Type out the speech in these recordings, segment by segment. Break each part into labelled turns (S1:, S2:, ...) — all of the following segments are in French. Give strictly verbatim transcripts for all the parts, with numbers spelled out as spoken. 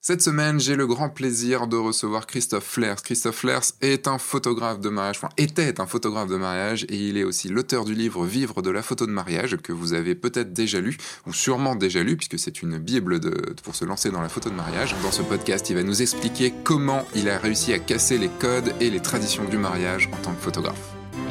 S1: Cette semaine, j'ai le grand plaisir de recevoir Christophe Flers. Christophe Flers est un photographe de mariage, enfin était un photographe de mariage, et il est aussi l'auteur du livre Vivre de la photo de mariage, que vous avez peut-être déjà lu, ou sûrement déjà lu, puisque c'est une bible de, pour se lancer dans la photo de mariage. Dans ce podcast, il va nous expliquer comment il a réussi à casser les codes et les traditions du mariage en tant que photographe.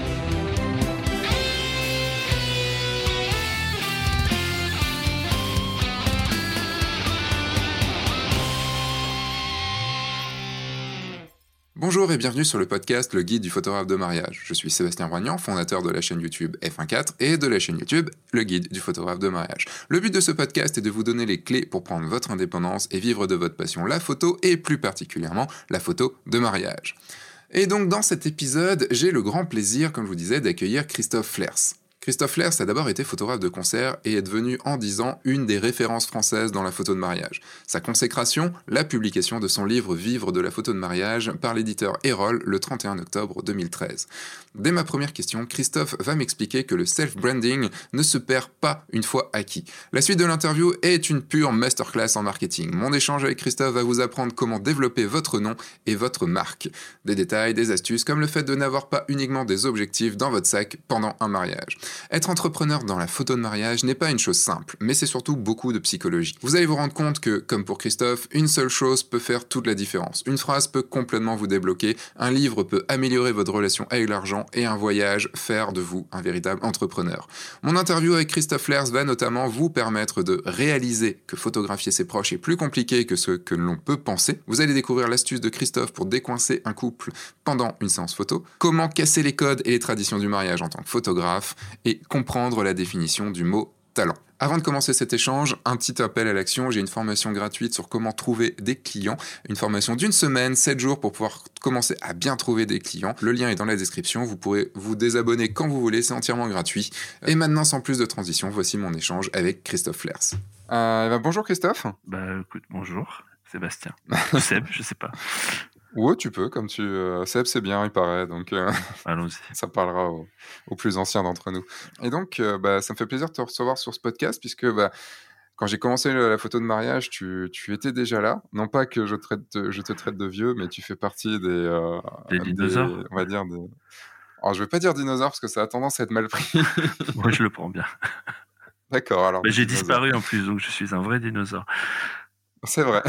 S1: Bonjour et bienvenue sur le podcast Le Guide du photographe de mariage. Je suis Sébastien Roignan, fondateur de la chaîne YouTube F un quatre et de la chaîne YouTube Le Guide du photographe de mariage. Le but de ce podcast est de vous donner les clés pour prendre votre indépendance et vivre de votre passion, la photo et plus particulièrement la photo de mariage. Et donc dans cet épisode, j'ai le grand plaisir, comme je vous disais, d'accueillir Christophe Flers. Christophe Flers a d'abord été photographe de concert et est devenu en dix ans une des références françaises dans la photo de mariage. Sa consécration, la publication de son livre Vivre de la photo de mariage par l'éditeur Erol le trente et un octobre deux mille treize. Dès ma première question, Christophe va m'expliquer que le self-branding ne se perd pas une fois acquis. La suite de l'interview est une pure masterclass en marketing. Mon échange avec Christophe va vous apprendre comment développer votre nom et votre marque. Des détails, des astuces, comme le fait de n'avoir pas uniquement des objectifs dans votre sac pendant un mariage. Être entrepreneur dans la photo de mariage n'est pas une chose simple, mais c'est surtout beaucoup de psychologie. Vous allez vous rendre compte que, comme pour Christophe, une seule chose peut faire toute la différence. Une phrase peut complètement vous débloquer, un livre peut améliorer votre relation avec l'argent et un voyage faire de vous un véritable entrepreneur. Mon interview avec Christophe Flers va notamment vous permettre de réaliser que photographier ses proches est plus compliqué que ce que l'on peut penser. Vous allez découvrir l'astuce de Christophe pour décoincer un couple pendant une séance photo, comment casser les codes et les traditions du mariage en tant que photographe, et comprendre la définition du mot talent. Avant de commencer cet échange, un petit appel à l'action. J'ai une formation gratuite sur comment trouver des clients. Une formation d'une semaine, sept jours pour pouvoir commencer à bien trouver des clients. Le lien est dans la description. Vous pourrez vous désabonner quand vous voulez. C'est entièrement gratuit. Et maintenant, sans plus de transition, voici mon échange avec Christophe Flers. Euh, bah bonjour Christophe.
S2: Bah écoute, bonjour Sébastien. Ou Seb, je sais pas.
S1: Ouais, tu peux, comme tu... Euh, Seb, c'est bien, il paraît, donc euh,
S2: Allons-y.
S1: Ça parlera aux, aux plus anciens d'entre nous. Et donc, euh, bah, ça me fait plaisir de te recevoir sur ce podcast, puisque bah, quand j'ai commencé la, la photo de mariage, tu, tu étais déjà là. Non pas que je, traite, je te traite de vieux, mais tu fais partie des... Euh,
S2: des dinosaures
S1: des, on va dire des... Alors, je ne vais pas dire dinosaures, parce que ça a tendance à être mal pris.
S2: Moi, je le prends bien.
S1: D'accord, alors...
S2: Mais j'ai disparu en plus, donc je suis un vrai dinosaure.
S1: C'est vrai.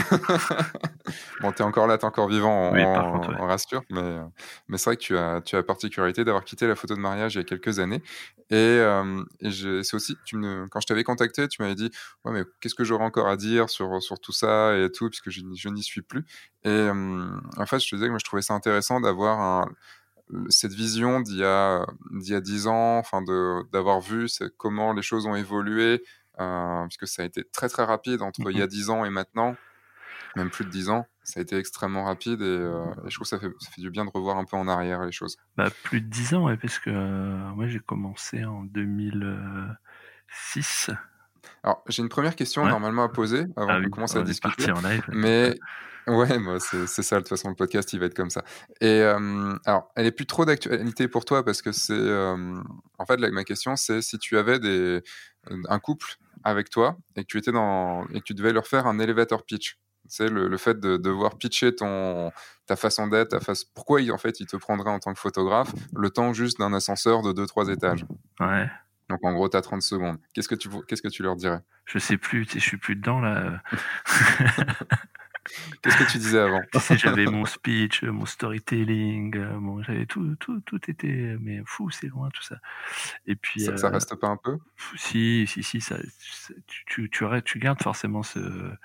S1: Bon, t'es encore là, t'es encore vivant, on,
S2: oui, par contre, ouais.
S1: on rassure, mais, mais c'est vrai que tu as, tu as la particularité d'avoir quitté la photo de mariage il y a quelques années. Et, euh, et je, c'est aussi, tu me, quand je t'avais contacté, tu m'avais dit ouais, mais qu'est-ce que j'aurais encore à dire sur, sur tout ça et tout, puisque je, je n'y suis plus. Et euh, en fait, je te disais que moi, je trouvais ça intéressant d'avoir un, cette vision d'il y a, d'il y a dix ans, enfin de, d'avoir vu comment les choses ont évolué. Euh, puisque ça a été très très rapide entre mm-hmm. il y a dix ans et maintenant, même plus de dix ans, ça a été extrêmement rapide et, euh, et je trouve que ça fait, ça fait du bien de revoir un peu en arrière les choses.
S2: Bah, plus de dix ans, ouais, parce que euh, moi j'ai commencé en deux mille six.
S1: Alors j'ai une première question ouais. normalement à poser avant ah, qu'on oui, commence à discuter.
S2: En live,
S1: mais ouais, moi c'est, c'est ça, de toute façon le podcast il va être comme ça. Et euh, alors elle est plus trop d'actualité pour toi parce que c'est, euh, en fait là, ma question c'est si tu avais des, un couple avec toi et que tu étais dans et que tu devais leur faire un elevator pitch. C'est le, le fait de devoir pitcher ton ta façon d'être, ta face. Pourquoi il, en fait il te prendrait en tant que photographe le temps juste d'un ascenseur de deux trois étages.
S2: Ouais.
S1: Donc en gros t'as trente secondes. Qu'est-ce que tu qu'est-ce que tu leur dirais?
S2: Je sais plus, je suis plus dedans là.
S1: Qu'est-ce que tu disais avant?
S2: Tu sais, j'avais mon speech, mon storytelling, bon, j'avais tout, tout, tout était, mais fou, c'est loin tout ça. Et puis
S1: ça, euh, ça reste pas un peu?
S2: Si, si, si, ça, ça tu, tu, tu, tu gardes forcément ce,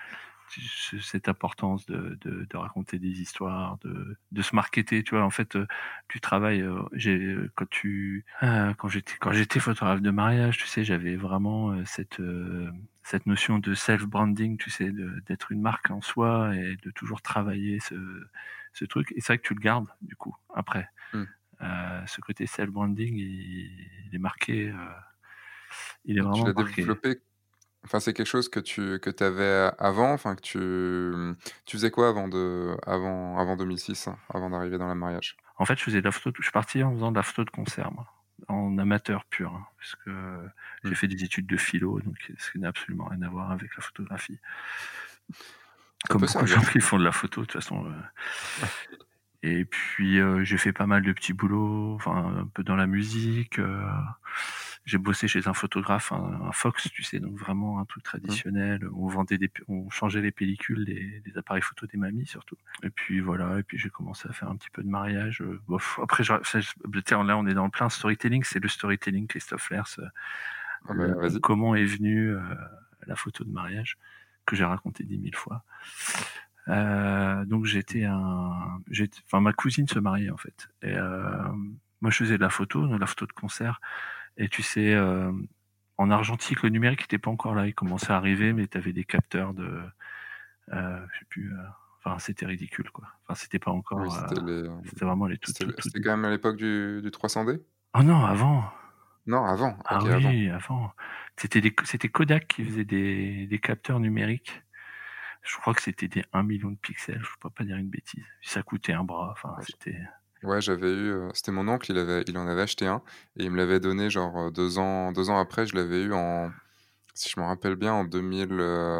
S2: cette importance de, de, de raconter des histoires, de, de se marketer, tu vois. En fait, tu travailles. J'ai quand tu, quand j'étais, quand j'étais photographe de mariage, tu sais, j'avais vraiment cette cette notion de self-branding, tu sais, de, d'être une marque en soi et de toujours travailler ce, ce truc. Et c'est vrai que tu le gardes, du coup, après. Mm. Euh, ce côté self-branding, il, il est marqué. Euh, il est
S1: et
S2: vraiment
S1: tu l'as
S2: marqué.
S1: développé. Enfin, c'est quelque chose que tu que avais avant. Enfin, que tu tu faisais quoi avant de avant avant deux mille six, hein, avant d'arriver dans le mariage?
S2: En fait, je faisais de la photo. Je suis parti en faisant de la photo de concert, moi, en amateur pur, hein, parce que mmh. j'ai fait des études de philo, donc ce qui n'a absolument rien à voir avec la photographie.
S1: Ça
S2: Comme
S1: peut
S2: beaucoup de gens
S1: servir.
S2: qui font de la photo, de toute façon. euh. Et puis, euh, j'ai fait pas mal de petits boulots, enfin, un peu dans la musique. euh, J'ai bossé chez un photographe, un, un Fox, tu sais, donc vraiment un truc
S1: Mmh.
S2: traditionnel. On vendait des, on changeait les pellicules des, des appareils photo des mamies surtout. Et puis voilà, et puis j'ai commencé à faire un petit peu de mariage. Euh, bon, pff, après, je- ça, je- tiens, là, on est dans le plein storytelling. C'est le storytelling, Christophe Lers. euh,
S1: Ah bah,
S2: le-
S1: vas-y.
S2: comment est venue euh, la photo de mariage que j'ai raconté dix mille fois. Euh, donc j'étais un, j'étais, enfin ma cousine se mariait en fait. Et euh, moi je faisais de la photo, de la photo de concert. Et tu sais, euh, en argentique, le numérique n'était pas encore là. Il commençait à arriver, mais tu avais des capteurs de, euh, je sais plus. euh, Enfin, c'était ridicule quoi. Enfin, c'était pas
S1: Oui,
S2: encore. euh,
S1: c'était les,
S2: c'était vraiment les tout
S1: c'était
S2: tout
S1: le
S2: tout
S1: c'était
S2: débuts.
S1: quand même à l'époque du du trois cents D?
S2: Oh non, avant.
S1: Non, avant.
S2: Ah
S1: OK, avant.
S2: oui, avant. C'était des, c'était Kodak qui faisait des, des capteurs numériques. Je crois que c'était des un million de pixels, je peux pas dire une bêtise. Ça coûtait un bras, enfin,
S1: Ouais, j
S2: c'était
S1: ouais, j'avais eu, heu, c'était mon oncle, il avait il en avait acheté un et il me l'avait donné genre, heu, deux ans deux ans après, je l'avais eu en si je me rappelle bien en deux mille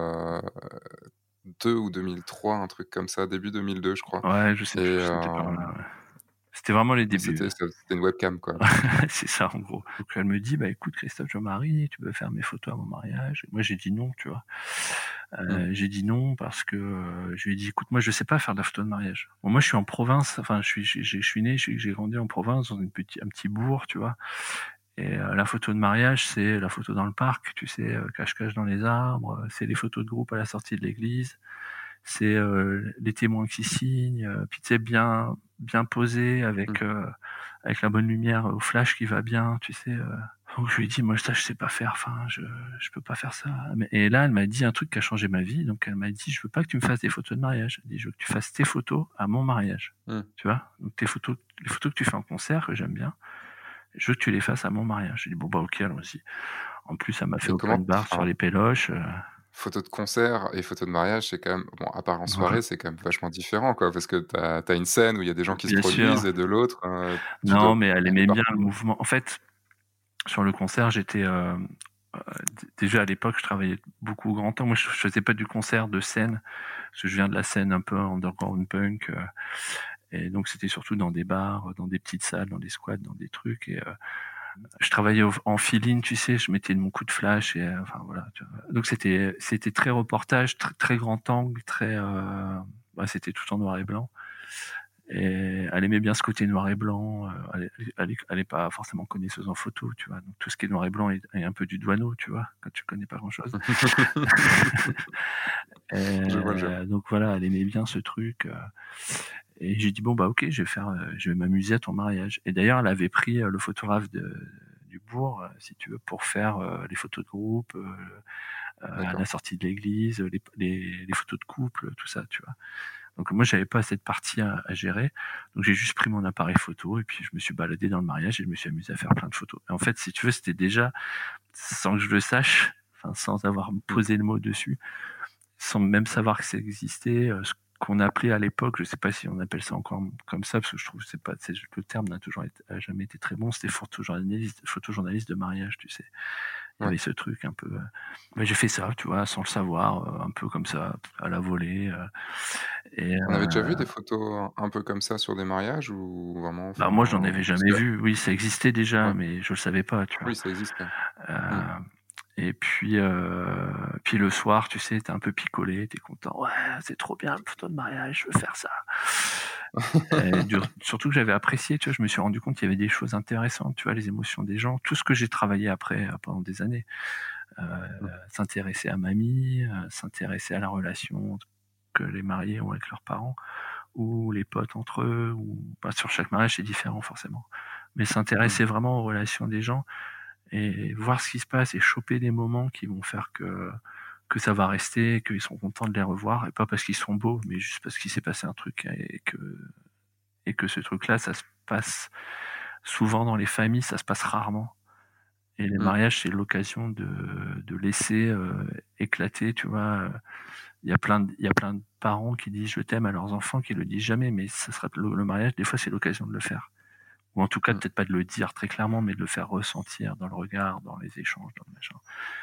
S1: deux ou deux mille trois, un truc comme ça, début deux mille deux, je crois
S2: ouais, je sais
S1: et
S2: plus, c'était par là,
S1: hem
S2: ouais. C'était vraiment les
S1: et
S2: débuts.
S1: c'était ça c'était une webcam, quoi, donc heu,
S2: C'est ça, en gros. Donc elle me dit: «Bah, écoute Christophe, je me marie, tu peux faire mes photos à mon mariage?» Et moi j'ai dit non, tu vois?
S1: mmh,
S2: Heu, j'ai dit non parce que, heu, je lui ai dit: «Écoute, moi je sais pas faire de la photo de mariage». Bon, moi je suis en province, enfin je suis j'ai je suis né, j'ai j'ai grandi en province dans une petit un petit bourg, tu vois? Et euh, la photo de mariage, c'est la photo dans le parc, tu sais, euh, cache-cache dans les arbres, euh, c'est les photos de groupe à la sortie de l'église, c'est euh, les témoins qui signent, euh, puis tu sais, bien, bien posé
S1: mmh.
S2: avec, euh, avec la bonne lumière au flash qui va bien, tu sais. euh. Donc je lui ai dit, moi ça je sais pas faire, enfin je je peux pas faire ça. Mais- Et là elle m'a dit un truc qui a changé ma vie, donc elle m'a dit, je veux pas que tu me fasses des photos de mariage, elle dit, je veux que tu fasses tes photos à mon mariage,
S1: Mmh.
S2: tu vois. Donc tes photos, les photos que tu fais en concert que j'aime bien, je veux que tu les fasses à mon mariage. J'ai dit, bon, bah, ok, allons-y. En plus, ça m'a fait
S1: Mais
S2: open
S1: comment
S2: bar sur
S1: enfin,
S2: les péloches. euh,
S1: photo de concert et photo de mariage, c'est quand même bon, à part en
S2: voilà.
S1: soirée, c'est quand même vachement différent, quoi, parce que tu as tu as une scène où il y a des gens qui se
S2: Bien sûr.
S1: produisent et de l'autre, heu, tu
S2: Non,
S1: dois
S2: mais elle
S1: aller
S2: aimait bien le
S1: partout.
S2: mouvement. En fait, sur le concert, j'étais, euh, euh, d- déjà à l'époque, je travaillais beaucoup au grand temps. Moi, je, je faisais pas du concert de scène, parce que je viens de la scène un peu underground punk. euh, et donc, c'était surtout dans des bars, dans des petites salles, dans des squats, dans des trucs. Et euh, je travaillais au- en fill-in, tu sais, je mettais mon coup de flash. Et euh, enfin, voilà. tu vois. Donc, c'était, c'était très reportage, tr- très grand angle, très, euh, bah, c'était tout en noir et blanc. Et elle aimait bien ce côté noir et blanc. euh, Elle, elle, elle est pas forcément connaisseuse en photo, tu vois. Donc tout ce qui est noir et blanc est, est un peu du douaneau, tu vois, quand tu connais pas grand-chose.
S1: Je vois le genre.
S2: Euh, donc voilà, elle aimait bien ce truc. euh, Et j'ai dit bon bah ok, je vais faire, euh, je vais m'amuser à ton mariage. Et d'ailleurs, elle avait pris euh, le photographe de, du bourg, euh, si tu veux, pour faire euh, les photos de groupe, euh, euh, à la
S1: D'accord.
S2: sortie de l'église, les, les, les photos de couple, tout ça, tu vois. Donc moi, j'avais pas cette partie à, à gérer. Donc j'ai juste pris mon appareil photo et puis je me suis baladé dans le mariage et je me suis amusé à faire plein de photos. Et en fait, si tu veux, c'était déjà, sans que je le sache, enfin, sans avoir
S1: Mmh.
S2: posé le mot dessus, sans même savoir que ça existait, euh, ce qu'on appelait à l'époque, je sais pas si on appelle ça encore comme ça, parce que je trouve que c'est pas, c'est, le terme n'a toujours été, a jamais été très bon, c'était photojournaliste, photojournaliste de mariage, tu sais. Il y
S1: Ouais.
S2: avait ce truc un peu. euh, ben, j'ai fait ça, tu vois, sans le savoir, euh, un peu comme ça, à la volée. euh, et
S1: Tu en avais déjà vu
S2: euh,
S1: des photos un peu comme ça sur des mariages ou vraiment
S2: bah, moi, j'en
S1: enfin
S2: avais
S1: parce
S2: jamais
S1: que
S2: vu. Oui, ça existait déjà,
S1: ouais,
S2: mais je le savais pas, tu vois.
S1: oui, ça existe, ouais. Mmh.
S2: Euh, et puis, euh, puis le soir, tu sais, t'es un peu picolé, t'es content. Ouais, c'est trop bien, le photo de mariage, je veux faire ça. Et dur- surtout que j'avais apprécié, tu vois, je me suis rendu compte qu'il y avait des choses intéressantes, tu vois, les émotions des gens, tout ce que j'ai travaillé après euh, pendant des années. Euh,
S1: Mmh.
S2: S'intéresser à mamie, euh, s'intéresser à la relation que les mariés ont avec leurs parents, ou les potes entre eux, ou pas sur chaque mariage, c'est différent forcément. Mais
S1: Mmh.
S2: s'intéresser vraiment aux relations des gens et voir ce qui se passe et choper des moments qui vont faire que que ça va rester, qu'ils seront contents de les revoir, et pas parce qu'ils sont beaux, mais juste parce qu'il s'est passé un truc et que et que ce truc-là, ça se passe souvent dans les familles, ça se passe rarement. Et les
S1: Mmh.
S2: mariages, c'est l'occasion de, de laisser euh, éclater, tu vois. Il y a plein de, il y a plein de parents qui disent je t'aime à leurs enfants, qui le disent jamais, mais ça sera le, le mariage, des fois, c'est l'occasion de le faire. Ou en tout cas,
S1: Mmh.
S2: peut-être pas de le dire très clairement, mais de le faire ressentir dans le regard, dans les échanges, dans le machin.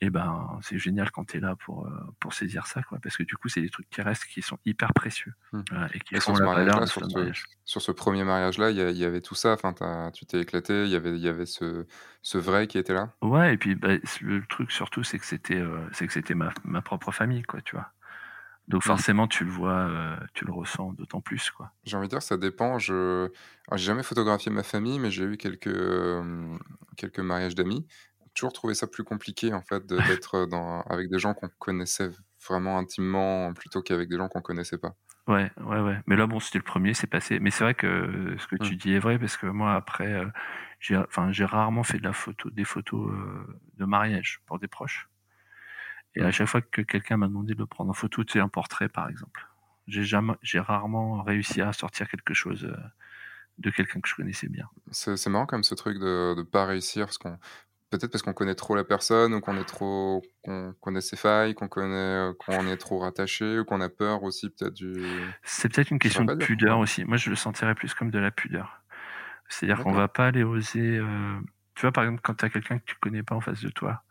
S2: Et ben, c'est génial quand tu es là pour, euh, pour saisir ça, quoi. Parce que du coup, c'est des trucs qui restent, qui sont hyper précieux.
S1: Mmh.
S2: Voilà, et qui
S1: Mais
S2: font
S1: sur ce
S2: la valeur
S1: mariage-là,
S2: de
S1: sur
S2: ce
S1: ce
S2: mariage.
S1: sur ce premier mariage-là, il y a il y avait tout ça, enfin, tu tu t'es éclaté, il y avait il y avait ce ce vrai qui était là?
S2: Ouais, et puis bah, le truc surtout, c'est que c'était euh, c'est que c'était ma, ma propre famille, quoi, tu vois. Donc
S1: Mmh.
S2: forcément, tu le vois, euh, tu le ressens d'autant plus, quoi.
S1: J'ai envie de dire, ça dépend, je alors j'ai jamais photographié ma famille, mais j'ai eu quelques, hem, quelques mariages d'amis. J'ai toujours trouvé ça plus compliqué, en fait, de d'être, dans avec des gens qu'on connaissait vraiment intimement, plutôt qu'avec des gens qu'on connaissait pas.
S2: Ouais, ouais, ouais. Mais là, bon, c'était le premier, c'est passé. Mais c'est vrai que euh, ce que
S1: Mmh.
S2: tu dis est vrai, parce que moi, après, euh, j'ai, enfin, j'ai rarement fait de la photo, des photos euh, de mariage pour des proches. Et à
S1: Mmh.
S2: chaque fois que quelqu'un m'a demandé de le prendre en photo, tu sais, un portrait, par exemple, j'ai jamais, j'ai rarement réussi à sortir quelque chose euh, de quelqu'un que je connaissais bien.
S1: C'est c'est marrant comme ce truc de de pas réussir parce qu'on peut-être parce qu'on connaît trop la personne ou qu'on est trop qu'on connaît ses failles, qu'on connaît, heu, qu'on est trop rattaché ou qu'on a peur aussi peut-être du
S2: C'est peut-être une
S1: je saurais
S2: question de
S1: pas dire
S2: pudeur
S1: pourquoi.
S2: aussi. Moi, je le sentirais plus comme de la pudeur. C'est-à-dire qu'on
S1: D'accord.
S2: va pas aller oser. euh, Tu vois, par exemple, quand tu as quelqu'un que tu connais pas en face de toi,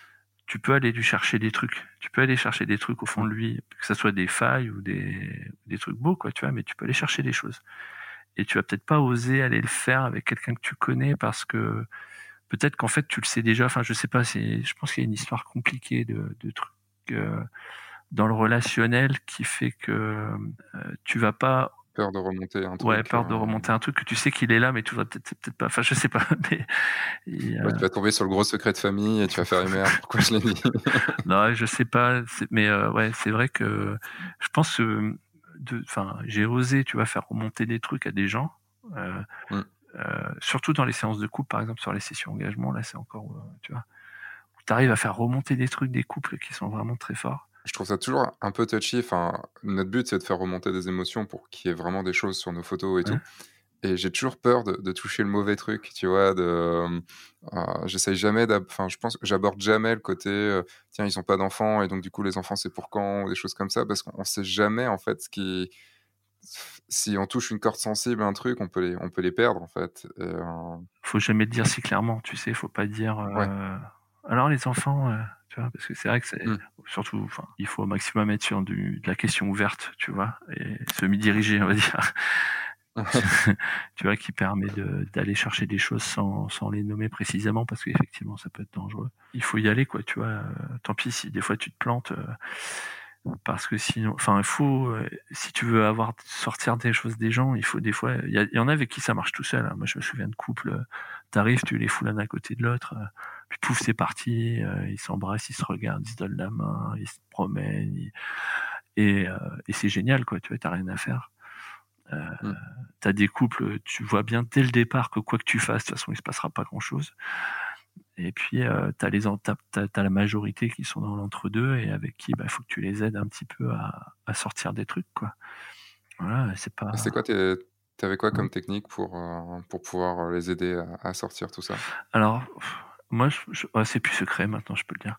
S2: tu peux aller lui chercher des trucs. Tu peux aller chercher des trucs au fond
S1: Mmh.
S2: de lui, que ça soit des failles ou des, des trucs beaux, quoi, tu vois, mais tu peux aller chercher des choses. Et tu vas peut-être pas oser aller le faire avec quelqu'un que tu connais parce que peut-être qu'en fait tu le sais déjà. Enfin, je sais pas, c'est, je pense qu'il y a une histoire compliquée de, de trucs euh, dans le relationnel qui fait que euh, tu vas pas.
S1: Peur de remonter un
S2: Ouais,
S1: truc,
S2: peur de
S1: heu,
S2: remonter un truc que tu sais qu'il est là, mais tu vas peut-être, c'est peut-être pas. Enfin, je sais pas. Mais et,
S1: ouais,
S2: euh,
S1: tu vas tomber sur le gros secret de famille et tu vas faire: «Eh merde, pourquoi je l'ai dit?»
S2: non, je sais pas. c'est- Mais euh, ouais, c'est vrai que je pense que de, enfin, j'ai osé, tu vois, faire remonter des trucs à des gens. Euh,
S1: Mmh.
S2: euh, surtout dans les séances de couple, par exemple, sur les sessions engagement, là, c'est encore, euh, tu vois, tu arrives à faire remonter des trucs des couples qui sont vraiment très forts.
S1: Je trouve ça toujours un peu touchy, enfin, notre but, c'est de faire remonter des émotions pour qu'il y ait vraiment des choses sur nos photos et
S2: Ouais.
S1: tout. Et j'ai toujours peur de de toucher le mauvais truc, tu vois? De, hem, heu, j'essaye jamais d'ab enfin, je pense que j'aborde jamais le côté, heu: «Tiens, ils ont pas d'enfants et donc du coup, les enfants, c'est pour quand?» ou des choses comme ça, parce qu'on sait jamais, en fait, ce qui si on touche une corde sensible à un truc, on peut les on peut les perdre, en fait et heu,
S2: Faut jamais le dire si clairement, tu sais, faut pas dire.
S1: ouais.
S2: euh, Alors les enfants, euh, tu vois, parce que c'est vrai que c'est
S1: Mmh.
S2: surtout, enfin, il faut au maximum être sur du, de la question ouverte, tu vois, et semi-dirigée, on va dire. Tu vois, qui permet de, d'aller chercher des choses sans, sans les nommer précisément, parce qu'effectivement, ça peut être dangereux. Il faut y aller, quoi, tu vois. euh, Tant pis si des fois tu te plantes, euh, parce que sinon, enfin, il faut, euh, si tu veux avoir sortir des choses des gens, il faut des fois, il y, a- il y en a avec qui ça marche tout seul, hein. Moi, je me souviens de couples, euh, t'arrives, tu les fous l'un à côté de l'autre, euh, puis pouf, c'est parti, euh, ils s'embrassent, ils se regardent, ils se donnent la main, ils se promènent, ils- et, euh, et c'est génial, quoi, tu vois, t'as rien à faire. Euh,
S1: Mmh.
S2: T'as des couples, tu vois bien dès le départ que quoi que tu fasses, de toute façon, il se passera pas grand-chose. Et puis, euh, t'as les en- t'as, t'as- t'as la majorité qui sont dans l'entre-deux et avec qui, bah, faut que tu les aides un petit peu à, à sortir des trucs, quoi. Voilà, c'est
S1: Et c'est
S2: pas.
S1: quoi tes tu quoi comme technique pour, heu, pour pouvoir, les aider à à sortir tout ça?
S2: Alors, pff, moi, je, je- ouais, c'est plus secret maintenant, je peux le dire.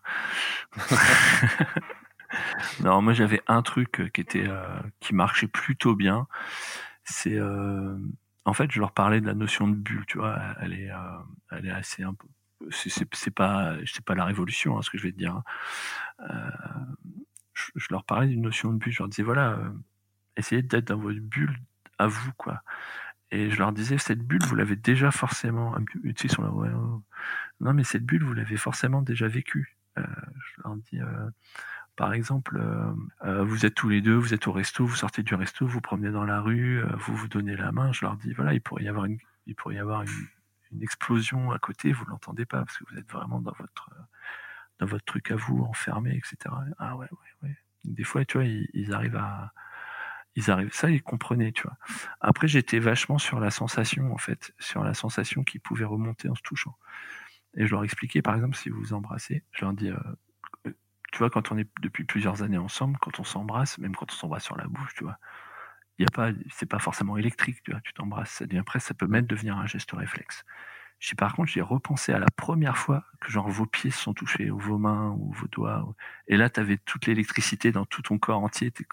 S2: Non, moi, j'avais un truc euh, qui était, euh, qui marchait plutôt bien. C'est, euh, en fait, je leur parlais de la notion de bulle, tu vois. Elle est, euh, elle est assez un peu. C'est, c'est, c'est pas, c'est pas la révolution, hein, ce que je vais te dire, hein. Euh, je, je leur parlais d'une notion de bulle. Je leur disais, voilà, euh, essayez d'être dans votre bulle à vous, quoi. Et je leur disais, cette bulle, vous l'avez déjà forcément. Tu sais, ils sont là, ouais, ouais. Non, mais cette bulle, vous l'avez forcément déjà vécue. Euh, je leur dis, euh, par exemple, euh, euh, vous êtes tous les deux, vous êtes au resto, vous sortez du resto, vous promenez dans la rue, euh, vous vous donnez la main. Je leur dis, voilà, il pourrait y avoir une, il pourrait y avoir une, une explosion à côté, vous l'entendez pas parce que vous êtes vraiment dans votre, dans votre truc à vous, enfermé, et cetera. Ah ouais, ouais, ouais. Des fois, tu vois, ils, ils arrivent à, ils arrivent, ça, ils comprenaient, tu vois. Après, j'étais vachement sur la sensation, en fait, sur la sensation qui pouvait remonter en se touchant. Et je leur expliquais, par exemple, si vous vous embrassez, je leur dis, euh, euh, tu vois, quand on est depuis plusieurs années ensemble, quand on s'embrasse, même quand on s'embrasse sur la bouche, tu vois, il y a pas, c'est pas forcément électrique, tu vois, tu t'embrasses, ça devient après, ça peut
S1: Mmh.
S2: même devenir un geste réflexe. Je dis, par contre, j'ai repensé à la première fois que genre vos pieds se sont touchés, ou vos mains, ou vos doigts, ou- et là, tu avais toute l'électricité dans tout ton corps entier, t'es-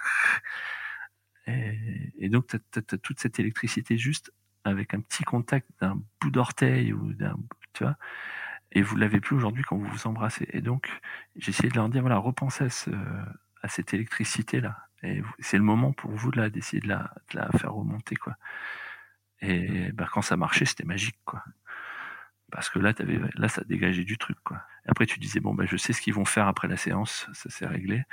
S2: et, et donc, tu as, toute cette électricité juste avec un petit contact d'un bout d'orteil ou d'un, tu vois. et vous l'avez plus aujourd'hui quand vous vous embrassez. Et donc, j'ai essayé de leur dire, voilà, repensez à, ce, à cette électricité-là. Et c'est le moment pour vous de la, d'essayer de la, de la faire remonter, quoi. Et bah, quand ça marchait, c'était magique, quoi. Parce que là, t'avais, là, ça dégageait du truc, quoi. Et après, tu disais, bon, bah, je sais ce qu'ils vont faire après la séance, ça s'est réglé.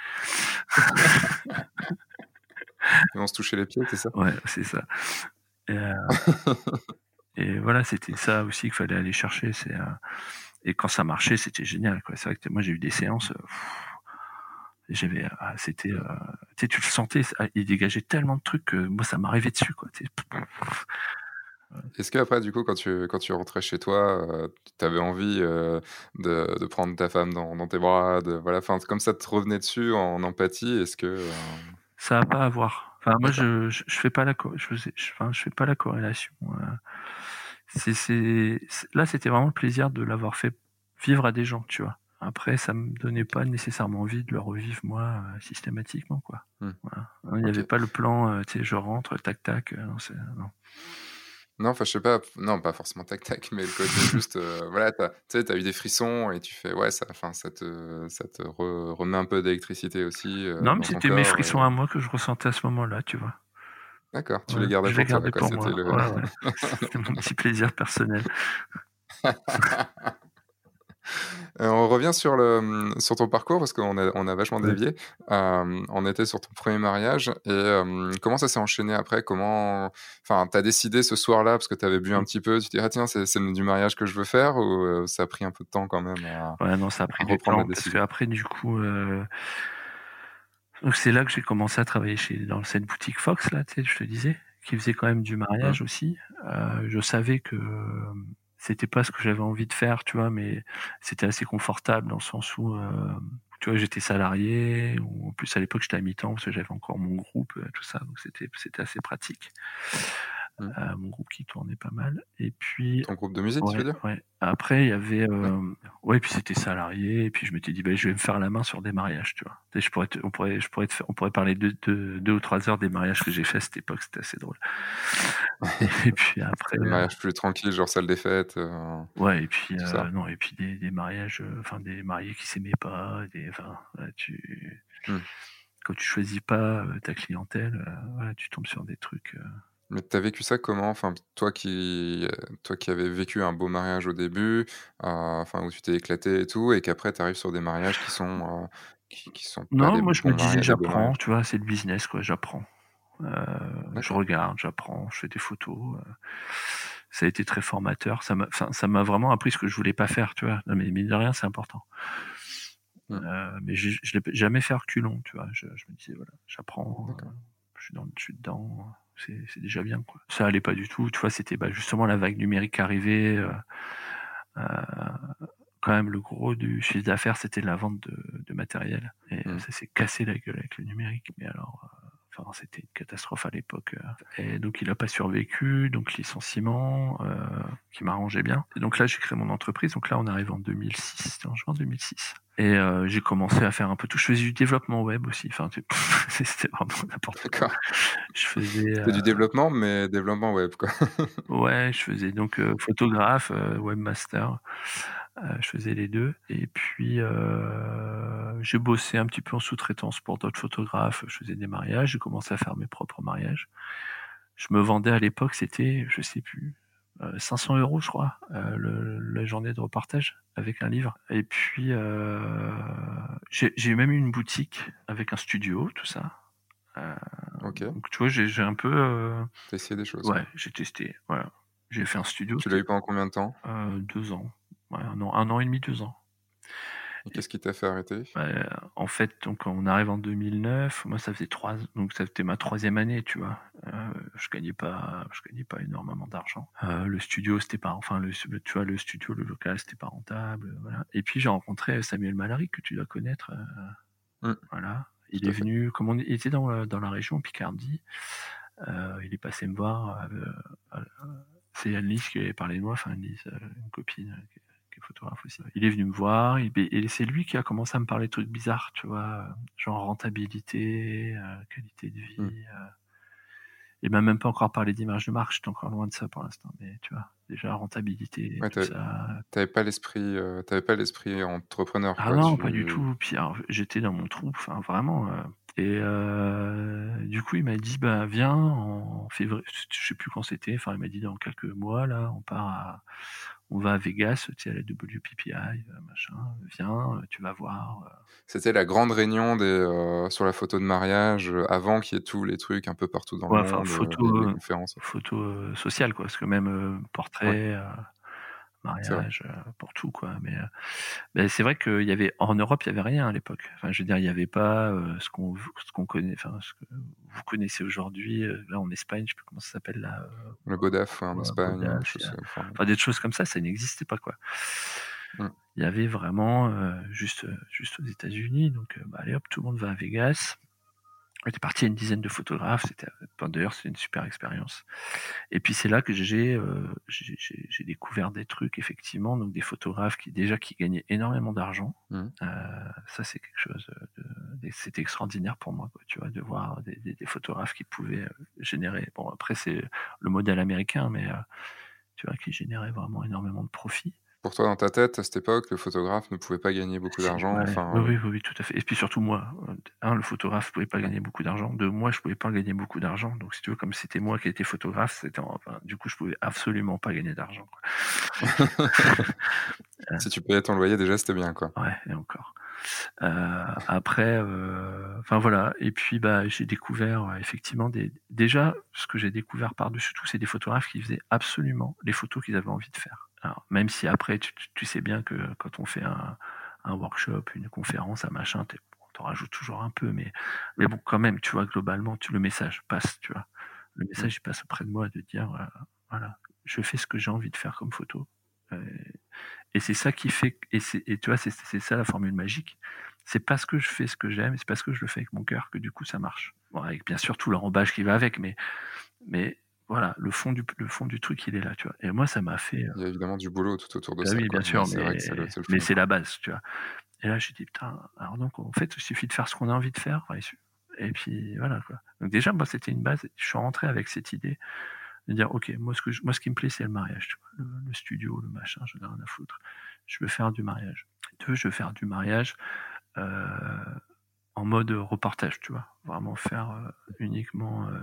S1: Ils vont se toucher les pieds, c'est ça?
S2: Ouais, c'est ça. Et, euh, et voilà, c'était ça aussi qu'il fallait aller chercher. C'est, euh, et quand ça marchait, c'était génial, quoi. C'est vrai que moi, j'ai eu des séances. Euh, pff, j'avais, euh, c'était, euh, tu sais, tu le sentais, il dégageait tellement de trucs que moi, ça m'arrivait dessus, quoi.
S1: Est-ce qu'après, du coup, quand tu, quand tu rentrais chez toi, euh, tu avais envie euh, de, de prendre ta femme dans, dans tes bras, de, voilà, enfin, comme ça te revenait dessus en empathie, est-ce que... euh,
S2: Ça n'a pas à voir. Enfin, moi,
S1: D'accord.
S2: je, je, je fais pas la, co- je faisais, je, enfin, je fais pas la corrélation. euh. C'est, c'est, c'est- là, c'était vraiment le plaisir de l'avoir fait vivre à des gens, tu vois. Après, ça me donnait pas nécessairement envie de le revivre moi euh, systématiquement, quoi.
S1: Hmm.
S2: Voilà. Il n'y
S1: Ok.
S2: avait pas le plan, euh, tu sais, je rentre, tac tac. euh, non, c'est, non.
S1: Non, enfin, je sais pas, non, pas forcément tac-tac, mais le côté juste, euh, voilà, t'as- tu sais, t'as eu des frissons et tu fais, ouais, ça, enfin, ça te, ça te re- remet un peu d'électricité aussi euh,
S2: Non, mais
S1: dans ton
S2: c'était mes
S1: corps.
S2: frissons
S1: Et...
S2: à moi que je ressentais à ce moment-là, tu vois.
S1: D'accord, tu
S2: Ouais,
S1: les gardais
S2: je les
S1: pour toi,
S2: gardais
S1: quoi.
S2: pour
S1: C'était
S2: moi.
S1: le.
S2: Ouais, ouais. C'était mon petit plaisir personnel.
S1: Euh, on revient sur, le, mmh, sur ton parcours parce qu'on a, on a vachement
S2: Ouais.
S1: dévié. Euh, on était sur ton premier mariage et euh, comment ça s'est enchaîné après? Comment, enfin, t'as décidé ce soir-là parce que t'avais bu un petit peu, tu te dis ah tiens c'est, c'est du mariage que je veux faire ou euh, ça a pris un peu de temps quand même à,
S2: Ouais, non, ça a
S1: à
S2: pris du
S1: reprendre la
S2: temps parce
S1: décision?
S2: qu'après, du coup, euh, donc c'est là que j'ai commencé à travailler chez dans cette boutique Fox là, tu sais, je te disais, qui faisait quand même du
S1: Mmh.
S2: mariage aussi. Euh, je savais que euh, c'était pas ce que j'avais envie de faire, tu vois, mais c'était assez confortable dans le sens où, euh, tu vois, j'étais salarié, ou en plus à l'époque j'étais à mi-temps parce que j'avais encore mon groupe, euh, tout ça, donc c'était c'était assez pratique.
S1: Mmh.
S2: Euh, mon groupe qui tournait pas mal. Et puis
S1: Ton groupe de musique, tu veux
S2: ouais,
S1: dire?
S2: ouais. Après, il y avait,
S1: D'accord.
S2: euh, ouais, puis c'était salarié, et puis je m'étais dit, bah, je vais me faire la main sur des mariages, tu vois. Tu sais, je pourrais, te- on pourrait, je pourrais te faire, on pourrait parler de, de- deux ou trois heures des mariages que j'ai fait à cette époque, c'était assez drôle. Et puis après,
S1: C'est des
S2: euh,
S1: mariages plus tranquilles, genre salle des fêtes, euh,
S2: ouais, et puis,
S1: tout
S2: euh,
S1: ça.
S2: non, et puis des, des mariages, euh, enfin, des mariés qui s'aimaient pas, des, enfin, voilà, tu,
S1: Hmm.
S2: quand tu choisis pas euh, ta clientèle, euh, voilà, tu tombes sur des trucs. euh,
S1: Mais t'as vécu ça comment? Enfin, toi qui, euh, toi qui avais vécu un beau mariage au début, euh, enfin où tu t'es éclaté et tout, et qu'après tu arrives sur des mariages qui sont, euh, qui, qui sont pas
S2: Non,
S1: des
S2: moi, je me
S1: bons
S2: disais,
S1: mariages, des beaux
S2: j'apprends,
S1: mariages.
S2: tu vois, c'est le business, quoi, j'apprends. Euh, je
S1: D'accord.
S2: regarde, j'apprends, je fais des photos. euh, Ça a été très formateur. Ça m'a, enfin, ça m'a vraiment appris ce que je voulais pas faire, tu vois. Non, mais mine de rien, c'est important.
S1: Hmm.
S2: Euh, mais j'ai- je l'ai jamais fait reculons, tu vois. Je, je me disais, voilà, j'apprends, euh,
S1: D'accord.
S2: je suis dans, je suis dedans. C'est, c'est déjà bien, quoi. Ça allait pas du tout, tu vois. C'était bah, justement la vague numérique arrivée. Euh, euh, quand même, le gros du chiffre d'affaires, c'était la vente de, de matériel. Et
S1: Hmm.
S2: ça s'est cassé la gueule avec le numérique. Mais alors, euh, enfin, c'était une catastrophe à l'époque. euh. Et donc, il n'a pas survécu. Donc, licenciement, euh, qui m'arrangeait bien. Et donc là, j'ai créé mon entreprise. Donc là, on arrive en deux mille six, c'était en juin deux mille six. Et euh, j'ai commencé à faire un peu tout. Je faisais du développement web aussi. Enfin, tu- c'était vraiment n'importe quoi.
S1: D'accord.
S2: Je faisais,
S1: C'était
S2: euh,
S1: du développement, mais développement web, quoi.
S2: ouais, je faisais donc euh, photographe, euh, webmaster. Euh, je faisais les deux. Et puis, euh, j'ai bossé un petit peu en sous-traitance pour d'autres photographes. Je faisais des mariages. J'ai commencé à faire mes propres mariages. Je me vendais à l'époque, c'était, je sais plus, euh, cinq cents euros, je crois, euh, le, la journée de reportage avec un livre. Et puis, euh, j'ai j'ai même eu une boutique avec un studio, tout ça. Euh,
S1: Ok.
S2: donc, tu vois, j'ai j'ai un peu, euh,
S1: T'as essayé des choses,
S2: ouais,
S1: quoi.
S2: j'ai testé. Voilà, j'ai fait un studio,
S1: Tu l'as
S2: c'était
S1: eu pendant combien de temps?
S2: euh, deux ans, ouais, un an, un an et demi, deux ans.
S1: Et qu'est-ce qui t'a fait arrêter?
S2: Euh, en fait, donc on arrive en deux mille neuf. Moi, ça faisait trois, donc ça c'était ma troisième année, tu vois. Euh, je gagnais pas, je gagnais pas énormément d'argent. Euh, le studio, c'était pas, enfin le, tu vois, le studio, le local, c'était pas rentable, voilà. Et puis j'ai rencontré Samuel Malary que tu dois connaître, euh,
S1: Hmm.
S2: voilà. Il
S1: Tout
S2: est
S1: à fait.
S2: venu, comme on il était dans la, dans la région Picardie. Euh, il est passé me voir. Euh, euh, c'est Annelise qui avait parlé de moi, enfin Annelise, euh, une copine euh, qui, qui est photographe aussi. Il est venu me voir, il- et c'est lui qui a commencé à me parler de trucs bizarres, tu vois, euh, genre rentabilité, euh, qualité de
S1: Hmm.
S2: vie. euh. il m'a même pas encore parlé d'image de marque, j'étais encore loin de ça pour l'instant, mais tu vois, déjà rentabilité,
S1: Ouais,
S2: tout
S1: tu
S2: ça.
S1: avais pas l'esprit, heu, tu avais pas l'esprit entrepreneur,
S2: Ah
S1: quoi,
S2: non, pas du
S1: tu
S2: tout. Puis alors, j'étais dans mon trou, enfin vraiment. Euh, et euh, du coup, il m'a dit, bah viens en février, je sais plus quand c'était. Enfin, il m'a dit dans quelques mois là, on part à, on va à Vegas, tu sais, à la W P P I, euh, machin. Viens, euh, tu vas voir. euh.
S1: C'était la grande réunion des, heu, sur la photo de mariage, heu, avant qu'il y ait tous les trucs un peu partout dans le
S2: Ouais, enfin
S1: monde, heu, les
S2: photo,
S1: les
S2: euh,
S1: conférences.
S2: photo euh, sociale quoi, parce que même euh,
S1: Ouais,
S2: portrait. euh,
S1: c'est vrai.
S2: mariage, euh, pour tout quoi. Mais, euh, mais c'est vrai qu'il y avait en Europe, il y avait rien à l'époque. Enfin, je veux dire, il y avait pas euh, ce qu'on ce qu'on connaît, enfin ce que vous connaissez aujourd'hui. euh, Là en Espagne, je sais plus comment ça s'appelle là, euh,
S1: Le Bodaf, ouais, en
S2: ouais,
S1: Espagne, des
S2: Bodaf, il y
S1: choses,
S2: a-
S1: heu, enfin,
S2: enfin des choses comme ça, ça n'existait pas quoi.
S1: mmh.
S2: Il y avait vraiment euh, juste euh, juste aux États-Unis. Donc euh, bah, allez hop, tout le monde va à Vegas. On était parti à une dizaine de photographes. C'était enfin, d'ailleurs c'était une super expérience. Et puis c'est là que j'ai euh, j'ai j'ai- j'ai découvert des trucs effectivement, donc des photographes qui déjà qui gagnaient énormément d'argent.
S1: Mmh.
S2: Euh, ça c'est quelque chose de, de- c'était extraordinaire pour moi quoi, tu vois, de voir des, des- des photographes qui pouvaient euh, générer. Bon après c'est le modèle américain, mais euh, tu vois qui générait vraiment énormément de profit.
S1: Pour toi, dans ta tête, à cette époque, le photographe ne pouvait pas gagner beaucoup
S2: C'est-
S1: d'argent,
S2: ouais, oui,
S1: enfin,
S2: oui, oui, oui, tout à fait. Et puis surtout moi, euh, un, le photographe pouvait pas
S1: ouais.
S2: gagner beaucoup d'argent. Deux, moi, je pouvais pas gagner beaucoup d'argent. Donc, si tu veux, comme c'était moi qui étais photographe, c'était, enfin, du coup, je pouvais absolument pas gagner d'argent, quoi. Euh,
S1: Si tu payais ton loyer, déjà, c'était bien, quoi.
S2: ouais, et encore. Euh, après, euh, enfin voilà. Et puis, bah, j'ai découvert euh, effectivement des. Déjà, ce que j'ai découvert par-dessus tout, c'est des photographes qui faisaient absolument les photos qu'ils avaient envie de faire. Alors, même si après, tu, tu- tu sais bien que quand on fait un, un workshop, une conférence, un machin, t'es- bon, t'en rajoutes toujours un peu, mais, mais bon, quand même, tu vois, globalement, tu, le message passe, tu vois. Le
S1: Mmh.
S2: message, il passe auprès de moi de dire, euh, voilà, je fais ce que j'ai envie de faire comme photo. Euh, et c'est ça qui fait, et, c'est, et tu vois, c'est, c'est ça la formule magique. C'est parce que je fais ce que j'aime, c'est parce que je le fais avec mon cœur que du coup ça marche. Bon, avec bien sûr tout l'enrobage qui va avec, mais, mais voilà, le fond du, le fond du truc, il est là, tu vois. Et moi, ça m'a fait, euh,
S1: Il y a évidemment du boulot tout autour de
S2: ah
S1: ça,
S2: oui,
S1: quoi,
S2: bien
S1: mais
S2: sûr,
S1: c'est vrai que
S2: mais,
S1: c'est le c'est le
S2: mais
S1: fond,
S2: c'est
S1: quoi.
S2: la base, tu vois. Et là, j'ai dit, putain, alors donc, en fait, il suffit de faire ce qu'on a envie de faire, ouais, et puis voilà, quoi. Donc déjà, moi, c'était une base. Je suis rentré avec cette idée de dire, ok, moi, ce, que je- moi, ce qui me plaît, c'est le mariage, tu vois. Le, le studio, le machin, j'en ai rien à foutre. Je veux faire du mariage. Deux, je veux faire du mariage euh, en mode reportage, tu vois. Vraiment faire euh, uniquement euh,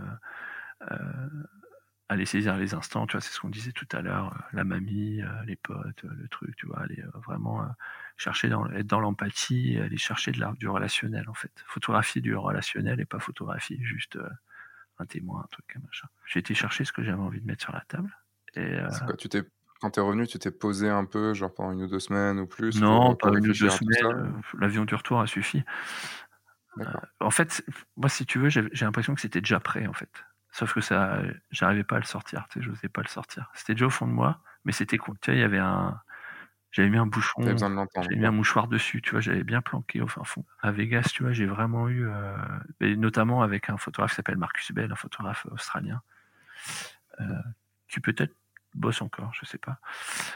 S2: euh, aller saisir les instants, tu vois, c'est ce qu'on disait tout à l'heure, euh, la mamie, euh, les potes, euh, le truc, tu vois, aller euh, vraiment euh, chercher dans, être dans l'empathie, et aller chercher de l'art du relationnel en fait. Photographier du relationnel et pas photographier juste euh, un témoin, un truc, un machin. J'ai été chercher ce que j'avais envie de mettre sur la table. Et euh,
S1: C'est quoi, tu t'es quand tu es revenu, tu t'es posé un peu, genre pendant une ou deux semaines ou plus pour,
S2: non,
S1: heu,
S2: pas
S1: pour
S2: une ou deux
S1: réfléchir à tout
S2: semaines,
S1: ça?
S2: euh, l'avion du retour a suffi.
S1: D'accord.
S2: En fait, moi, si tu veux, j'ai j'ai l'impression que c'était déjà prêt, en fait. Sauf que ça, j'arrivais pas à le sortir, tu sais, j'osais pas le sortir. C'était déjà au fond de moi, mais c'était con. Tu sais, il y avait un, j'avais mis un
S1: Tu avais
S2: bouchon,
S1: besoin de l'entendre,
S2: j'avais mis un
S1: quoi.
S2: mouchoir dessus, tu vois, j'avais bien planqué au fin fond. À Vegas, tu vois, j'ai vraiment eu, euh, et notamment avec un photographe qui s'appelle Marcus Bell, un photographe australien, euh,
S1: Mmh.
S2: qui peut-être bosse encore, je sais pas.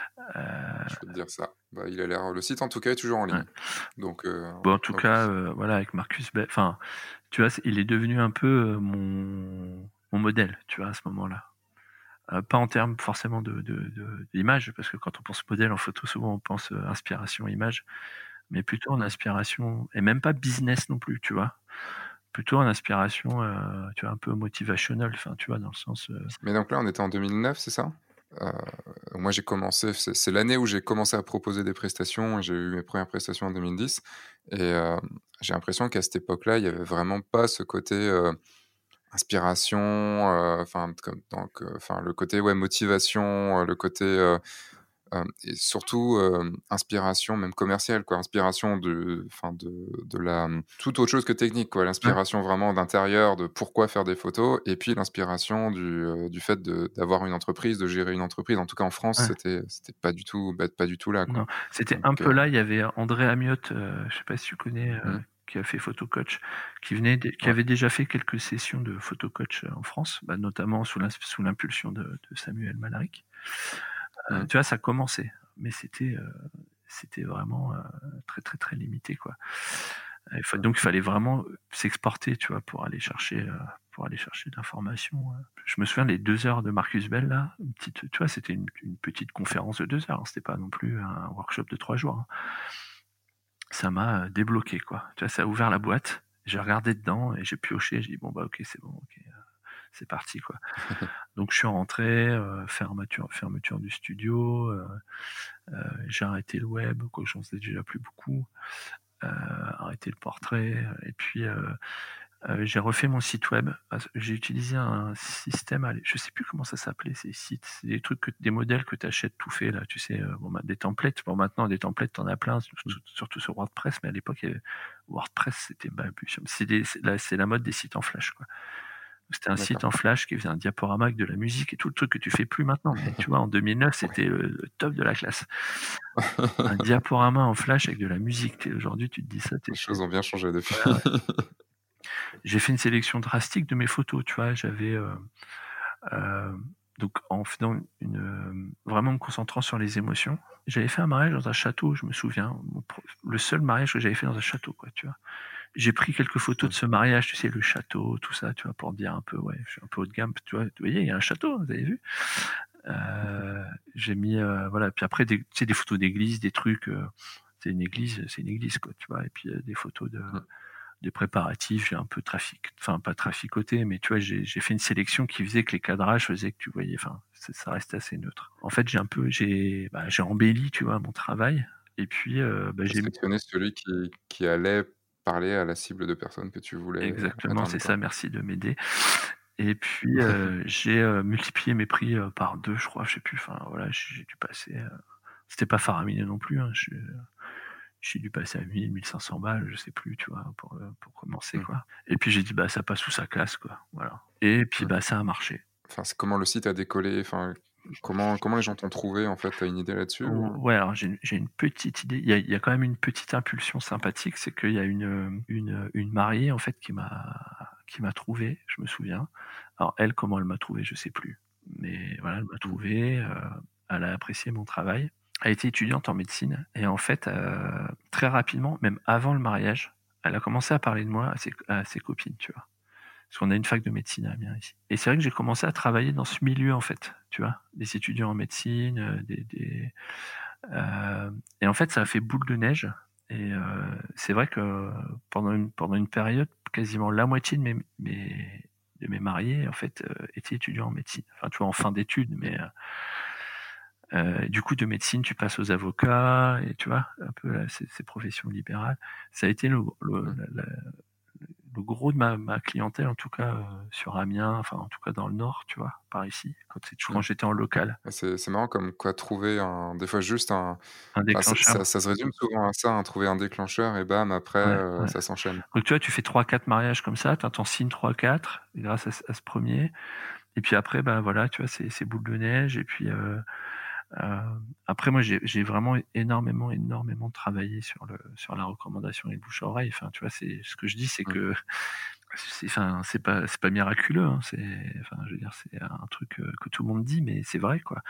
S2: Euh,
S1: Je vais te dire ça. Bah, il a l'air le site en tout cas est toujours en
S2: ouais.
S1: ligne. Donc heu,
S2: Bon, en tout
S1: donc
S2: cas,
S1: oui.
S2: euh, voilà, avec Marcus Bell, enfin, tu vois, c'est- il est devenu un peu euh, mon, mon modèle, tu vois, à ce moment-là. Euh, pas en termes forcément de, de, de- d'image, parce que quand on pense modèle en photo, souvent on pense euh, inspiration image, mais plutôt en
S1: Mmh.
S2: inspiration, et même pas business non plus, tu vois. Plutôt en inspiration, euh, tu vois, un peu motivationnelle, enfin, tu vois, dans le sens. euh,
S1: Mais donc là, on était en deux mille neuf, c'est ça? Heu, moi j'ai commencé c'est c'est l'année où j'ai commencé à proposer des prestations et j'ai eu mes premières prestations en deux mille dix et hem, j'ai l'impression qu'à cette époque-là, il y avait vraiment pas ce côté, heu, inspiration, heu, enfin comme donc heu, enfin le côté, ouais, motivation, heu, le côté, heu Hem et surtout, hem, inspiration même commerciale quoi, inspiration de enfin de de la, mmh, toute autre chose que technique quoi.
S2: ouais,
S1: L'inspiration vraiment d'intérieur, de pourquoi faire des photos et puis l'inspiration du, heu, du fait de d'avoir une entreprise, de gérer une entreprise. En tout cas en France,
S2: ouais.
S1: c'était c'était pas du tout, bah, pas du tout là quoi.
S2: Non, c'était
S1: Donc
S2: un peu
S1: heu,
S2: là. Il y avait André Amiotte, euh, je sais pas si tu connais, euh,
S1: mmh,
S2: qui a fait Photo Coach, qui venait, de- qui
S1: ouais,
S2: avait déjà fait quelques sessions de Photo Coach euh, en France, bah, notamment sous, l'ins- sous l'impulsion de, de Samuel Malaric. Euh,
S1: mmh,
S2: tu vois, ça commençait, mais c'était, euh, c'était vraiment euh, très très très limité quoi. Il fa donc il fallait vraiment s'exporter, tu vois, pour aller chercher, heu, pour aller chercher de l'information, heu. Je me souviens les deux heures de Marcus Bell là, une petite tu vois, c'était une une petite conférence de deux heures, hein, c'était pas non plus un workshop de trois jours, hein. Ça m'a, heu, débloqué, quoi. Tu vois, ça a ouvert la boîte, j'ai regardé dedans et j'ai pioché, j'ai dit: «Bon, bah, OK, c'est bon, OK, heu, c'est parti, quoi». Donc je suis rentré, heu, fermeture fermeture du studio, heu heu, j'ai arrêté le web, quoique j'en faisais déjà plus beaucoup, heu, arrêté le portrait, heu et puis, heu heu, j'ai refait mon site web. Parce j'ai utilisé un système à l'é je sais plus comment ça s'appelait ces sites, c'est des trucs que des modèles que tu achètes tout fait là, tu sais, heu, bon, bah, des templates. Bon, maintenant des templates, tu en as plein, sur
S1: Mmh.
S2: surtout sur WordPress, mais à l'époque, il y avait WordPress, c'était balbutiant. C'est des c'est la c'est la mode des sites en flash, quoi. C'était un site
S1: D'accord.
S2: en flash qui faisait un diaporama avec de la musique et tout, le truc que tu fais plus maintenant, mais tu vois, en deux mille neuf,
S1: Ouais.
S2: c'était le le top de la classe. Un diaporama en flash avec de la musique, tu sais, aujourd'hui, tu te dis ça, tu es
S1: Les
S2: tu es
S1: choses ont bien changé depuis.
S2: ouais, ouais. J'ai fait une sélection drastique de mes photos, tu vois? J'avais, heu heu, donc en faisant une, heu, vraiment me concentrant sur les émotions. J'avais fait un mariage dans un château, je me souviens, mon pre le seul mariage que j'avais fait dans un château, quoi, tu vois? J'ai pris quelques photos de
S1: Mmh.
S2: ce mariage, tu sais, le château, tout ça, tu vois? Pour dire un peu, ouais, je suis un peu haut de gamme, tu vois? Vous voyez, il y a un château, vous avez vu? Heu, j'ai mis, heu, voilà, puis après des tu sais, des photos d'église, des trucs, heu, c'est une église, c'est une église, quoi, tu vois? Et puis, heu, des photos de
S1: Mmh.
S2: des préparatifs, j'ai un peu trafic enfin pas traficoté, mais tu vois, j'ai j'ai fait une sélection qui faisait que les cadrages faisaient que tu voyais enfin, ça ça restait assez neutre. En fait, j'ai un peu j'ai, bah, j'ai embelli, tu vois, mon travail et puis, heu, bah,
S1: Tu as
S2: j'ai mis
S1: sélectionné celui qui qui allait parler à la cible de personnes que tu voulais, heu,
S2: exactement,
S1: mettre en
S2: c'est ça,
S1: avant.
S2: merci de m'aider et puis, heu, j'ai, heu, multiplié mes prix, heu, par deux, je crois, je sais plus, enfin voilà, j'ai j'ai dû passer, heu c'était pas faramineux non plus, hein, je j'ai dû passer à mille mille cinq cents balles, je sais plus, tu vois? Pour, heu, pour commencer,
S1: Mmh.
S2: quoi et puis j'ai dit: «Bah, ça passe ou ça casse, quoi», voilà et puis,
S1: Mmh.
S2: bah, ça a marché.
S1: Enfin, c'est comment le site a décollé? Enfin, comment comment les gens t'ont trouvé, en fait? Tu as une idée là-dessus
S2: Ou
S1: ou?
S2: ouais, alors j'ai une j'ai une petite idée, il y a il y a quand même une petite impulsion sympathique, c'est qu'il y a une, heu, une, heu, une mariée, en fait, qui m'a qui m'a trouvé, je me souviens. Alors elle, comment elle m'a trouvé, je sais plus, mais voilà, elle m'a
S1: Mmh.
S2: trouvé, heu, elle a apprécié mon travail. Elle était étudiante en médecine et en fait, heu, très rapidement, même avant le mariage, elle a commencé à parler de moi à ses à ses copines, tu vois? Parce qu'on a une fac de médecine à Amiens ici et c'est vrai que j'ai commencé à travailler dans ce milieu, en fait, tu vois? Des étudiants en médecine, heu, des des Heu et en fait, ça a fait boule de neige et heu, c'est vrai que pendant une pendant une période, quasiment la moitié de mes mes de mes mariés, en fait, heu, étaient étudiants en médecine. Enfin, tu vois, en fin d'études, mais heu heu, du coup, de médecine, tu passes aux avocats et tu vois, un peu, heu, ces ces professions libérales. Ça a été le le
S1: Mmh.
S2: la la le gros de ma ma clientèle, en tout cas, heu, sur Amiens, enfin, en tout cas dans le nord, tu vois, par ici, quand c'est quand
S1: Mmh.
S2: j'étais en local.
S1: Ah, c'est c'est marrant comme quoi trouver un des fois juste un
S2: Un
S1: enfin, ça
S2: déclencheur.
S1: ça ça se résume souvent à ça, hein, trouver un déclencheur et bam, après,
S2: Ouais,
S1: heu,
S2: ouais.
S1: ça s'enchaîne.
S2: Donc tu vois, tu fais trois quatre mariages comme ça, tu en signes trois quatre grâce à ce à ce premier et puis après, bah, voilà, tu vois, c'est c'est boule de neige et puis, heu heu, après moi j'ai j'ai vraiment énormément, énormément travaillé sur le sur la recommandation et le bouche à oreille. Enfin, tu vois, c'est ce que je dis, c'est
S1: Mmh.
S2: que c'est enfin, c'est pas c'est pas miraculeux, hein, c'est enfin, je veux dire, c'est un truc, heu, que tout le monde dit, mais c'est vrai, quoi.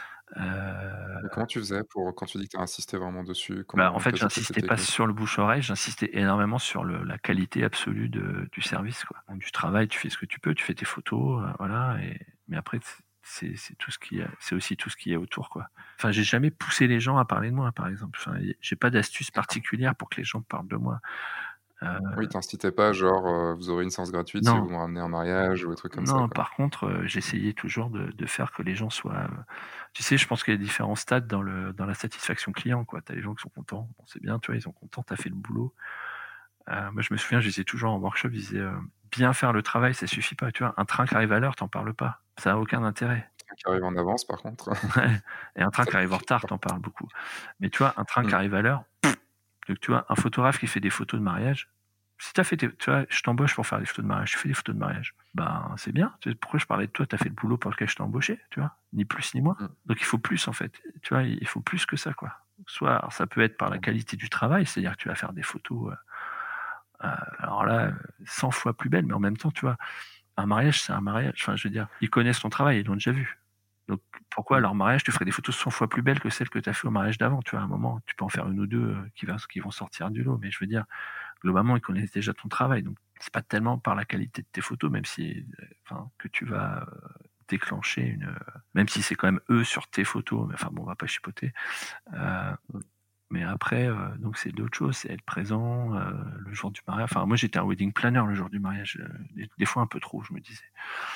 S2: Heu
S1: Et comment tu faisais pour quand tu dis que tu as insisté vraiment dessus,
S2: Bah, en
S1: comment
S2: fait,
S1: quelles étaient tes
S2: j'insistais pas
S1: techniques?
S2: sur le bouche-oreille, j'insistais énormément sur le la qualité absolue de du service, quoi. Donc du travail, tu fais ce que tu peux, tu fais tes photos, heu, voilà et mais après c c'est c'est tout ce qui est c'est aussi tout ce qui est autour, quoi. Enfin, j'ai jamais poussé les gens à parler de moi, par exemple. Enfin, y j'ai pas d'astuce
S1: D'accord.
S2: particulière pour que les gens parlent de moi. Heu,
S1: Oui, tu incitais pas genre, heu: «Vous aurez une séance gratuite si
S2: non,
S1: vous me ramenez un mariage» ou des trucs comme ça,
S2: non,
S1: quoi?
S2: par contre, heu, j'essayais toujours de de faire que les gens soient, heu tu sais, je pense qu'il y a différents stades dans le dans la satisfaction client, quoi. Tu as les gens qui sont contents, bon, c'est bien, tu vois, ils sont contents, tu as fait le boulot. Heu, moi, je me souviens, je disais toujours en workshop, je disais, heu: «Bien faire le travail, ça suffit pas», tu vois? Un train qui arrive à l'heure, tu en parles pas, ça a aucun intérêt.
S1: Quelqu'un qui arrive en avance par contre,
S2: Ouais et un train
S1: ça
S2: qui arrive en
S1: suffit
S2: retard,
S1: pas.
S2: tu en parles beaucoup. Mais tu vois, un train qui
S1: Mmh.
S2: arrive à l'heure, donc tu vois, un photographe qui fait des photos de mariage, si tu as fait tes tu vois, je t'embauche pour faire des photos de mariage, tu fais des photos de mariage, ben, c'est bien, tu sais, pourquoi je parlais de toi? Tu as fait le boulot pour lequel je t'ai embauché, tu vois? Ni plus ni moins.
S1: Mmh.
S2: Donc il faut plus, en fait, tu vois? Il faut plus que ça, quoi. Soit alors ça peut être par la
S1: Ouais.
S2: qualité du travail, c'est-à-dire que tu vas faire des photos, heu heu, alors là, heu, cent fois plus belles, mais en même temps, tu vois? Un mariage, c'est un mariage. Enfin, je veux dire, ils connaissent ton travail, ils l'ont déjà vu. Donc pourquoi à
S1: Mmh.
S2: leur mariage, tu ferais des photos cent fois plus belles que celles que tu as fait au mariage d'avant, tu vois? À un moment, tu peux en faire une ou deux heu, qui va qui vont sortir du lot, mais je veux dire, globalement, ils connaissent déjà ton travail. Donc, c'est pas tellement par la qualité de tes photos, même si, enfin, que tu vas euh, déclencher une, euh, même si c'est quand même eux sur tes photos. Mais enfin, bon, on va pas chipoter. Euh, mais après, euh, donc c'est d'autres choses, c'est être présent euh, le jour du mariage. Enfin, moi, j'étais un wedding planner le jour du mariage, euh, des, des fois un peu trop, je me disais.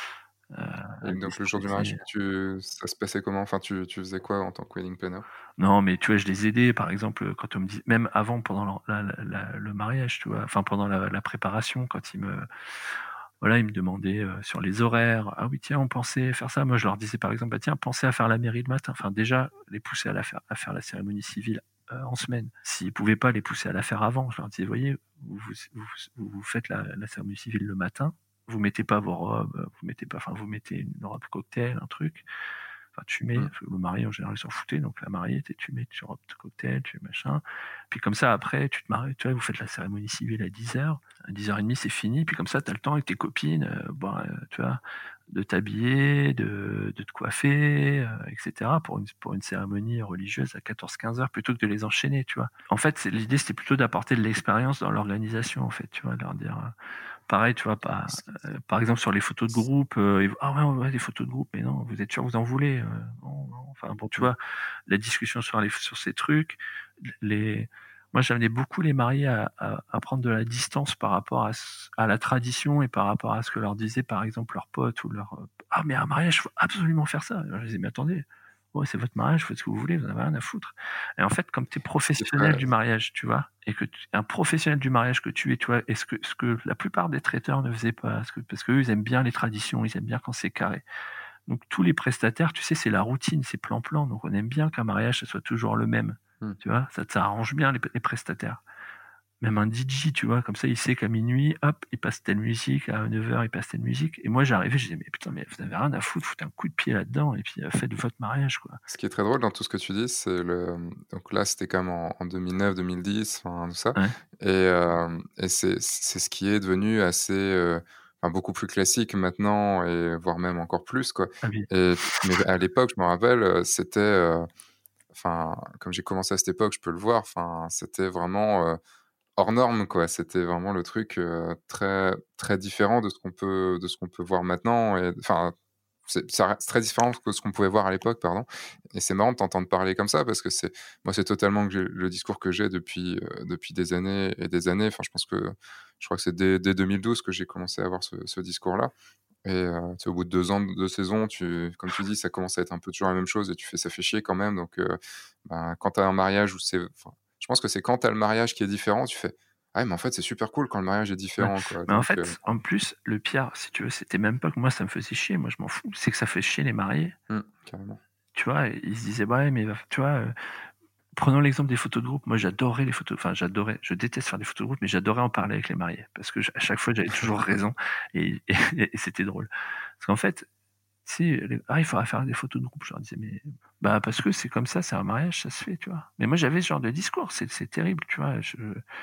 S1: Et
S2: Euh,
S1: donc le jour du mariage, tu, ça se passait comment? Enfin, tu, tu faisais quoi en tant que wedding planner?
S2: Non, mais tu vois, je les aidais, par exemple, quand on me dit, même avant, pendant la, la, la, le mariage, tu vois, enfin pendant la, la préparation, quand ils me, voilà, ils me demandaient euh, sur les horaires. Ah oui, tiens, on pensait faire ça. Moi, je leur disais par exemple, bah, tiens, pensez à faire la mairie le matin. Enfin, déjà, les pousser à, la faire, à faire la cérémonie civile euh, en semaine. S'ils pouvaient pas les pousser à la faire avant, je leur disais, voyez, vous, vous, vous, vous faites la, la cérémonie civile le matin. Vous mettez pas vos robes, vous mettez pas, enfin, vous mettez une robe cocktail, un truc. Enfin, tu mets, mmh. le marié en général, ils s'en foutaient, donc la mariée, tu mets tu robe de cocktail, tu machin. Puis comme ça, après, tu te maries, tu vois, vous faites la cérémonie civile à dix heures. À dix heures trente, c'est fini. Puis comme ça, tu as le temps avec tes copines, euh, bon, euh, tu vois, de t'habiller, de, de te coiffer, euh, et cetera pour une, pour une cérémonie religieuse à quatorze quinze heures plutôt que de les enchaîner, tu vois. En fait, l'idée, c'était plutôt d'apporter de l'expérience dans l'organisation, en fait, tu vois, de leur dire. Euh, Pareil, tu vois, par, euh, par exemple sur les photos de groupe, euh, ah ouais, ouais, des photos de groupe, mais non, vous êtes sûr, vous en voulez euh, non, non. Enfin bon, tu vois, la discussion sur les sur ces trucs, les, moi j'amenais beaucoup les mariés à, à, à prendre de la distance par rapport à, à la tradition et par rapport à ce que leur disait par exemple leurs potes ou leur, ah mais un mariage, faut absolument faire ça. Je disais mais attendez. Ouais, c'est votre mariage, faites ce que vous voulez, vous n'avez rien à foutre. Et en fait, comme tu es professionnel du mariage, tu vois, et que tu, un professionnel du mariage que tu es, tu vois, est-ce que ce que la plupart des traiteurs ne faisaient pas, parce que parce qu'eux, ils aiment bien les traditions, ils aiment bien quand c'est carré. Donc tous les prestataires, tu sais, c'est la routine, c'est plan-plan. Donc on aime bien qu'un mariage, ça soit toujours le même. Mmh. Tu vois, ça, ça arrange bien les, les prestataires. Même un D J, tu vois, comme ça, il sait qu'à minuit, hop, il passe telle musique, à neuf heures, il passe telle musique. Et moi, j'arrivais, je disais, mais putain, mais vous n'avez rien à foutre, foutez un coup de pied là-dedans, et puis euh, faites votre mariage, quoi.
S1: Ce qui est très drôle dans tout ce que tu dis, c'est le. Donc là, c'était quand même en, en deux mille neuf, deux mille dix, enfin, tout ça. Ouais. Et, euh, et c'est, c'est ce qui est devenu assez. Euh, enfin, beaucoup plus classique maintenant, et voire même encore plus, quoi. Ah oui. Et, mais à l'époque, je me rappelle, c'était. Euh, enfin, comme j'ai commencé à cette époque, je peux le voir, enfin, c'était vraiment. Euh, hors norme, quoi. C'était vraiment le truc euh, très très différent de ce qu'on peut de ce qu'on peut voir maintenant. Et enfin, c'est, ça reste très différent de ce qu'on pouvait voir à l'époque, pardon. Et c'est marrant de t'entendre parler comme ça parce que c'est moi, c'est totalement que j'ai, le discours que j'ai depuis euh, depuis des années et des années. Enfin, je pense que je crois que c'est dès, dès deux mille douze que j'ai commencé à avoir ce, ce discours-là. Et euh, au bout de deux ans de, de saison, tu, comme tu dis, ça commence à être un peu toujours la même chose et tu fais ça fait chier quand même. Donc, euh, ben, quand tu as un mariage où c'est, je pense que c'est quand tu as le mariage qui est différent, tu fais ah, mais en fait, c'est super cool quand le mariage est différent. Ouais. Quoi.
S2: Mais
S1: donc,
S2: en fait,
S1: euh...
S2: en plus, le pire, si tu veux, c'était même pas que moi ça me faisait chier, moi je m'en fous, c'est que ça fait chier les mariés.
S1: Mmh, carrément.
S2: Tu vois, ils se disaient, ouais, mais tu vois, euh, prenons l'exemple des photos de groupe. Moi, j'adorais les photos, enfin, j'adorais, je déteste faire des photos de groupe, mais j'adorais en parler avec les mariés parce que à chaque fois, j'avais toujours raison et, et, et c'était drôle. Parce qu'en fait, si, ah, il faudra faire des photos de groupe. Je leur disais, mais, bah, parce que c'est comme ça, c'est un mariage, ça se fait, tu vois. Mais moi, j'avais ce genre de discours, c'est, c'est terrible, tu vois. Je,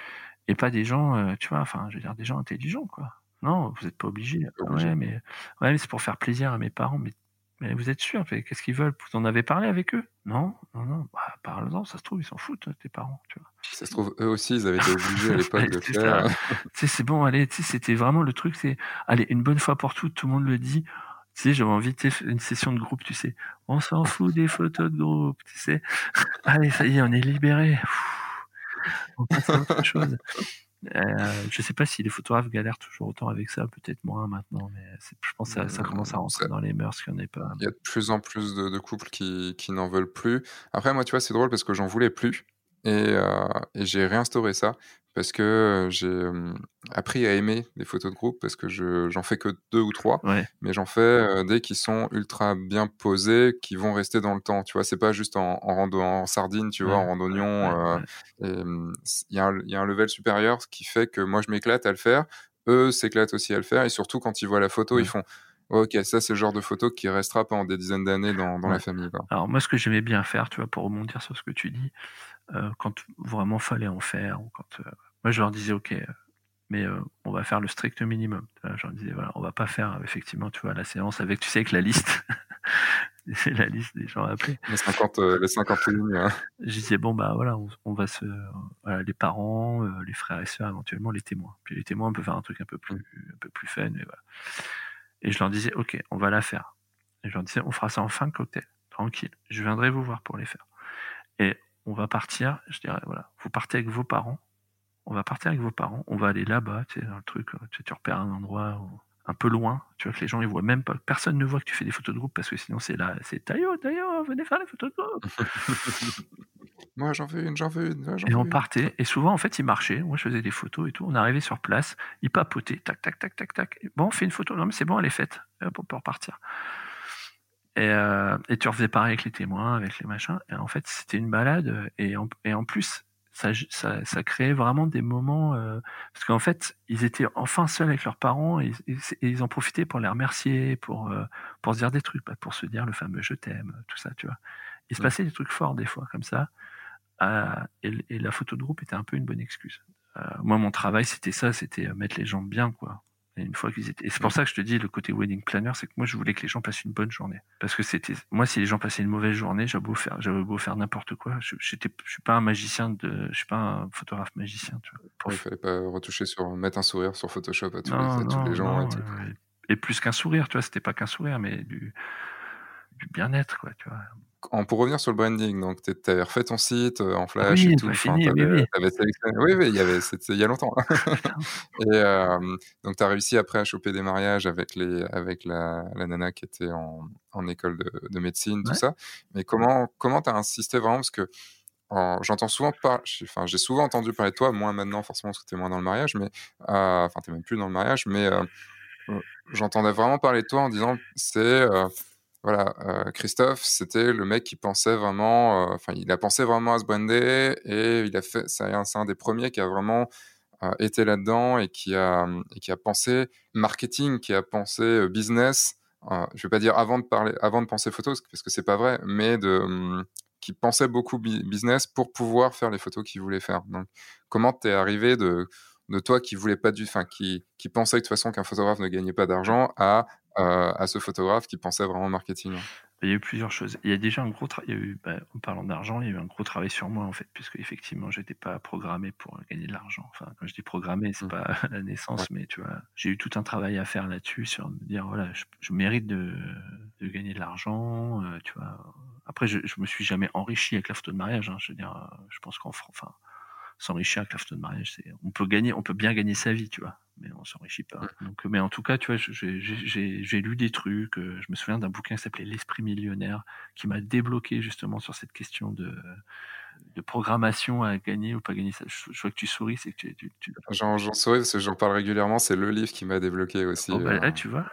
S2: et pas des gens, euh, tu vois, enfin, je veux dire, des gens intelligents, quoi. Non, vous n'êtes pas obligés. obligé. Ouais, mais, ouais, mais c'est pour faire plaisir à mes parents. Mais, mais vous êtes sûr, qu'est-ce qu'ils veulent? Vous en avez parlé avec eux? Non, non, non. Bah, parle-en, ça se trouve, ils s'en foutent, tes parents, tu vois.
S1: Ça se trouve, eux aussi, ils avaient été obligés à l'époque de faire.
S2: Tu sais, c'est bon, allez, tu sais, c'était vraiment le truc, c'est, allez, une bonne fois pour toutes, tout le monde le dit. Tu sais, j'avais envie de une session de groupe, tu sais. On s'en fout des photos de groupe, tu sais. Allez, ça y est, on est libérés. On passe à autre chose. Euh, je sais pas si les photographes galèrent toujours autant avec ça, peut-être moins maintenant, mais c'est, je pense que ça, ça commence à rentrer ça, dans les mœurs qu'il n'y en ait pas.
S1: Il y a de plus en plus de, de couples qui, qui n'en veulent plus. Après, moi, tu vois, c'est drôle parce que j'en voulais plus et, euh, et j'ai réinstauré ça parce que j'ai euh, appris à aimer les photos de groupe parce que je, j'en fais que deux ou trois, ouais. Mais j'en fais euh, des qui sont ultra bien posés, qui vont rester dans le temps. Tu vois, c'est pas juste en, en, rando, en sardine, tu ouais, vois, en randonnion. Ouais, ouais, il euh, y, y a un level supérieur qui fait que moi, je m'éclate à le faire. Eux s'éclatent aussi à le faire et surtout quand ils voient la photo, ouais. Ils font ok, ça c'est le genre de photo qui restera pendant des dizaines d'années dans, dans ouais. la famille. Quoi.
S2: Alors moi, ce que j'aimais bien faire, tu vois, pour rebondir sur ce que tu dis, euh, quand vraiment fallait en faire, ou quand euh, moi je leur disais ok, euh, mais euh, on va faire le strict minimum. Tu vois, je leur disais voilà, on va pas faire effectivement, tu vois, la séance avec, tu sais, avec la liste. c'est la liste des gens à appeler.
S1: Les cinquante, euh, les cinquante lignes. Hein.
S2: Je disais, bon, bah voilà, on, on va se. Voilà, les parents, euh, les frères et sœurs, éventuellement les témoins. Puis les témoins, on peut faire un truc un peu plus, un peu plus fun. Et, voilà. Et je leur disais, ok, on va la faire. Et je leur disais, on fera ça en fin de cocktail, tranquille. Je viendrai vous voir pour les faire. Et on va partir, je dirais, voilà, vous partez avec vos parents. On va partir avec vos parents. On va aller là-bas, tu sais, dans le truc. Tu sais, tu repères un endroit où, un peu loin, tu vois, que les gens ils voient même pas, personne ne voit que tu fais des photos de groupe parce que sinon c'est là, c'est Tayo, Tayo, venez faire les photos de groupe.
S1: Moi j'en veux une, j'en veux une, ouais, j'en
S2: Et
S1: veux
S2: on
S1: une.
S2: partait, et souvent en fait ils marchaient, moi je faisais des photos et tout, on arrivait sur place, ils papotaient, tac, tac, tac, tac, tac. Bon, on fait une photo, non mais c'est bon, elle est faite, hop, on peut repartir. Et, euh, et tu refaisais pareil avec les témoins, avec les machins, et en fait c'était une balade, et en, et en plus, ça, ça, ça créait vraiment des moments, euh, parce qu'en fait, ils étaient enfin seuls avec leurs parents, et, et, et ils en profitaient pour les remercier, pour, euh, pour se dire des trucs, bah, pour se dire le fameux je t'aime, tout ça, tu vois. Il se
S1: Ouais.
S2: passait des trucs forts des fois, comme ça, euh, et, et la photo de groupe était un peu une bonne excuse. Euh, moi, mon travail, c'était ça, c'était mettre les gens bien, quoi. Et une fois qu'ils étaient, et c'est pour ça que je te dis, le côté wedding planner, c'est que moi, je voulais que les gens passent une bonne journée. Parce que c'était, moi, si les gens passaient une mauvaise journée, j'avais beau faire, j'avais beau faire n'importe quoi. Je, j'étais, je suis pas un magicien de, je suis pas un photographe magicien, tu vois. Pour...
S1: Ouais, il fallait pas retoucher sur, mettre un sourire sur Photoshop à tous,
S2: non,
S1: les, à tous
S2: non,
S1: les gens
S2: non,
S1: et tout.
S2: euh, et plus qu'un sourire, tu vois, c'était pas qu'un sourire, mais du, du bien-être, quoi, tu vois.
S1: En, pour revenir sur le branding, donc tu avais refait ton site euh, en
S2: Ah
S1: Flash
S2: oui,
S1: et
S2: pas
S1: tout. Enfin,
S2: fini, oui,
S1: t'avais,
S2: oui.
S1: t'avais sélectionné. Oui, oui, il y avait, c'était il y a longtemps. Et euh, donc, tu as réussi après à choper des mariages avec, les, avec la, la nana qui était en, en école de, de médecine, tout
S2: Ouais.
S1: ça. Mais comment comment tu as insisté vraiment? Parce que en, j'entends souvent par, enfin, j'ai souvent entendu parler de toi, moins maintenant forcément parce que tu es moins dans le mariage, mais euh, enfin, tu n'es même plus dans le mariage, mais euh, j'entendais vraiment parler de toi en disant c'est. Euh, Voilà, euh, Christophe, c'était le mec qui pensait vraiment, euh, enfin, il a pensé vraiment à se brander et il a fait, c'est un, c'est un des premiers qui a vraiment euh, été là-dedans et qui a, et qui a pensé marketing, qui a pensé euh, business. Euh, je vais pas dire avant de parler, avant de penser photos, parce que c'est pas vrai, mais de, hum, qui pensait beaucoup bi- business pour pouvoir faire les photos qu'il voulait faire. Donc, comment t'es arrivé de, de toi qui voulait pas du, enfin, qui, qui pensait de toute façon qu'un photographe ne gagnait pas d'argent à euh, à ce photographe qui pensait vraiment marketing.
S2: Il y a eu plusieurs choses. Il y a déjà un gros travail, bah, en parlant d'argent, il y a eu un gros travail sur moi en fait, puisque effectivement, j'étais pas programmé pour gagner de l'argent. Enfin, quand je dis programmé, c'est
S1: Mmh.
S2: pas la naissance,
S1: Ouais.
S2: mais tu vois, j'ai eu tout un travail à faire là-dessus, sur me dire voilà, je, je mérite de, de gagner de l'argent, euh, tu vois. Après, je, je me suis jamais enrichi avec la photo de mariage. Hein, je veux dire, euh, je pense qu'en France, enfin, s'enrichir avec la photo de mariage, c'est, on peut gagner, on peut bien gagner sa vie, tu vois, mais on s'enrichit pas. Donc, mais en tout cas, tu vois, j'ai, j'ai, j'ai lu des trucs. euh, Je me souviens d'un bouquin qui s'appelait L'Esprit millionnaire, qui m'a débloqué justement sur cette question de, de programmation à gagner ou pas gagner. Ça, je, je vois que tu souris, c'est que tu. tu, tu...
S1: J'en, j'en souris parce que j'en parle régulièrement. C'est le livre qui m'a débloqué aussi.
S2: Oh, bah,
S1: euh,
S2: là, tu vois.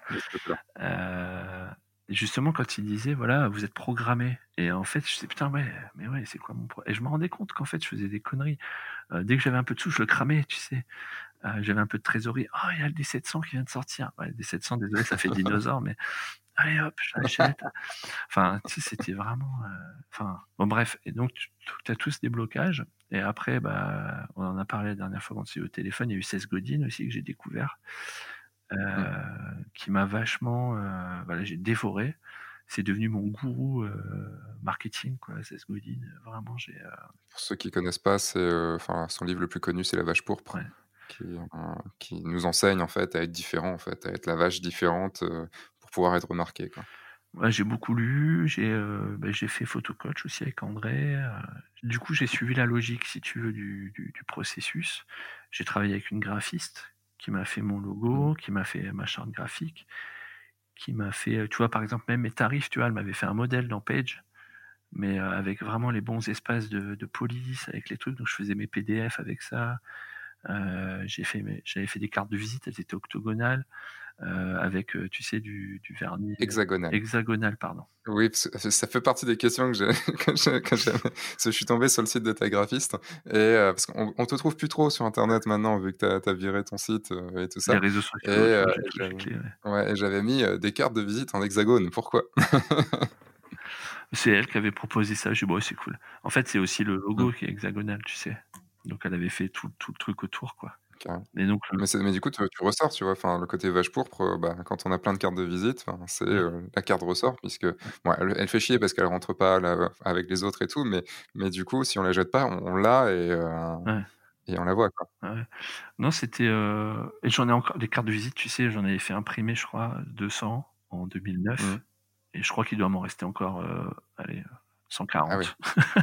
S2: Euh, justement, quand il disait, voilà, vous êtes programmé. Et en fait, je disais, putain, ouais, mais ouais, c'est quoi mon pro... Et je me rendais compte qu'en fait, je faisais des conneries. Euh, dès que j'avais un peu de sous, je le cramais, tu sais. Euh, j'avais un peu de trésorerie. Oh, il y a le D sept cents qui vient de sortir. Ouais, le D sept cents, désolé, ça fait dinosaure, mais allez hop, je l'achète. Enfin, tu sais, c'était vraiment. euh, Enfin, bon, bref. Et donc, tu as tout ce déblocage. Et après, bah, on en a parlé la dernière fois quand c'est au téléphone. Il y a eu Seth Godin aussi que j'ai découvert, euh,
S1: Mm.
S2: qui m'a vachement. Euh, voilà, j'ai dévoré. C'est devenu mon gourou euh, marketing, quoi, Seth Godin. Vraiment, j'ai. Euh,
S1: Pour ceux qui connaissent pas, c'est, euh, enfin, son livre le plus connu, c'est La Vache pourpre,
S2: ouais.
S1: qui, euh, qui nous enseigne en fait à être différent, en fait, à être la vache différente euh, pour pouvoir être remarqué, quoi.
S2: Ouais, j'ai beaucoup lu, j'ai euh, bah, j'ai fait photocoach aussi avec André. euh, du coup, j'ai suivi la logique, si tu veux, du, du, du processus. J'ai travaillé avec une graphiste qui m'a fait mon logo,
S1: Mm.
S2: qui m'a fait ma charte graphique, qui m'a fait, euh, tu vois, par exemple, même mes tarifs, tu vois, elle m'avait fait un modèle dans Page, mais euh, avec vraiment les bons espaces de, de police, avec les trucs. Donc, je faisais mes P D F avec ça. Euh, j'ai fait mes- j'avais fait des cartes de visite, elles étaient octogonales, euh, avec, euh, tu sais, du, du vernis euh,
S1: Hexagonal.
S2: hexagonal, pardon.
S1: Oui, parce que ça fait partie des questions que j'ai, que j'ai- que j'avais. Parce que je suis tombé sur le site de ta graphiste et euh, parce qu'on on te trouve plus trop sur Internet maintenant vu que tu as viré ton site euh, et tout
S2: Les
S1: ça.
S2: réseaux
S1: Et,
S2: sociaux, tu
S1: euh,
S2: vois, j'ai
S1: et
S2: tout
S1: j'avais,
S2: giclé, ouais.
S1: ouais, et j'avais mis euh, des cartes de visite en hexagone. Pourquoi?
S2: C'est elle qui avait proposé ça. J'ai dit, bon, ouais, c'est cool. En fait, c'est aussi le logo
S1: Mm.
S2: qui est hexagonal, tu sais. Donc, elle avait fait tout, tout le truc autour, quoi.
S1: carrément.
S2: Et donc,
S1: Mais, c'est, mais du coup, tu, tu ressors, tu vois, enfin, le côté vache pourpre, euh, bah, quand on a plein de cartes de visite, enfin, c'est
S2: ouais,
S1: euh, la carte ressort, puisque bon, elle, elle fait chier parce qu'elle rentre pas là, avec les autres et tout, mais, mais du coup, si on la jette pas, on, on l'a et, euh,
S2: ouais,
S1: et on la voit, quoi.
S2: ouais. Non, c'était. Euh... Et j'en ai encore des cartes de visite, tu sais, j'en avais fait imprimer, je crois, deux cents en deux mille neuf.
S1: Mhm.
S2: Et je crois qu'il doit m'en rester encore, euh, allez,
S1: Ah oui,
S2: cent quarante.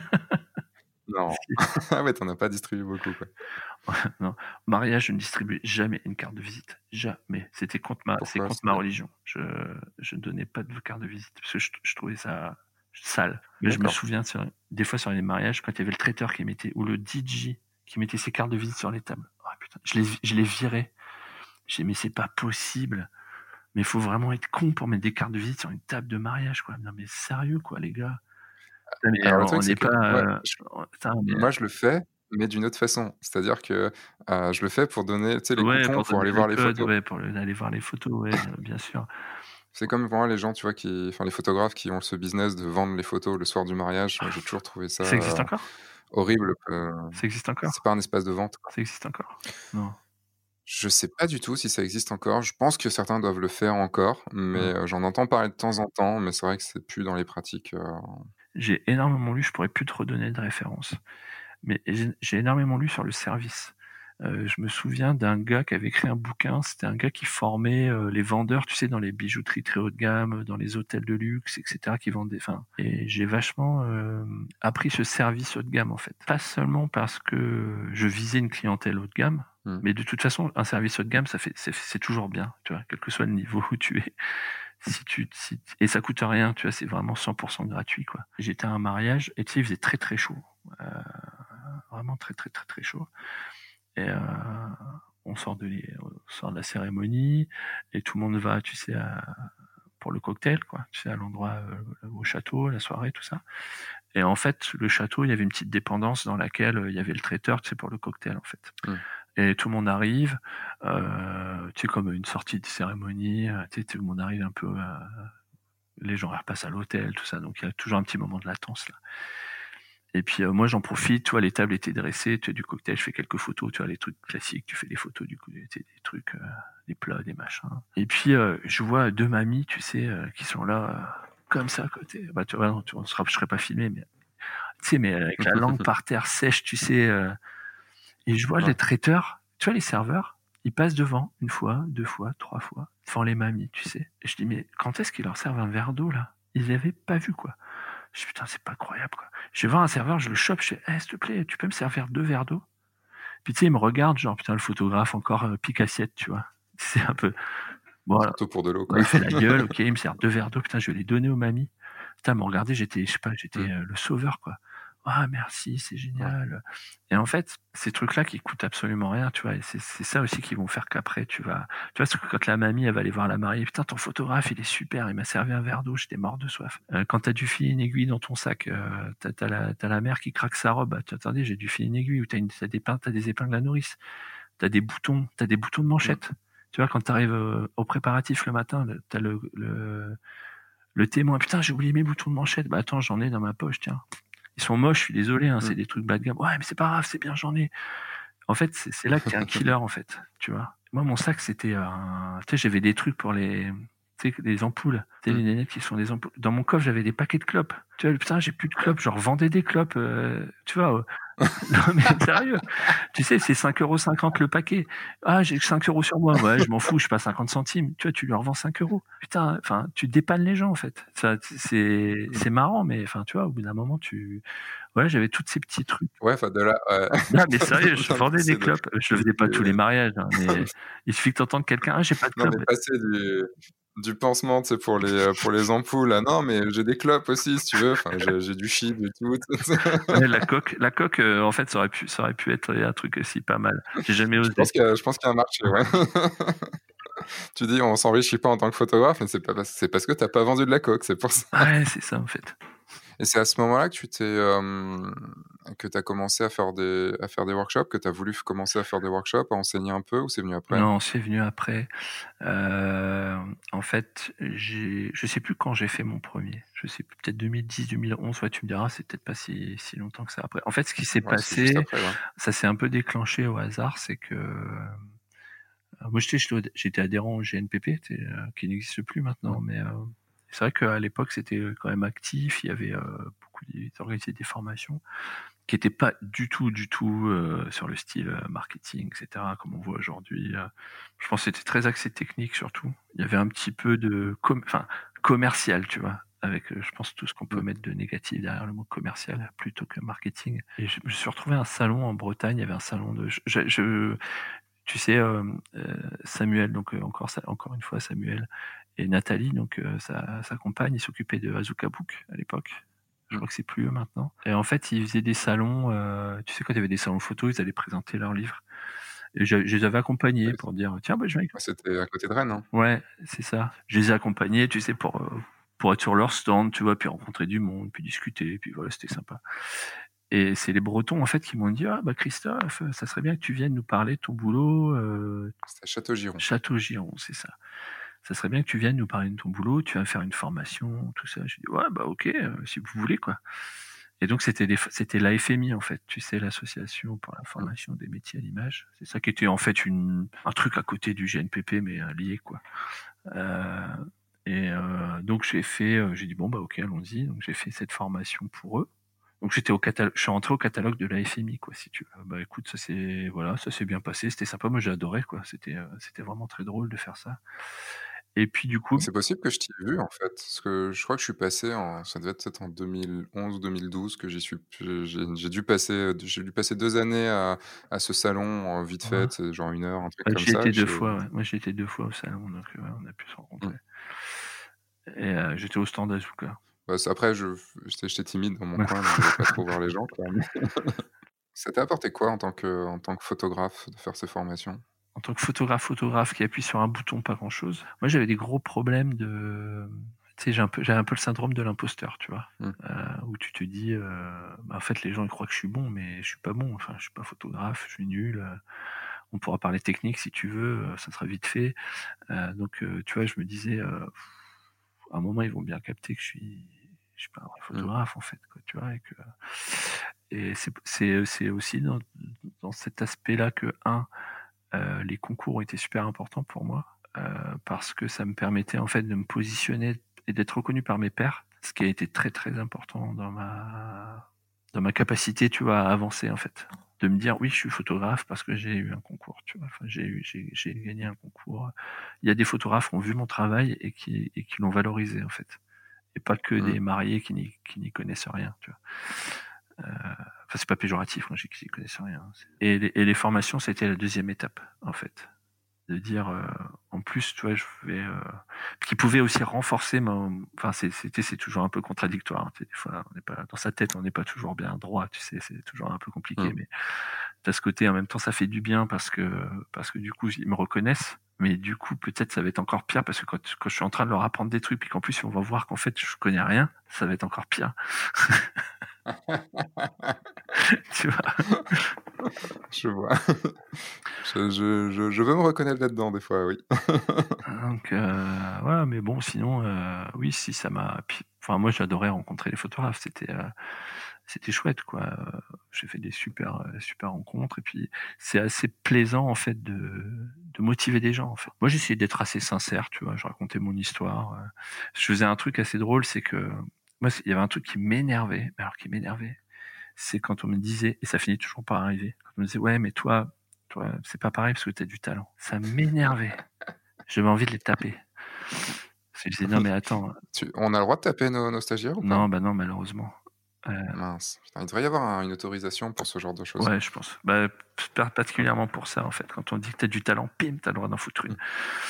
S1: non. Ah ouais, t'en as pas distribué beaucoup, quoi.
S2: Non, mariage, je ne distribuais jamais une carte de visite. Jamais. C'était contre ma, c'est
S1: Pourquoi
S2: contre
S1: c'est...
S2: ma religion. Je, je ne donnais pas de carte de visite parce que je, je trouvais ça sale. Mais je me
S1: D'accord.
S2: souviens, sur- des fois sur les mariages, quand il y avait le traiteur qui mettait, ou le D J qui mettait ses cartes de visite sur les tables. Oh, putain, je les, je les virais. J'ai dit, mais c'est pas possible. Mais il faut vraiment être con pour mettre des cartes de visite sur une table de mariage, quoi. Non, mais sérieux, quoi, les gars. Putain, mais
S1: Alors, le
S2: on
S1: truc,
S2: n'est
S1: c'est que
S2: pas.
S1: moi,
S2: euh,
S1: je,
S2: putain, mais,
S1: moi, je le fais, mais d'une autre façon. C'est-à-dire que euh, je le fais pour donner, tu sais, les
S2: ouais,
S1: coupons
S2: pour
S1: pour
S2: donner
S1: aller
S2: le
S1: voir les
S2: code,
S1: photos.
S2: ouais, pour le- aller voir les photos, ouais, bien, bien sûr.
S1: C'est comme pour moi, les gens, tu vois, qui, enfin, les photographes qui ont ce business de vendre les photos le soir du mariage. J'ai toujours trouvé ça
S2: Ça existe
S1: euh,
S2: encore?
S1: horrible. euh,
S2: Ça existe
S1: C'est
S2: encore?
S1: pas un espace de vente, quoi.
S2: Ça existe encore? Non.
S1: Je sais pas du tout si ça existe encore. Je pense que certains doivent le faire encore, mais
S2: Ouais.
S1: euh, j'en entends parler de temps en temps. Mais c'est vrai que c'est plus dans les pratiques. euh,
S2: J'ai énormément lu, je pourrais plus te redonner de référence, mais j'ai j'ai énormément lu sur le service. Euh, je me souviens d'un gars qui avait écrit un bouquin, c'était un gars qui formait euh, les vendeurs, tu sais, dans les bijouteries très haut de gamme, dans les hôtels de luxe, et cetera, qui vendaient. Enfin, et j'ai vachement euh, appris ce service haut de gamme, en fait. Pas seulement parce que je visais une clientèle haut de gamme,
S1: hmm.
S2: mais de toute façon, un service haut de gamme, ça fait, c'est, c'est toujours bien, tu vois, quel que soit le niveau où tu es. Si tu, si, et ça coûte rien, tu vois, c'est vraiment cent pour cent gratuit, quoi. J'étais à un mariage, et tu sais, il faisait très très chaud. Euh, vraiment très très très très chaud. Et euh, on sort de les, on sort de la cérémonie, et tout le monde va, tu sais, à, pour le cocktail, quoi, tu sais, à l'endroit, euh, au château, la soirée, tout ça. Et en fait, le château, il y avait une petite dépendance dans laquelle euh, il y avait le traiteur, tu sais, pour le cocktail, en fait.
S1: Mm.
S2: Et tout le monde arrive, euh, tu sais, comme une sortie de cérémonie, euh, tu sais, tout le monde arrive un peu, euh, les gens repassent à l'hôtel, tout ça, donc il y a toujours un petit moment de latence, là. Et puis euh, moi j'en profite, tu vois, les tables étaient dressées, tu as du cocktail, je fais quelques photos, tu vois, les trucs classiques, tu fais des photos du coup, des, des trucs, euh, des plats, des machins. Et puis euh, je vois deux mamies, tu sais, euh, qui sont là, euh, comme ça à côté. Bah tu vois, non, tu, on sera, je serais pas filmé, mais tu sais, mais avec la langue par terre sèche, tu sais. Euh, et je vois
S1: Ouais.
S2: les traiteurs, tu vois, les serveurs, ils passent devant une fois, deux fois, trois fois, devant les mamies, tu sais. Et je dis mais quand est-ce qu'ils leur servent un verre d'eau là? Ils l'avaient pas vu, quoi. Je dis, putain, c'est pas croyable, quoi. Je vais voir un serveur, je le chope, je fais, hey, s'il te plaît, tu peux me servir deux verres d'eau? Puis tu sais, il me regarde, genre, putain, le photographe, encore euh, pique assiette, tu vois. C'est un peu. Bon, voilà.
S1: Surtout pour de l'eau,
S2: Bon,
S1: quoi.
S2: il fait la gueule, ok, il me sert deux verres d'eau, putain, je vais les donner aux mamies. Putain, me regarder, j'étais, je sais pas, j'étais
S1: Mm.
S2: euh, le sauveur, quoi. Ah, merci, c'est génial. Ouais. Et en fait, ces trucs-là qui coûtent absolument rien, tu vois, et c'est, c'est ça aussi qui vont faire qu'après, tu vas. Tu vois, parce que quand la mamie, elle va aller voir la mariée, putain, ton photographe, il est super, il m'a servi un verre d'eau, j'étais mort de soif. Euh, quand t'as du fil et une aiguille dans ton sac, euh, t'as, t'as, la, t'as la mère qui craque sa robe, bah, tu attendez, j'ai du fil et une aiguille, ou t'as, une, t'as, des, t'as des épingles à nourrice, t'as des boutons, t'as des boutons de manchette. Mm. Tu vois, quand t'arrives euh, au préparatif le matin, t'as le, le, le témoin, putain, j'ai oublié mes boutons de manchette, bah attends, j'en ai dans ma poche, tiens. Ils sont moches, je suis désolé, hein, mm. c'est des trucs bas de gamme. Ouais, mais c'est pas grave, c'est bien, j'en ai. En fait, c'est, c'est là que t'es un killer, en fait, tu vois. Moi, mon sac, c'était un... Tu sais, j'avais des trucs pour les... Tu sais, des ampoules. Tu sais, mm. les nénettes qui sont des ampoules. Dans mon coffre, j'avais des paquets de clopes. Tu vois, putain, j'ai plus de clopes. Je revendais des clopes, euh, tu vois. Euh... non, mais sérieux. Tu sais, c'est cinq euros cinquante le paquet. Ah, j'ai cinq euros sur moi. Ouais, je m'en fous, je suis pas cinquante centimes. Tu vois, tu lui revends cinq euros. Putain, enfin, tu dépannes les gens, en fait. Ça, c'est, c'est marrant, mais enfin, tu vois, au bout d'un moment, tu... Ouais, j'avais tous ces petits trucs.
S1: Ouais, enfin, de là. Ouais.
S2: Non, mais sérieux, je vendais des
S1: de...
S2: clopes. Je le faisais pas tous les mariages, hein, mais il suffit que t'entendes quelqu'un, ah, j'ai pas de
S1: non,
S2: clopes.
S1: mais passer du, du pansement, tu sais, pour les, pour les ampoules, ah non, mais j'ai des clopes aussi, si tu veux. Enfin, j'ai, j'ai du shit, du tout.
S2: Ouais, la coque, la coque, euh, en fait, ça aurait pu, ça aurait pu être un truc aussi pas mal. J'ai jamais osé.
S1: Je pense qu'il y a, je pense qu'il y a un marché, ouais. Tu dis, on s'enrichit pas en tant que photographe, mais c'est pas, c'est parce que t'as pas vendu de la coque, c'est pour ça.
S2: Ouais, c'est ça, en fait.
S1: Et c'est à ce moment-là que tu t'es, hem, que tu as commencé à faire des à faire des workshops, que tu as voulu f commencer à faire des workshops, à enseigner un peu ou c'est venu après?
S2: Non, c'est venu après. Heu, en fait, j'ai je sais plus quand j'ai fait mon premier. Je sais plus, peut-être deux mille dix-deux mille onze, ouais, tu me diras, c'est peut-être pas si si longtemps que ça après. En fait, ce qui s'est
S1: Ouais, c'est juste
S2: passé,
S1: après, ouais.
S2: ça s'est un peu déclenché au hasard, c'est que, heu, moi j'étais j'étais j'étais adhérent au G N P P, tu sais, heu, qui n'existe plus
S1: Mmh.
S2: maintenant, mais, heu, c'est vrai qu'à l'époque, c'était, heu, quand même actif. Il y avait, heu, beaucoup ils organisaient des formations qui étaient pas du tout, du tout, heu, sur le style, heu, marketing et cetera, comme on voit aujourd'hui, heu. Je pense que c'était très axé technique surtout. Il y avait un petit peu de com enfin, commercial, tu vois? Avec, heu, je pense tout ce qu'on peut
S1: Mmh.
S2: mettre de négatif derrière le mot commercial plutôt que marketing et je me suis retrouvé à un salon en Bretagne, il y avait un salon de je je je tu sais, hem, heu, Samuel, donc, heu, encore ça encore une fois Samuel et Nathalie, donc, heu, sa sa compagne, ils s'occupaient de Azuka Book à l'époque. Je
S1: Mmh.
S2: crois que c'est plus eux maintenant et en fait, ils faisaient des salons, heu, tu sais, quand il y avait des salons photo, ils allaient présenter leurs livres et je je les avais accompagnés
S1: Ouais,
S2: pour dire: «Tiens, bah, je viens avec».
S1: bah, c'était à côté de Rennes, hein?
S2: Ouais, c'est ça. Je les ai accompagnés, tu sais, pour, heu, pour être sur leur stand, tu vois? Puis rencontrer du monde, puis discuter, puis voilà, c'était sympa et c'est les Bretons, en fait, qui m'ont dit: «Ah bah, Christophe, ça serait bien que tu viennes nous parler de ton boulot, heu».
S1: C'était à Châteaugiron.
S2: Châteaugiron, c'est ça. «Ça serait bien que tu viennes nous parler de ton boulot, tu vas faire une formation, tout ça». J'ai dit: «Ouais, bah, OK, heu, si vous voulez, quoi». Et donc c'était des f c'était l'A F M I, en fait, tu sais, l'association pour la
S1: Mmh.
S2: formation des métiers à l'image. C'est ça qui était, en fait, une un truc à côté du G N P P, mais, heu, lié, quoi. Heu et heu, donc j'ai fait, heu, j'ai dit: «Bon, bah, OK, allons-y». Donc j'ai fait cette formation pour eux. Donc j'étais au catalogue je suis rentré au catalogue de l'A F M I, quoi, si tu veux. Bah, écoute, ça s'est voilà, ça s'est bien passé, c'était sympa. Moi, j'ai adoré, quoi. C'était, heu, c'était vraiment très drôle de faire ça et puis du coup
S1: C'est possible que je t'y ai vu, en fait, parce que je crois que je suis passé en ça devait être peut-être en deux mille onze ou deux mille douze que j'y suis j'ai j'ai j'ai dû passer, heu, j'ai dû passer deux années à à ce salon, heu, vite
S2: ouais,
S1: fait, c'est genre une heure, un truc
S2: bah,
S1: comme
S2: j'y
S1: ça.
S2: étais deux
S1: J'ai
S2: fois, ouais. Moi, j'y étais deux fois au salon, donc, heu, ouais, on a pu se
S1: Mmh.
S2: rencontrer et heu, j'étais au stand Azuka.
S1: Bah, c'est après je f j'étais j'étais timide dans mon
S2: Ouais.
S1: coin, donc j'allais pas trop voir les gens, quoi. Ça t'a apporté quoi en tant que en tant que photographe de faire ces formations?
S2: En tant que photographe, photographe qui appuie sur un bouton, pas grand-chose. Moi, j'avais des gros problèmes de tu sais, j'ai un peu j'avais un peu le syndrome de l'imposteur, tu vois?
S1: Mmh.
S2: Heu, où tu te dis, heu: «Bah, en fait, les gens, ils croient que je suis bon, mais je suis pas bon. Enfin, je suis pas photographe, je suis nul, heu, on pourra parler technique si tu veux, heu, ça sera vite fait». Heu, donc, heu, tu vois, je me disais, heu: «À un moment, ils vont bien capter que je suis je suis pas un vrai
S1: Mmh.
S2: photographe, en fait, quoi», tu vois? Et que et c'est p c'est, c'est aussi dans dans cet aspect-là que un Heu, les concours ont été super importants pour moi, heu, parce que ça me permettait en fait de me positionner et d'être reconnu par mes pairs, ce qui a été très, très important dans ma dans ma capacité, tu vois, à avancer en fait. De me dire: «Oui, je suis photographe parce que j'ai eu un concours», tu vois? Enfin, j'ai eu j'ai j'ai gagné un concours. Il y a des photographes qui ont vu mon travail et qui et qui l'ont valorisé en fait et pas que
S1: Mmh.
S2: des mariés qui n'y qui n'y connaissent rien, tu vois? Heu, enfin, c'est pas péjoratif, moi, je qui n'y connaissent rien. Et les et les formations, c'était la deuxième étape, en fait. De dire, heu, en plus, tu vois, je vais, heu, qui pouvait aussi renforcer mon enfin, c'est c'était c'est toujours un peu contradictoire, hein, tu sais, des fois, on n'est pas dans sa tête, on n'est pas toujours bien droit, tu sais, c'est toujours un peu compliqué,
S1: Mmh.
S2: mais tu as ce côté, en même temps, ça fait du bien parce que parce que du coup, ils me reconnaissent, mais du coup, peut-être, ça va être encore pire parce que quand quand je suis en train de leur apprendre des trucs, puis qu'en plus, on va voir qu'en fait, je connais rien, ça va être encore pire. Tu vois?
S1: Je vois. Je je je je veux me reconnaître là-dedans des fois, oui.
S2: Donc, heu, voilà, mais bon, sinon, heu, oui, si ça m'a puis enfin, moi, j'adorais rencontrer les photographes, c'était, heu, c'était chouette, quoi, heu, j'ai fait des super, heu, super rencontres et puis c'est assez plaisant, en fait, de de motiver des gens, en fait. Moi, j'essayais d'être assez sincère, tu vois? Je racontais mon histoire, heu, je faisais un truc assez drôle, c'est que moi, c'est il y avait un truc qui m'énervait, mais alors qui m'énervait, c'est quand on me disait et ça finit toujours par arriver, quand on me disait: «Ouais, mais toi toi, c'est pas pareil parce que tu as du talent». Ça m'énervait. J'avais envie de les taper. Parce qu'ils disaient: «Non mais attends».
S1: Tu on a le droit de taper nos nos stagiaires ou pas?
S2: Non, bah non, malheureusement. Heu,
S1: Mince, putain, il devrait y avoir un une autorisation pour ce genre de choses.
S2: ouais, je pense. Bah, p particulièrement pour ça, en fait. Quand on dit que tu as du talent, pim, tu as le droit d'en foutre une.
S1: Mmh.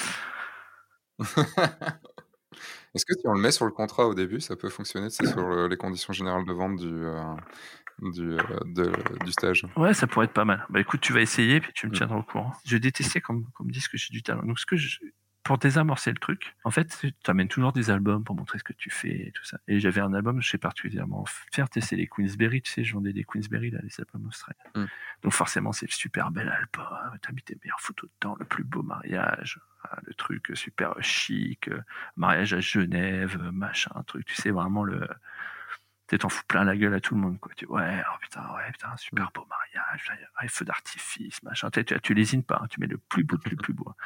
S1: Est-ce que si on le met sur le contrat au début, ça peut fonctionner, c'est sur le les conditions générales de vente du, heu, du, heu, de du stage?
S2: Ouais, ça pourrait être pas mal. Bah, écoute, tu vas essayer, puis tu me
S1: Mmh.
S2: tiendras au courant. Je détestais qu'on qu'on me dise que j'ai du talent. Donc ce que je pour désamorcer le truc, en fait, tu amènes toujours des albums pour montrer ce que tu fais et tout ça. Et j'avais un album, je sais particulièrement faire, c'est les Queensberry, tu sais, je vendais des Queensberry, là, les albums australiens.
S1: Mm.
S2: Donc forcément, c'est le super bel album, t'as mis tes meilleures photos dedans, le plus beau mariage, le truc super chic, mariage à Genève, machin, truc, tu sais, vraiment le... Tu t'en fous plein la gueule à tout le monde, quoi. Tu ouais, oh putain, ouais, putain, super beau mariage, ouais, feu d'artifice, machin. Tu, tu, tu lésines pas, hein, tu mets le plus beau, le plus beau.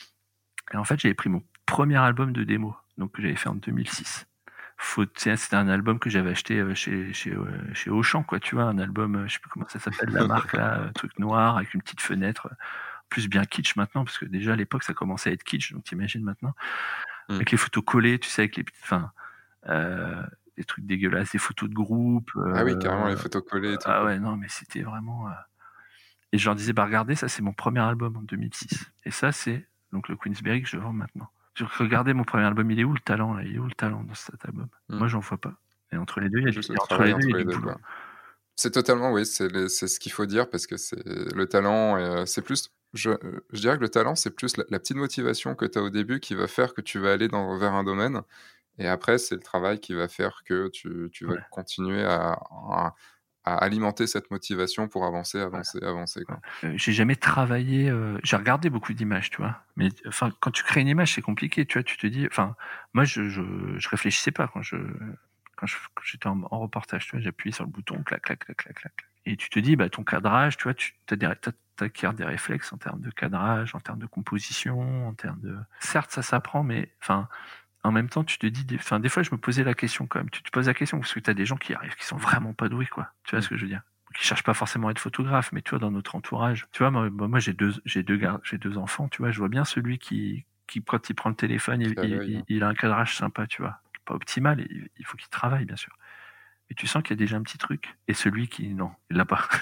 S2: Et en fait, j'avais pris mon premier album de démo, donc que j'avais fait en deux mille six. Faut, c'était un album que j'avais acheté chez, chez, chez Auchan, quoi. Tu vois, un album, je sais plus comment ça s'appelle, la marque là, truc noir avec une petite fenêtre, plus bien kitsch maintenant, parce que déjà à l'époque ça commençait à être kitsch, donc t'imagines maintenant, mm. avec les photos collées, tu sais, avec les petites, enfin. Euh, des trucs dégueulasses, des photos de groupe. Euh,
S1: ah oui, carrément, les photos collées et tout.
S2: Ah
S1: quoi.
S2: ouais, non, mais c'était vraiment... Euh... Et je leur disais, bah regardez, ça c'est mon premier album en deux mille six. Et ça c'est donc le Queensberry que je vends maintenant. Regardez mon premier album, il est où le talent là? Il est où le talent dans cet album? mm. Moi j'en vois pas. Et entre les deux, il y a,
S1: Juste
S2: du...
S1: le
S2: entre les deux,
S1: entre
S2: il y a
S1: les
S2: du
S1: deux,
S2: boulot.
S1: quoi. C'est totalement, oui, c'est, les, c'est ce qu'il faut dire, parce que c'est le talent, et, c'est plus... Je, je dirais que le talent, c'est plus la, la petite motivation que tu as au début qui va faire que tu vas aller dans, vers un domaine. Et après, c'est le travail qui va faire que tu, tu vas ouais. continuer à, à, à alimenter cette motivation pour avancer, avancer, ouais. avancer. Quoi.
S2: Euh, j'ai jamais travaillé... Euh, j'ai regardé beaucoup d'images, tu vois. Mais quand tu crées une image, c'est compliqué, tu vois. Tu te dis... Enfin, moi, je, je, je réfléchissais pas quand je... Quand, je, quand j'étais en, en reportage, tu vois, j'appuyais sur le bouton, clac, clac, clac, clac, clac. Et tu te dis, bah, ton cadrage, tu vois, tu acquiers des réflexes en termes de cadrage, en termes de composition, en termes de... Certes, ça s'apprend, mais enfin... En même temps, tu te dis, enfin, des fois, je me posais la question quand même. Tu te poses la question parce que tu as des gens qui arrivent, qui sont vraiment pas doués, quoi. Tu vois mmh. ce que je veux dire? Qui cherchent pas forcément à être photographe, mais tu vois, dans notre entourage. Tu vois, moi, moi j'ai deux, j'ai deux gars, j'ai deux enfants. Tu vois, je vois bien celui qui, qui quand il prend le téléphone, il, il, il, il a un cadrage sympa, tu vois, pas optimal. Il, il faut qu'il travaille, bien sûr. Mais tu sens qu'il y a déjà un petit truc. Et celui qui, non, il l'a pas.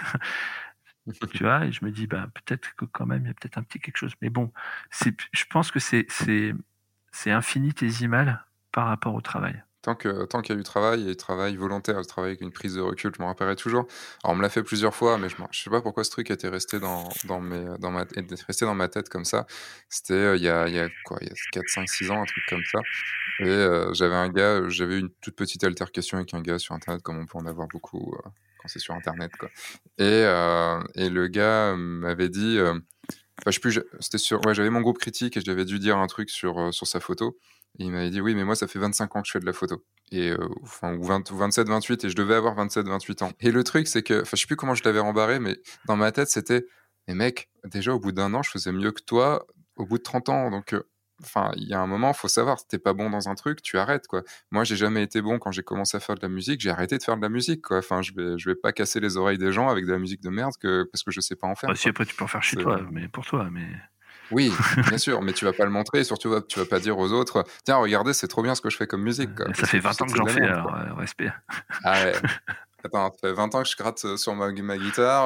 S2: Tu vois, et je me dis, bah, peut-être que quand même, il y a peut-être un petit quelque chose. Mais bon, c'est, je pense que c'est, c'est, c'est infinitésimal par rapport au travail.
S1: Tant, que, tant qu'il y a du travail, et du travail volontaire, du travail avec une prise de recul, je me rappellerai toujours. Alors, on me l'a fait plusieurs fois, mais je ne sais pas pourquoi ce truc était resté dans, dans, mes, dans, ma, resté dans ma tête comme ça. C'était euh, il y a, il y a, quoi, il y a quatre, cinq, six ans, un truc comme ça. Et euh, j'avais un gars, j'avais une toute petite altercation avec un gars sur Internet, comme on peut en avoir beaucoup euh, quand c'est sur Internet, quoi. Et, euh, et le gars m'avait dit... Euh, Enfin, je sais plus, c'était sur, ouais, j'avais mon groupe critique et je devais dû dire un truc sur, euh, sur sa photo. Et il m'avait dit, oui, mais moi, ça fait vingt-cinq ans que je fais de la photo. Et, euh, enfin, ou, vingt, ou vingt-sept, vingt-huit, et je devais avoir vingt-sept, vingt-huit ans. Et le truc, c'est que, enfin, je sais plus comment je l'avais rembarré, mais dans ma tête, c'était, mais mec, déjà, au bout d'un an, je faisais mieux que toi au bout de trente ans. Donc, euh, enfin, il y a un moment, faut savoir, si t'es pas bon dans un truc, tu arrêtes, quoi. Moi, j'ai jamais été bon quand j'ai commencé à faire de la musique, j'ai arrêté de faire de la musique, quoi. Enfin, je vais, je vais pas casser les oreilles des gens avec de la musique de merde que, parce que je sais pas en faire.
S2: Bah, si après, tu peux en faire chez c'est... toi, mais pour toi, mais...
S1: Oui, bien sûr, mais tu vas pas le montrer, et surtout tu vas pas dire aux autres, tiens, regardez, c'est trop bien ce que je fais comme musique. Quoi,
S2: ça fait vingt ans que j'en fais, alors euh, respect.
S1: Ah ouais. Attends, ça fait vingt ans que je gratte sur ma, ma guitare,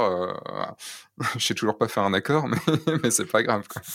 S1: euh, je sais toujours pas faire un accord, mais, mais c'est pas grave. Quoi.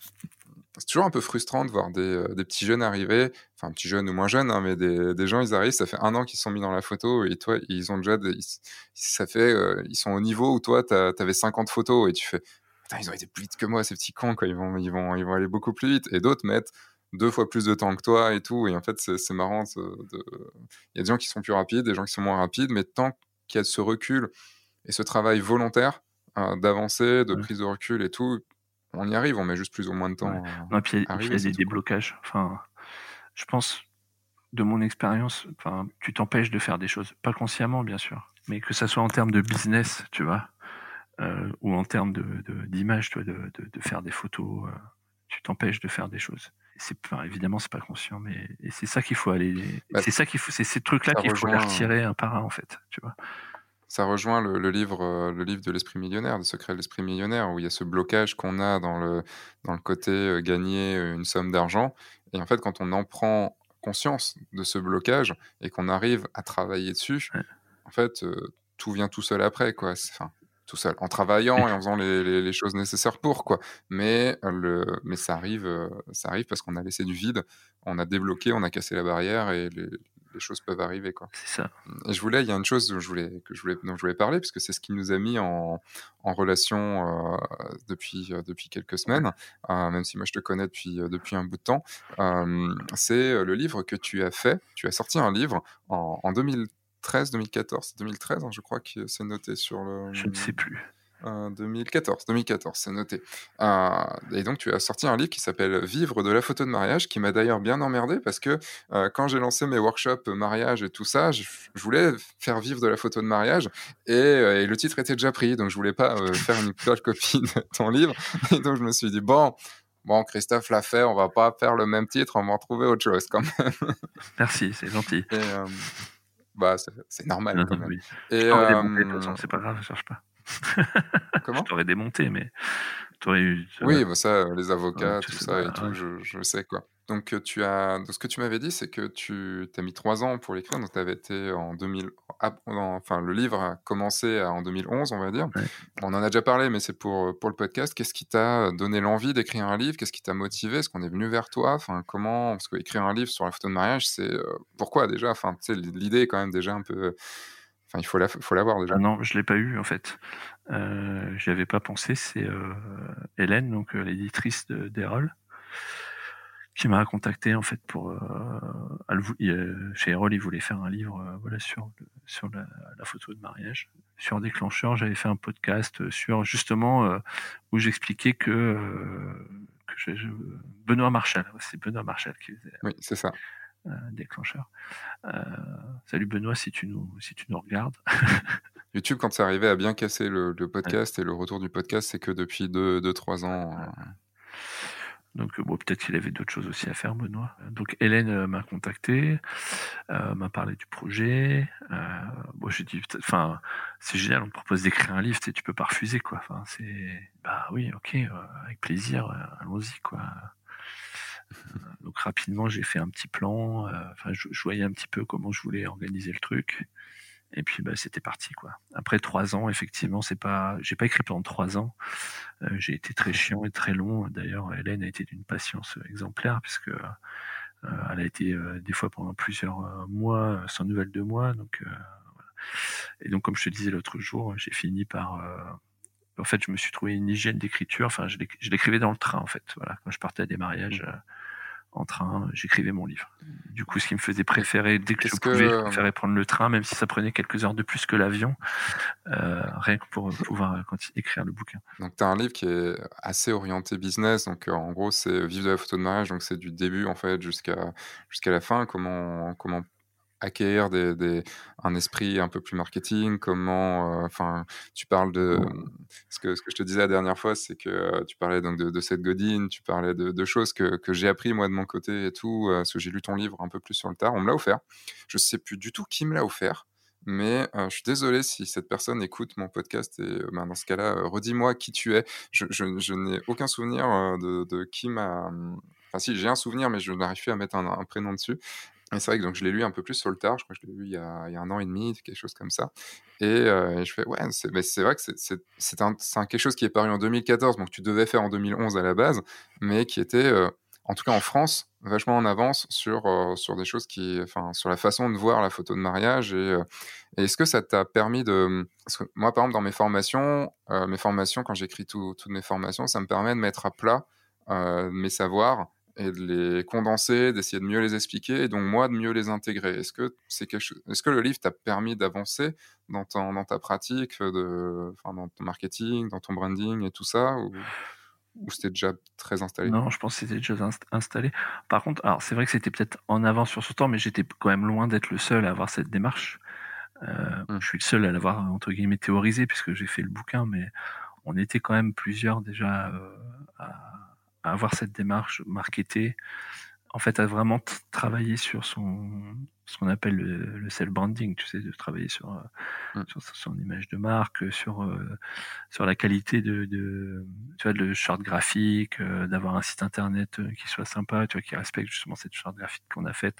S1: C'est toujours un peu frustrant de voir des, euh, des petits jeunes arriver, enfin petits jeunes ou moins jeunes, hein, mais des, des gens, ils arrivent, ça fait un an qu'ils sont mis dans la photo, et toi, ils ont déjà, des, ils, ça fait, euh, ils sont au niveau où toi, t'as, t'avais cinquante photos, et tu fais... Putain, ils ont été plus vite que moi, ces petits cons, quoi. Ils vont, ils vont, ils vont aller beaucoup plus vite. Et d'autres mettent deux fois plus de temps que toi et tout. Et en fait, c'est, c'est marrant. De... Il y a des gens qui sont plus rapides, des gens qui sont moins rapides. Mais tant qu'il y a ce recul et ce travail volontaire euh, d'avancer, de ouais. prise de recul et tout, on y arrive. On met juste plus ou moins de temps.
S2: Ouais. Non, puis il y a des déblocages. Enfin, je pense, de mon expérience, enfin, tu t'empêches de faire des choses. Pas consciemment, bien sûr. Mais que ça soit en termes de business, tu vois. Euh, ou en termes de, de, d'image, toi, de, de, de faire des photos, euh, tu t'empêches de faire des choses. Et c'est, enfin, évidemment, c'est pas conscient, mais et c'est ça qu'il faut aller. Bah, c'est ça qu'il faut, c'est ces trucs-là qu'il rejoint, faut les retirer un par un, en fait, tu vois.
S1: Ça rejoint le, le livre, euh, le livre de l'esprit millionnaire, le secret de l'esprit millionnaire, où il y a ce blocage qu'on a dans le dans le côté euh, gagner une somme d'argent. Et en fait, quand on en prend conscience de ce blocage et qu'on arrive à travailler dessus, ouais. en fait, euh, tout vient tout seul après, quoi. C'est, enfin, tout seul, en travaillant et en faisant les, les, les choses nécessaires pour, quoi. Mais, le, mais ça arrive, euh, ça arrive parce qu'on a laissé du vide, on a débloqué, on a cassé la barrière et les, les choses peuvent arriver, quoi.
S2: C'est ça.
S1: Et je voulais, il y a une chose dont je voulais, que je voulais, dont je voulais parler, puisque c'est ce qui nous a mis en, en relation euh, depuis, euh, depuis quelques semaines, euh, même si moi je te connais depuis, euh, depuis un bout de temps. Euh, c'est euh, le livre que tu as fait. Tu as sorti un livre en, en deux mille treize, deux mille quatorze, deux mille treize, hein, je crois que c'est noté sur le.
S2: Je ne sais plus.
S1: Euh, deux mille quatorze, deux mille quatorze, c'est noté. Euh, et donc, tu as sorti un livre qui s'appelle Vivre de la photo de mariage, qui m'a d'ailleurs bien emmerdé parce que euh, quand j'ai lancé mes workshops mariage et tout ça, je, je voulais faire vivre de la photo de mariage et, euh, et le titre était déjà pris, donc je voulais pas euh, faire une colle copie de ton livre. Et donc, je me suis dit, bon, bon, Christophe l'a fait, on va pas faire le même titre, on va en trouver autre chose quand même.
S2: Merci, c'est gentil.
S1: Et, euh, bah, c'est, c'est normal
S2: Non,
S1: quand
S2: non,
S1: même.
S2: oui.
S1: Et,
S2: Je t'aurais
S1: euh,
S2: démonté, de toute façon, c'est pas grave, je cherche pas.
S1: Comment ?
S2: Je t'aurais démonté, mais t'aurais eu.
S1: Oui, bah ça, euh, les
S2: Ouais,
S1: avocats,
S2: tout
S1: tout
S2: ça,
S1: ça et
S2: bah,
S1: tout,
S2: ouais.
S1: je, je sais quoi. Donc, euh, tu as, de ce que tu m'avais dit, c'est que tu as mis trois ans pour l'écrire. Donc, tu avais été en deux mille, ah, en- enfin, le livre a commencé en deux mille onze, on va dire.
S2: Ouais.
S1: On en a déjà parlé, mais c'est pour, pour le podcast. Qu'est-ce qui t'a donné l'envie d'écrire un livre? Qu'est-ce qui t'a motivé? Est-ce qu'on est venu vers toi? Enfin, comment? Parce qu'écrire un livre sur la photo de mariage, c'est euh, pourquoi déjà? Enfin, tu sais, l'idée est quand même déjà un peu. Enfin, il faut la, faut l'avoir déjà.
S2: Ah non, je l'ai pas eu en fait. Euh, j'y avais pas pensé. C'est euh, Hélène, donc euh, l'éditrice de- d'Erol, qui m'a contacté en fait pour. Euh, elle vou- il, euh, chez Erol, il voulait faire un livre, euh, voilà, sur le- sur la, la photo de mariage. Sur Déclencheur, j'avais fait un podcast sur justement euh, où j'expliquais que, euh, que je- je- Benoît Marchal, c'est Benoît Marchal qui faisait
S1: Oui, c'est ça.
S2: euh, Déclencheur. Euh, salut Benoît, si tu nous si tu nous regardes.
S1: YouTube, quand c'est arrivé à bien casser le, le podcast et le retour du podcast, c'est que depuis deux, deux trois ans. euh,
S2: Donc, euh, bon, peut-être qu'il avait d'autres choses aussi à faire, Benoît. Donc, Hélène euh, m'a contacté, euh, m'a parlé du projet. Euh, bon, j'ai dit, peut-être- enfin, c'est génial, on te propose d'écrire un livre, tu sais, tu peux pas refuser, quoi. Enfin, c'est, bah oui, ok, euh, avec plaisir, euh, allons-y, quoi. Euh, donc, rapidement, j'ai fait un petit plan. euh, Enfin, je, je voyais un petit peu comment je voulais organiser le truc. Et puis, bah, c'était parti, quoi. Après trois ans, effectivement, c'est pas, j'ai pas écrit pendant trois ans. Euh, j'ai été très chiant et très long. D'ailleurs, Hélène a été d'une patience exemplaire, puisque euh, elle a été euh, des fois pendant plusieurs euh, mois euh, sans nouvelles de moi. Donc, euh, voilà. Et donc, comme je te disais l'autre jour, j'ai fini par. Euh, en fait, je me suis trouvé une hygiène d'écriture. Enfin, je, l'éc- je l'écrivais dans le train, en fait. Voilà, quand je partais à des mariages. Euh, en train, j'écrivais mon livre. Du coup, ce qui me faisait préférer, dès que je
S1: Qu'est-ce
S2: pouvais, je
S1: que.
S2: préférais prendre le train, même si ça prenait quelques heures de plus que l'avion, euh, rien que pour pouvoir euh, conti- écrire le bouquin.
S1: Donc, tu as un livre qui est assez orienté business. Donc, euh, en gros, c'est Vivre de la photo de mariage. Donc, c'est du début, en fait, jusqu'à jusqu'à la fin. Comment, comment acquérir des, des, un esprit un peu plus marketing. Comment. euh, Enfin, tu parles de. Ce que, ce que je te disais la dernière fois, c'est que euh, tu parlais donc de, de Seth Godin. Tu parlais de, de choses que, que j'ai appris, moi, de mon côté et tout. euh, parce que j'ai lu ton livre un peu plus sur le tard. On me l'a offert. Je sais plus du tout qui me l'a offert. Mais euh, je suis désolé si cette personne écoute mon podcast et euh, ben, dans ce cas-là, euh, redis-moi qui tu es. Je, je, je n'ai aucun souvenir euh, de, de qui m'a... Enfin si, j'ai un souvenir, mais je n'arrive plus à mettre un, un prénom dessus. Et c'est vrai que donc, je l'ai lu un peu plus sur le tard. Je crois que je l'ai lu il y a, il y a un an et demi, quelque chose comme ça. Et, euh, et je fais, ouais, c'est, mais c'est vrai que c'est, c'est, c'est, un, c'est un quelque chose qui est paru en deux mille quatorze, donc tu devais faire en deux mille onze à la base, mais qui était... euh, en tout cas en France, vachement en avance sur, euh, sur des choses qui, enfin, sur la façon de voir la photo de mariage. Et, euh, et est-ce que ça t'a permis de, parce que moi, par exemple, dans mes formations, euh, mes formations, quand j'écris tout, toutes mes formations, ça me permet de mettre à plat euh, mes savoirs et de les condenser, d'essayer de mieux les expliquer, et donc moi de mieux les intégrer. Est-ce que c'est quelque chose, est-ce que le livre t'a permis d'avancer dans, ton, dans ta pratique, de, enfin, dans ton marketing, dans ton branding et tout ça, ou, ou c'était déjà très installé?
S2: Non, je pense que c'était déjà inst- installé. Par contre, alors c'est vrai que c'était peut-être en avance sur son temps, mais j'étais quand même loin d'être le seul à avoir cette démarche. Euh,
S1: Mm.
S2: Je suis le seul à l'avoir entre guillemets théorisé puisque j'ai fait le bouquin, mais on était quand même plusieurs déjà euh, à, à avoir cette démarche marketée. En fait, à vraiment t- travailler sur son ce qu'on appelle le, le self-branding, tu sais, de travailler sur, euh,
S1: Mm.
S2: sur son image de marque, sur euh, sur la qualité de, de tu vois, de charte graphique, euh, d'avoir un site internet euh, qui soit sympa, tu vois, qui respecte justement cette charte graphique qu'on a faite,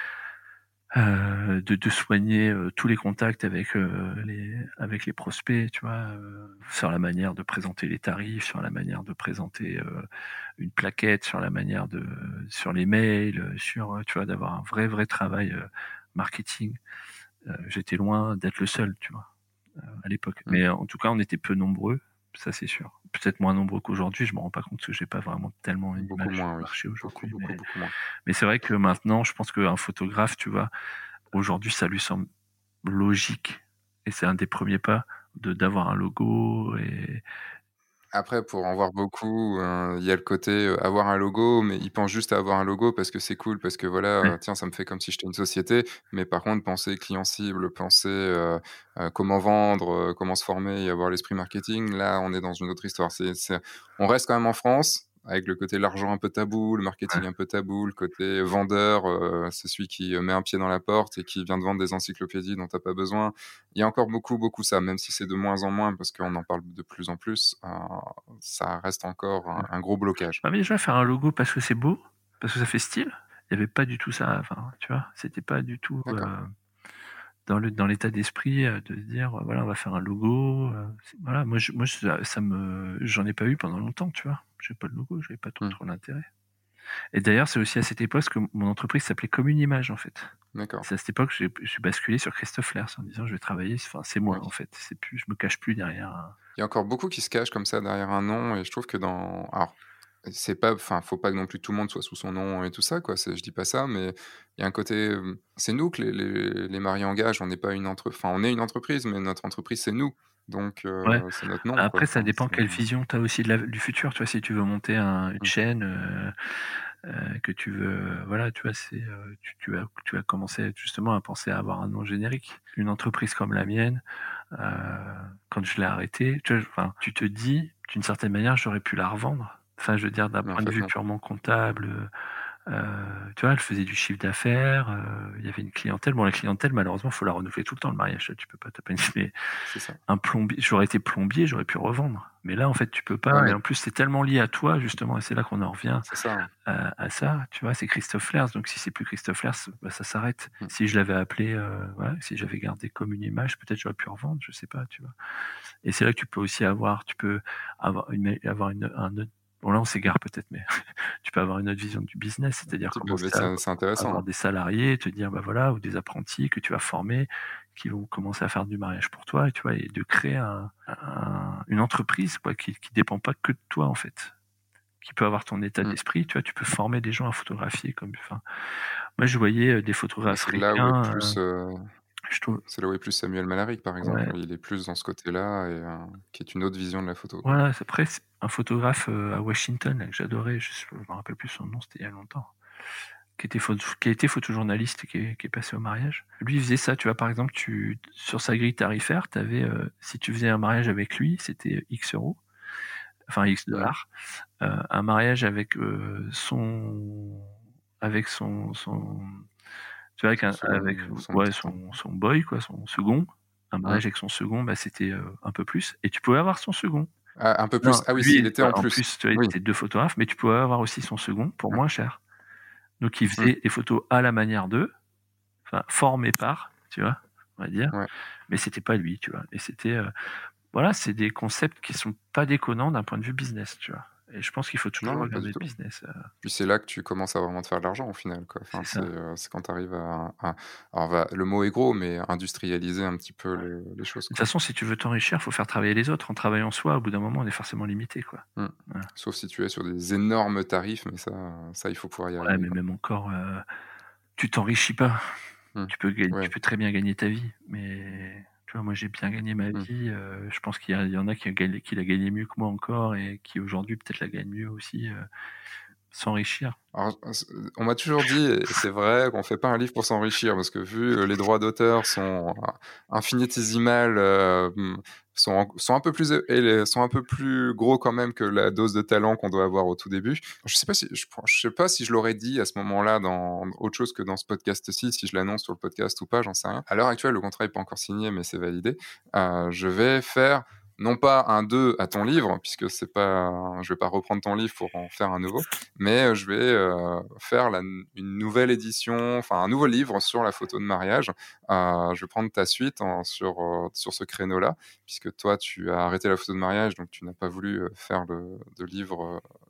S2: euh, de, de soigner euh, tous les contacts avec euh, les avec les prospects, tu vois, euh, sur la manière de présenter les tarifs, sur la manière de présenter euh, une plaquette, sur la manière de sur les mails, sur, tu vois, d'avoir un vrai vrai travail euh, marketing. Euh, j'étais loin d'être le seul, tu vois, euh, à l'époque.
S1: Mm.
S2: Mais en tout cas, on était peu nombreux, ça c'est sûr. Peut-être moins nombreux qu'aujourd'hui, je me rends pas compte parce que j'ai pas vraiment tellement une
S1: Beaucoup
S2: image
S1: moins,
S2: du
S1: oui.
S2: marché
S1: Beaucoup,
S2: aujourd'hui.
S1: beaucoup,
S2: Mais,
S1: beaucoup moins.
S2: mais c'est vrai que maintenant, je pense qu'un photographe, tu vois, aujourd'hui, ça lui semble logique. Et c'est un des premiers pas de d'avoir un logo. Et
S1: Après, pour en voir beaucoup, heu, il y a le côté, heu, avoir un logo, mais ils pensent juste à avoir un logo parce que c'est cool, parce que voilà,
S2: ouais,
S1: heu, tiens, ça me fait comme si j'étais une société. Mais par contre, penser client cible, penser, heu heu, comment vendre, heu, comment se former et avoir l'esprit marketing, là, on est dans une autre histoire. C'est c'est on reste quand même en France, avec le côté l'argent un peu tabou, le
S2: ouais.
S1: marketing un peu tabou, le côté vendeur, heu, c'est celui qui, heu, met un pied dans la porte et qui vient de vendre des encyclopédies dont tu as pas besoin. Il y a encore beaucoup, beaucoup ça, même si c'est de moins en moins parce qu'on en parle de plus en plus, heu, ça reste encore un un gros blocage.
S2: Ah, mais déjà, faire un logo parce que c'est beau, parce que ça fait style, il y avait pas du tout ça. Enfin, tu vois, c'était pas du tout euh,
S1: D'accord.
S2: dans le dans l'état d'esprit euh, de se dire euh, voilà, on va faire un logo. euh, c'est- voilà, moi, je, moi, ça, ça me, j'en ai pas eu pendant longtemps, tu vois. J'ai pas de logo, j'avais pas trop,
S1: Mmh.
S2: trop d'intérêt. Et d'ailleurs, c'est aussi à cette époque que mon entreprise s'appelait Comme une image, en fait.
S1: D'accord.
S2: C'est à cette époque que j'ai j'ai basculé sur Christophe Lers en disant je vais travailler, enfin c'est moi
S1: Oui.
S2: en fait, c'est plus, je me cache plus derrière. un-
S1: Il y a encore beaucoup qui se cachent comme ça derrière un nom et je trouve que dans alors, c'est pas enfin, faut pas que non plus tout le monde soit sous son nom et tout ça, quoi, c'est je dis pas ça, mais il y a un côté, hem, c'est nous que les les les mariés engagent, on n'est pas une entre enfin, on est une entreprise, mais notre entreprise, c'est nous. Donc
S2: Ouais.
S1: heu, c'est notre nom, quoi,
S2: Après, ça
S1: enfin,
S2: dépend
S1: c'est
S2: quelle vision tu as aussi de la- du futur. Tu vois, si tu veux monter un- une
S1: mmh,
S2: chaîne, euh, euh, que tu veux, euh, voilà, tu vois, c'est, euh, tu, tu vas, tu vas commencer justement à penser à avoir un nom générique. Une entreprise comme la mienne, euh, quand je l'ai arrêtée, tu vois, enfin, tu te dis, d'une certaine manière, j'aurais pu la revendre. Enfin, je veux dire, d'un
S1: mais en
S2: point de
S1: fait,
S2: vue
S1: non.
S2: purement comptable, euh, tu vois, elle faisait du chiffre d'affaires, euh, il y avait une clientèle. Bon, la clientèle, malheureusement, il faut la renouveler tout le temps, le mariage, tu peux pas t'appeler, mais
S1: C'est ça.
S2: un plombier, j'aurais été plombier, j'aurais pu revendre. Mais là, en fait, tu peux
S1: Ouais,
S2: pas. Et
S1: mais
S2: en plus, c'est tellement lié à toi, justement, et c'est là qu'on en revient
S1: c'est ça, hein.
S2: à, à ça. Tu vois, c'est Christophe Lers. Donc, si c'est plus Christophe Lers, bah, ça s'arrête.
S1: Mmh.
S2: Si je l'avais appelé, euh, voilà, si j'avais gardé comme une image, peut-être j'aurais pu revendre, je sais pas, tu vois. Et c'est là que tu peux aussi avoir, tu peux avoir une, avoir une, un autre. Bon, là, on s'égare peut-être, mais tu peux avoir une autre vision du business,
S1: Un
S2: c'est-à-dire
S1: petit peu,
S2: commencer
S1: mais
S2: à
S1: c'est c'est intéressant,
S2: avoir
S1: hein.
S2: des salariés, te dire, bah voilà, ou des apprentis que tu vas former, qui vont commencer à faire du mariage pour toi, et tu vois, et de créer un, un- une entreprise, quoi, qui, qui dépend pas que de toi, en fait, qui peut avoir ton état
S1: Mmh.
S2: d'esprit, tu vois, tu peux former des gens à photographier comme, enfin, moi, je voyais euh, des
S1: Mais
S2: photographes
S1: c'est là où est
S2: ricains, euh,
S1: plus, heu
S2: je trouve,
S1: c'est là où est plus Samuel Malaric, par exemple.
S2: ouais,
S1: Il est plus dans ce côté-là et heu, qui est une autre vision de la photo, quoi.
S2: voilà, c'est- après, c'est un photographe euh, à Washington, là, que j'adorais, je, je me rappelle plus son nom, c'était il y a longtemps, qui était photo, qui a été photojournaliste, qui est, qui est passé au mariage. Lui, il faisait ça, tu vois, par exemple, tu, sur sa grille tarifaire, t'avais, euh, si tu faisais un mariage avec lui, c'était X euros, enfin X
S1: Mmh.
S2: dollars. Euh, un mariage avec euh, son, avec son, son, tu vois, avec,
S1: Son
S2: un, avec
S1: second son
S2: ouais,
S1: assistant.
S2: son, son boy, quoi, son second. Un
S1: Mmh.
S2: mariage avec son second, bah, c'était euh, un peu plus. Et tu pouvais avoir son second.
S1: Ah, un peu
S2: Non,
S1: plus. Ah oui, s'il
S2: lui,
S1: était
S2: ouais,
S1: en
S2: en
S1: plus.
S2: plus, tu vois, il
S1: Oui.
S2: était deux photographes, mais tu pouvais avoir aussi son second pour
S1: Ouais.
S2: moins cher. Donc, il
S1: Mmh.
S2: faisait des photos à la manière d'eux, enfin, formé par, tu vois, on va dire,
S1: Ouais.
S2: mais c'était pas lui, tu vois. Et c'était, euh, voilà, c'est des concepts qui sont pas déconnants d'un point de vue business, tu vois. Et je pense qu'il faut
S1: Non,
S2: toujours
S1: non, pas
S2: regarder
S1: du
S2: le
S1: tout.
S2: business. euh,
S1: Puis c'est là que tu commences à vraiment te faire de l'argent au final, quoi. Enfin,
S2: c'est
S1: c'est,
S2: ça.
S1: heu, c'est quand tu arrives à à alors va le mot est gros, mais industrialiser un petit peu le les choses,
S2: De toute
S1: quoi.
S2: façon, si tu veux t'enrichir, faut faire travailler les autres. En travaillant soi, au bout d'un moment, on est forcément limité, quoi.
S1: Mmh.
S2: Voilà.
S1: Sauf si tu es sur des énormes tarifs, mais ça, ça, il faut pouvoir y
S2: Ouais,
S1: arriver,
S2: mais
S1: quoi.
S2: même encore, euh, tu t'enrichis pas.
S1: Mmh.
S2: Tu peux, gagner- tu
S1: Ouais.
S2: peux très bien gagner ta vie, mais tu vois, moi, j'ai bien gagné ma
S1: Mmh.
S2: vie. euh, je pense qu'il y, a- il y en a qui, a gagné- qui l'a gagné mieux que moi encore et qui aujourd'hui peut-être la gagnent mieux aussi, euh, s'enrichir.
S1: Alors, c on m'a toujours dit et c'est vrai qu'on fait pas un livre pour s'enrichir parce que vu, heu, les droits d'auteur sont infinitésimales, hem, sont en sont un peu plus é et les sont un peu plus gros quand même que la dose de talent qu'on doit avoir au tout début. Je sais pas si je pen je sais pas si je l'aurais dit à ce moment-là dans autre chose que dans ce podcast-ci, si je l'annonce sur le podcast ou pas, j'en sais rien. À l'heure actuelle, le contrat est pas encore signé, mais c'est validé. Heu, je vais faire non pas un deux à ton livre, puisque c'est pas je vais pas reprendre ton livre pour en faire un nouveau, mais euh, je vais euh, faire la- une nouvelle édition, enfin un nouveau livre sur la photo de mariage. Euh, je vais prendre ta suite en- sur, euh, sur ce créneau-là, puisque toi, tu as arrêté la photo de mariage, donc tu n'as pas voulu euh, faire le, de livre euh,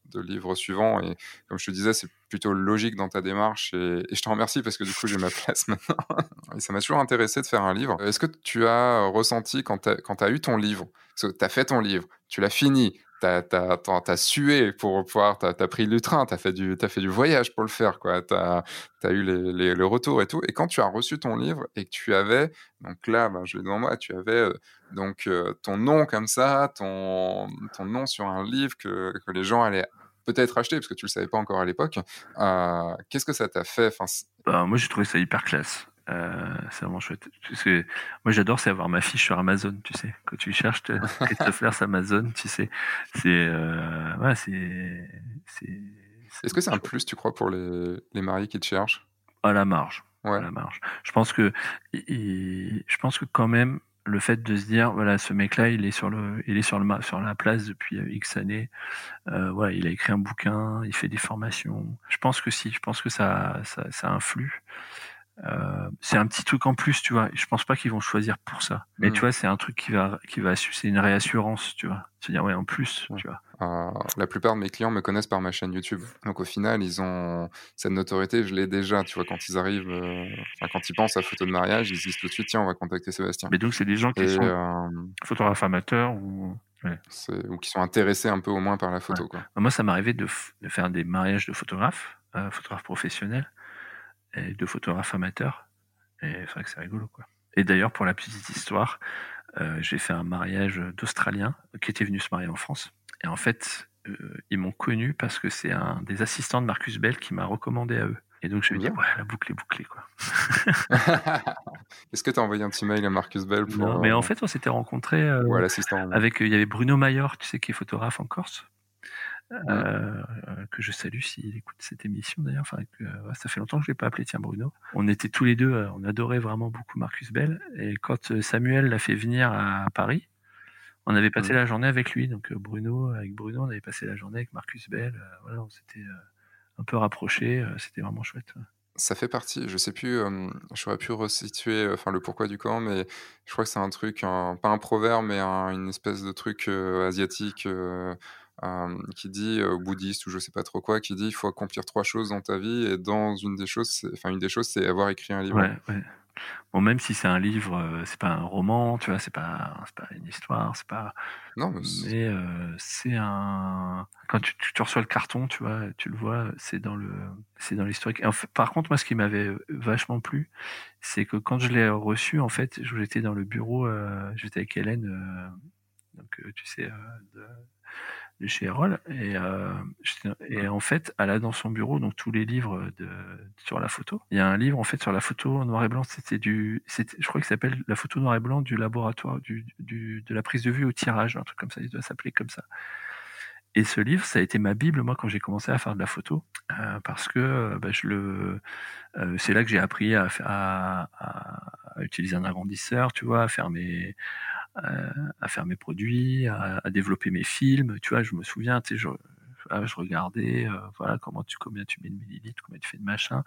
S1: de livres suivants. Et comme je te disais, c'est plutôt logique dans ta démarche. Et, et je te remercie parce que du coup, j'ai ma place maintenant. Et ça m'a toujours intéressé de faire un livre. Est-ce que tu as ressenti quand tu as eu ton livre, parce que tu as fait ton livre, tu l'as fini, T'as, t'as, t'as, t'as sué pour pouvoir, t'as, t'as pris le train, t'as fait du, t'as fait du voyage pour le faire, quoi. T'as, t'as eu les, les, le retour et tout. Et quand tu as reçu ton livre et que tu avais, donc là, ben, je l'ai devant moi, tu avais euh, donc euh, ton nom comme ça, ton, ton nom sur un livre que, que les gens allaient peut-être acheter parce que tu le savais pas encore à l'époque. Euh, qu'est-ce que ça t'a fait? Enfin,
S2: bah, moi, j'ai trouvé ça hyper classe. Euh, c'est vraiment chouette. Tu sais, moi, j'adore, c'est avoir ma fiche sur Amazon, tu sais. Quand tu cherches Christophe Amazon, tu sais. C'est, euh, ouais, c'est, c'est, c'est
S1: Est-ce que c'est un
S2: chouette.
S1: plus, tu crois, pour les, les mariés qui te cherchent?
S2: À la marge.
S1: Ouais.
S2: À la marge. Je pense que, il, je pense que quand même, le fait de se dire, voilà, ce mec-là, il est sur le, il est sur le, sur la place depuis X années. Euh, voilà, il a écrit un bouquin, il fait des formations. Je pense que si, je pense que ça, ça, ça influe. Euh, c'est un petit truc en plus, tu vois. Je pense pas qu'ils vont choisir pour ça. Mais mmh. tu vois, c'est un truc qui va, qui va, c'est une réassurance, tu vois. C'est-à-dire, ouais, en plus, ouais. tu vois.
S1: Euh, la plupart de mes clients me connaissent par ma chaîne YouTube. Donc au final, ils ont cette notoriété, je l'ai déjà, tu vois, quand ils arrivent, euh, enfin, quand ils pensent à photo de mariage, ils se disent tout de suite, tiens, on va contacter Sébastien.
S2: Mais donc, c'est des gens qui
S1: Et,
S2: sont
S1: euh,
S2: photographes amateurs ou...
S1: Ouais. ou qui sont intéressés un peu au moins par la photo, ouais. quoi.
S2: Moi, ça m'arrivait de, f- de faire des mariages de photographes, euh, photographes professionnels, et de photographes amateurs. Et c'est vrai que c'est rigolo, quoi. Et d'ailleurs, pour la petite histoire, euh, j'ai fait un mariage d'Australiens qui étaient venus se marier en France. Et en fait, euh, ils m'ont connu parce que c'est un des assistants de Marcus Bell qui m'a recommandé à eux. Et donc, je me dis, ouais, la boucle est bouclée, quoi.
S1: Est-ce que tu as envoyé un petit mail à Marcus Bell pour...
S2: Non, mais en fait, on s'était rencontrés euh,
S1: ou à l'assistant
S2: avec, il y avait Bruno Maillor, tu sais, qui est photographe en Corse.
S1: Mm.
S2: Euh, que je salue s'il écoute cette émission d'ailleurs. Enfin, que, euh, ça fait longtemps que je l'ai pas appelé, tiens Bruno. On était tous les deux, euh, on adorait vraiment beaucoup Marcus Bell. Et quand euh, Samuel l'a fait venir à Paris, on avait passé
S1: Mm.
S2: la journée avec lui. Donc euh, Bruno, avec Bruno, on avait passé la journée avec Marcus Bell. Euh, voilà, on s'était euh, un peu rapprochés. Euh, c'était vraiment chouette.
S1: Ça fait partie, je sais plus, euh, j'aurais pu resituer enfin le pourquoi du comment, mais je crois que c'est un truc, un, pas un proverbe, mais un, une espèce de truc euh, asiatique euh, euh, qui dit, euh, bouddhiste ou je sais pas trop quoi, qui dit il faut accomplir trois choses dans ta vie, et dans une des choses, c'est, enfin une des choses, c'est avoir écrit un livre.
S2: Ouais, ouais. Bon, même si c'est un livre, euh, c'est pas un roman, tu vois, c'est pas, c'est pas une histoire, c'est pas.
S1: Non, mais c'est,
S2: mais euh, c'est un. Quand tu, tu, tu reçois le carton, tu vois, tu le vois, c'est dans le, c'est dans l'historique. Et en fait, par contre, moi, ce qui m'avait vachement plu, c'est que quand je l'ai reçu, en fait, j'étais dans le bureau, euh, j'étais avec Hélène, euh, donc euh, tu sais, euh, de, de chez Erol, et, euh, j'étais- et en fait, elle a dans son bureau donc tous les livres de, sur la photo. Il y a un livre en fait sur la photo en noir et blanc. C'était du, c'était, je crois qu'il s'appelle la photo noir et blanc du laboratoire du, du, de la prise de vue au tirage, un truc comme ça. Il doit s'appeler comme ça. Et ce livre, ça a été ma bible moi quand j'ai commencé à faire de la photo, euh, parce que euh, bah, je le, euh, c'est là que j'ai appris à, à, à, à utiliser un agrandisseur, tu vois, à faire mes euh, à faire mes produits, à, à développer mes films. Tu vois, je me souviens, tu sais, je, je regardais, euh, voilà, comment tu, combien tu mets de millilitres, combien tu fais de machin,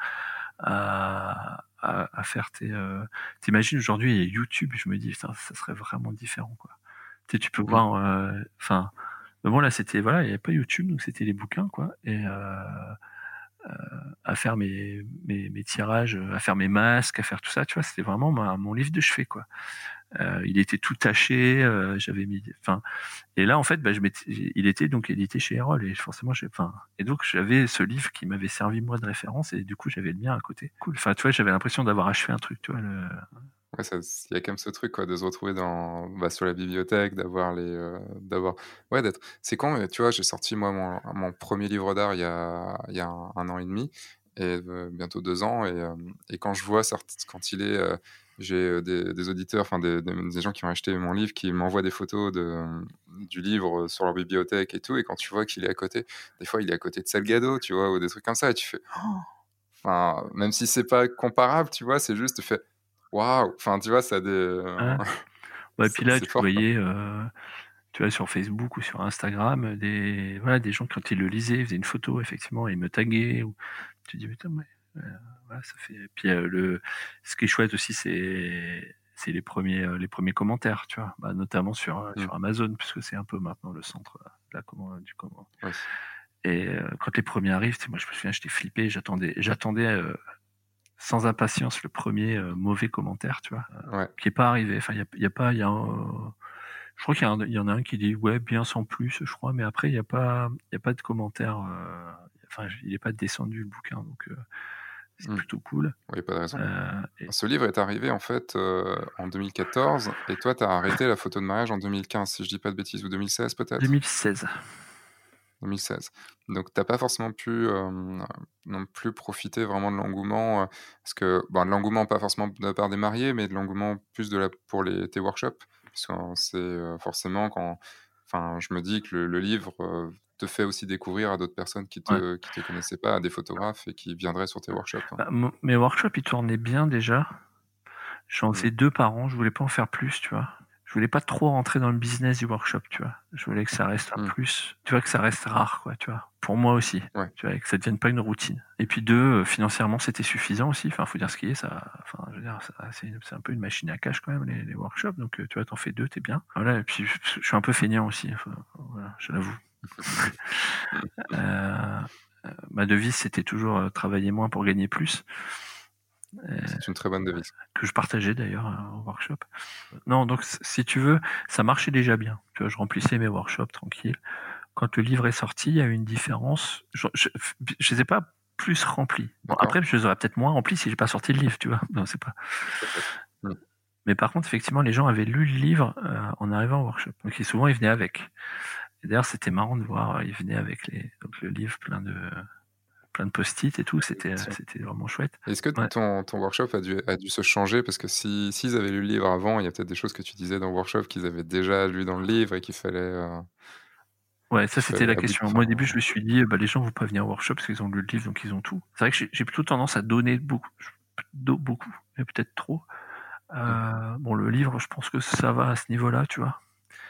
S2: à, à, à faire tes. Euh, T'imagines aujourd'hui, il y a YouTube, je me dis, putain, ça serait vraiment différent, quoi. Tu sais, tu peux
S1: mm.
S2: voir, enfin, euh, bon là, c'était, voilà, il n'y avait pas YouTube, donc c'était les bouquins, quoi, et euh, euh, à faire mes, mes, mes tirages, à faire mes masques, à faire tout ça, tu vois, c'était vraiment ma, mon livre de chevet, quoi. Euh, il était tout taché, euh, j'avais mis, enfin, et là en fait, bah, je m'étais, il était donc édité chez Erol et forcément, j'ai, enfin, et donc j'avais ce livre qui m'avait servi moi de référence et du coup j'avais le mien à côté. Cool. Enfin, tu vois, j'avais l'impression d'avoir achevé un truc, tu vois. Le...
S1: Ouais, ça, il y a quand même ce truc quoi, de se retrouver dans, bah, sur la bibliothèque, d'avoir les, euh, d'avoir, ouais, d'être. C'est quand, tu vois, j'ai sorti moi mon, mon premier livre d'art il y a, il y a un, un an et demi et euh, bientôt deux ans et, euh, et quand je vois certes, quand il est, euh, j'ai euh, des, des auditeurs, enfin des, des, des gens qui ont acheté mon livre, qui m'envoient des photos de, du livre sur leur bibliothèque et tout, et quand tu vois qu'il est à côté, des fois il est à côté de Salgado, tu vois, ou des trucs comme ça, et tu fais, oh enfin, même si c'est pas comparable, tu vois, c'est juste, tu fais. Waouh! Enfin, tu vois, ça a des.
S2: Hein ouais,
S1: c'est,
S2: puis là,
S1: c'est
S2: tu
S1: fort, quoi.
S2: voyais, euh, tu vois, sur Facebook ou sur Instagram, des, voilà, des gens quand ils le lisaient, ils faisaient une photo, effectivement, et ils me taguaient. Ou... Tu dis, putain, ouais, euh, voilà, ça fait. Puis euh, le, ce qui est chouette aussi, c'est, c'est les premiers, euh, les premiers commentaires, tu vois, bah, notamment sur, euh,
S1: Mm.
S2: sur Amazon, puisque c'est un peu maintenant le centre euh, de la commande, du comment.
S1: Oui.
S2: Et euh, quand les premiers arrivent, moi je me souviens, j'étais flippé, j'attendais, j'attendais euh, sans impatience le premier euh, mauvais commentaire, tu vois, euh,
S1: Ouais.
S2: qui est pas arrivé. Enfin, il y a, y a pas, il y a un, euh, je crois qu'il y, a un, y en a un qui dit ouais bien sans plus, je crois, mais après il y a pas, il y a pas de commentaire. Euh, enfin, il est pas descendu le bouquin, donc euh, c'est
S1: Mm.
S2: plutôt cool.
S1: Oui, pas de raison.
S2: Euh, et...
S1: Ce livre est arrivé en fait euh, en deux mille quatorze et toi tu as arrêté la photo de mariage en deux mille quinze si je dis pas de bêtises, ou deux mille seize peut-être.
S2: deux mille seize.
S1: deux mille seize. Donc t'as pas forcément pu euh, non plus profiter vraiment de l'engouement, euh, parce que bon, de l'engouement pas forcément de la part des mariés, mais de l'engouement plus de la pour les tes workshops, parce que c'est euh, forcément quand, enfin je me dis que le, le livre euh, te fait aussi découvrir à d'autres personnes qui te
S2: Ouais.
S1: qui te connaissaient pas, à des photographes et qui viendraient sur tes workshops. Hein.
S2: Bah, m- mes workshops ils tournaient bien déjà. J'en
S1: Mm.
S2: faisais deux par an, je voulais pas en faire plus, tu vois. Je voulais pas trop rentrer dans le business du workshop, tu vois. Je voulais que ça reste un
S1: Mm.
S2: plus, tu vois, que ça reste rare, quoi, tu vois. Pour moi aussi,
S1: Ouais.
S2: tu vois, et que ça devienne pas une routine. Et puis deux, euh, financièrement, c'était suffisant aussi. Enfin, faut dire ce qui est, ça, enfin, je veux dire, ça, c'est, c'est un peu une machine à cash quand même, les, les workshops. Donc, euh, tu vois, t'en fais deux, t'es bien. Voilà. Et puis, je, je suis un peu feignant aussi. Enfin, voilà, je l'avoue. euh, euh, ma devise, c'était toujours euh, travailler moins pour gagner plus.
S1: C'est une très bonne devise.
S2: Que je partageais d'ailleurs euh, au workshop. Non, donc si tu veux, ça marchait déjà bien. Tu vois, je remplissais mes workshops tranquille. Quand le livre est sorti, il y a eu une différence. Je, je, je les ai pas plus remplis. Bon, après, je les aurais peut-être moins remplis si j'ai pas sorti le livre, tu vois. Non, c'est pas.
S1: Mm.
S2: Mais par contre, effectivement, les gens avaient lu le livre euh, en arrivant au workshop. Donc souvent, ils venaient avec. Et d'ailleurs, c'était marrant de voir, euh, ils venaient avec les, donc, le livre plein de plein de post-it et tout, c'était, c'était vraiment chouette.
S1: Est-ce que
S2: ouais.
S1: ton, ton workshop a dû, a dû se changer? Parce que si, s'ils avaient lu le livre avant, il y a peut-être des choses que tu disais dans le workshop qu'ils avaient déjà lu dans le livre et qu'il fallait... Euh,
S2: ouais, ça c'était la question.
S1: Aboutir,
S2: Moi au début je me suis dit, bah, les gens vont pas venir au workshop parce qu'ils ont lu le livre, donc ils ont tout. C'est vrai que j'ai, j'ai plutôt tendance à donner beaucoup, beaucoup, mais peut-être trop. Euh, mmh. Bon, le livre, je pense que ça va à ce niveau-là, tu vois.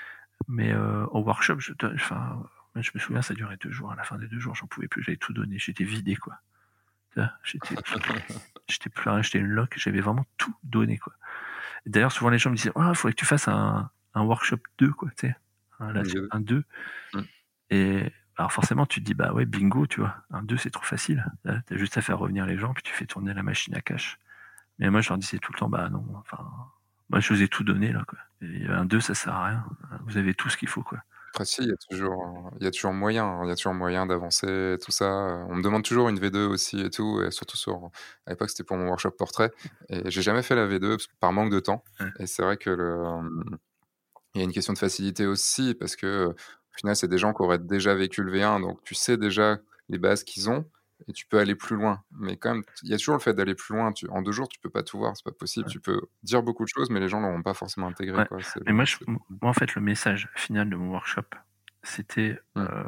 S2: Mais euh, au workshop, je, enfin, je me souviens, ça durait deux jours. À la fin des deux jours, j'en pouvais plus, j'avais tout donné, j'étais vidé, quoi. J'étais, j'étais plus rien, j'étais une loque, j'avais vraiment tout donné, quoi. Et d'ailleurs, souvent les gens me disaient, il oh, faudrait que tu fasses un, un workshop deux, quoi, tu sais, un, un deux. Mm. Et alors forcément, tu te dis, bah ouais, bingo, tu vois, un deux, c'est trop facile. T'as juste à faire revenir les gens, puis tu fais tourner la machine à cash. Mais moi, je leur disais tout le temps, bah non, enfin, moi, je vous ai tout donné, là, quoi. Et un deux, ça sert à rien. Vous avez tout ce qu'il faut, quoi.
S1: Après, si, il y a toujours, il y a toujours moyen, il y a toujours moyen d'avancer, tout ça. On me demande toujours une V deux aussi et tout, et surtout sur, à l'époque, c'était pour mon workshop portrait, et j'ai jamais fait la V deux par manque de temps. Ouais. Et c'est vrai que le, il y a une question de facilité aussi, parce que, au final, c'est des gens qui auraient déjà vécu le V un, donc tu sais déjà les bases qu'ils ont, et tu peux aller plus loin. Mais quand même, il y a toujours le fait d'aller plus loin. Tu, en deux jours, tu peux pas tout voir, c'est pas possible. Ouais. Tu peux dire beaucoup de choses, mais les gens l'auront pas forcément intégré.
S2: Ouais.
S1: Quoi. C'est
S2: mais
S1: le,
S2: moi, je, moi, en fait, le message final de mon workshop, c'était mmh. euh,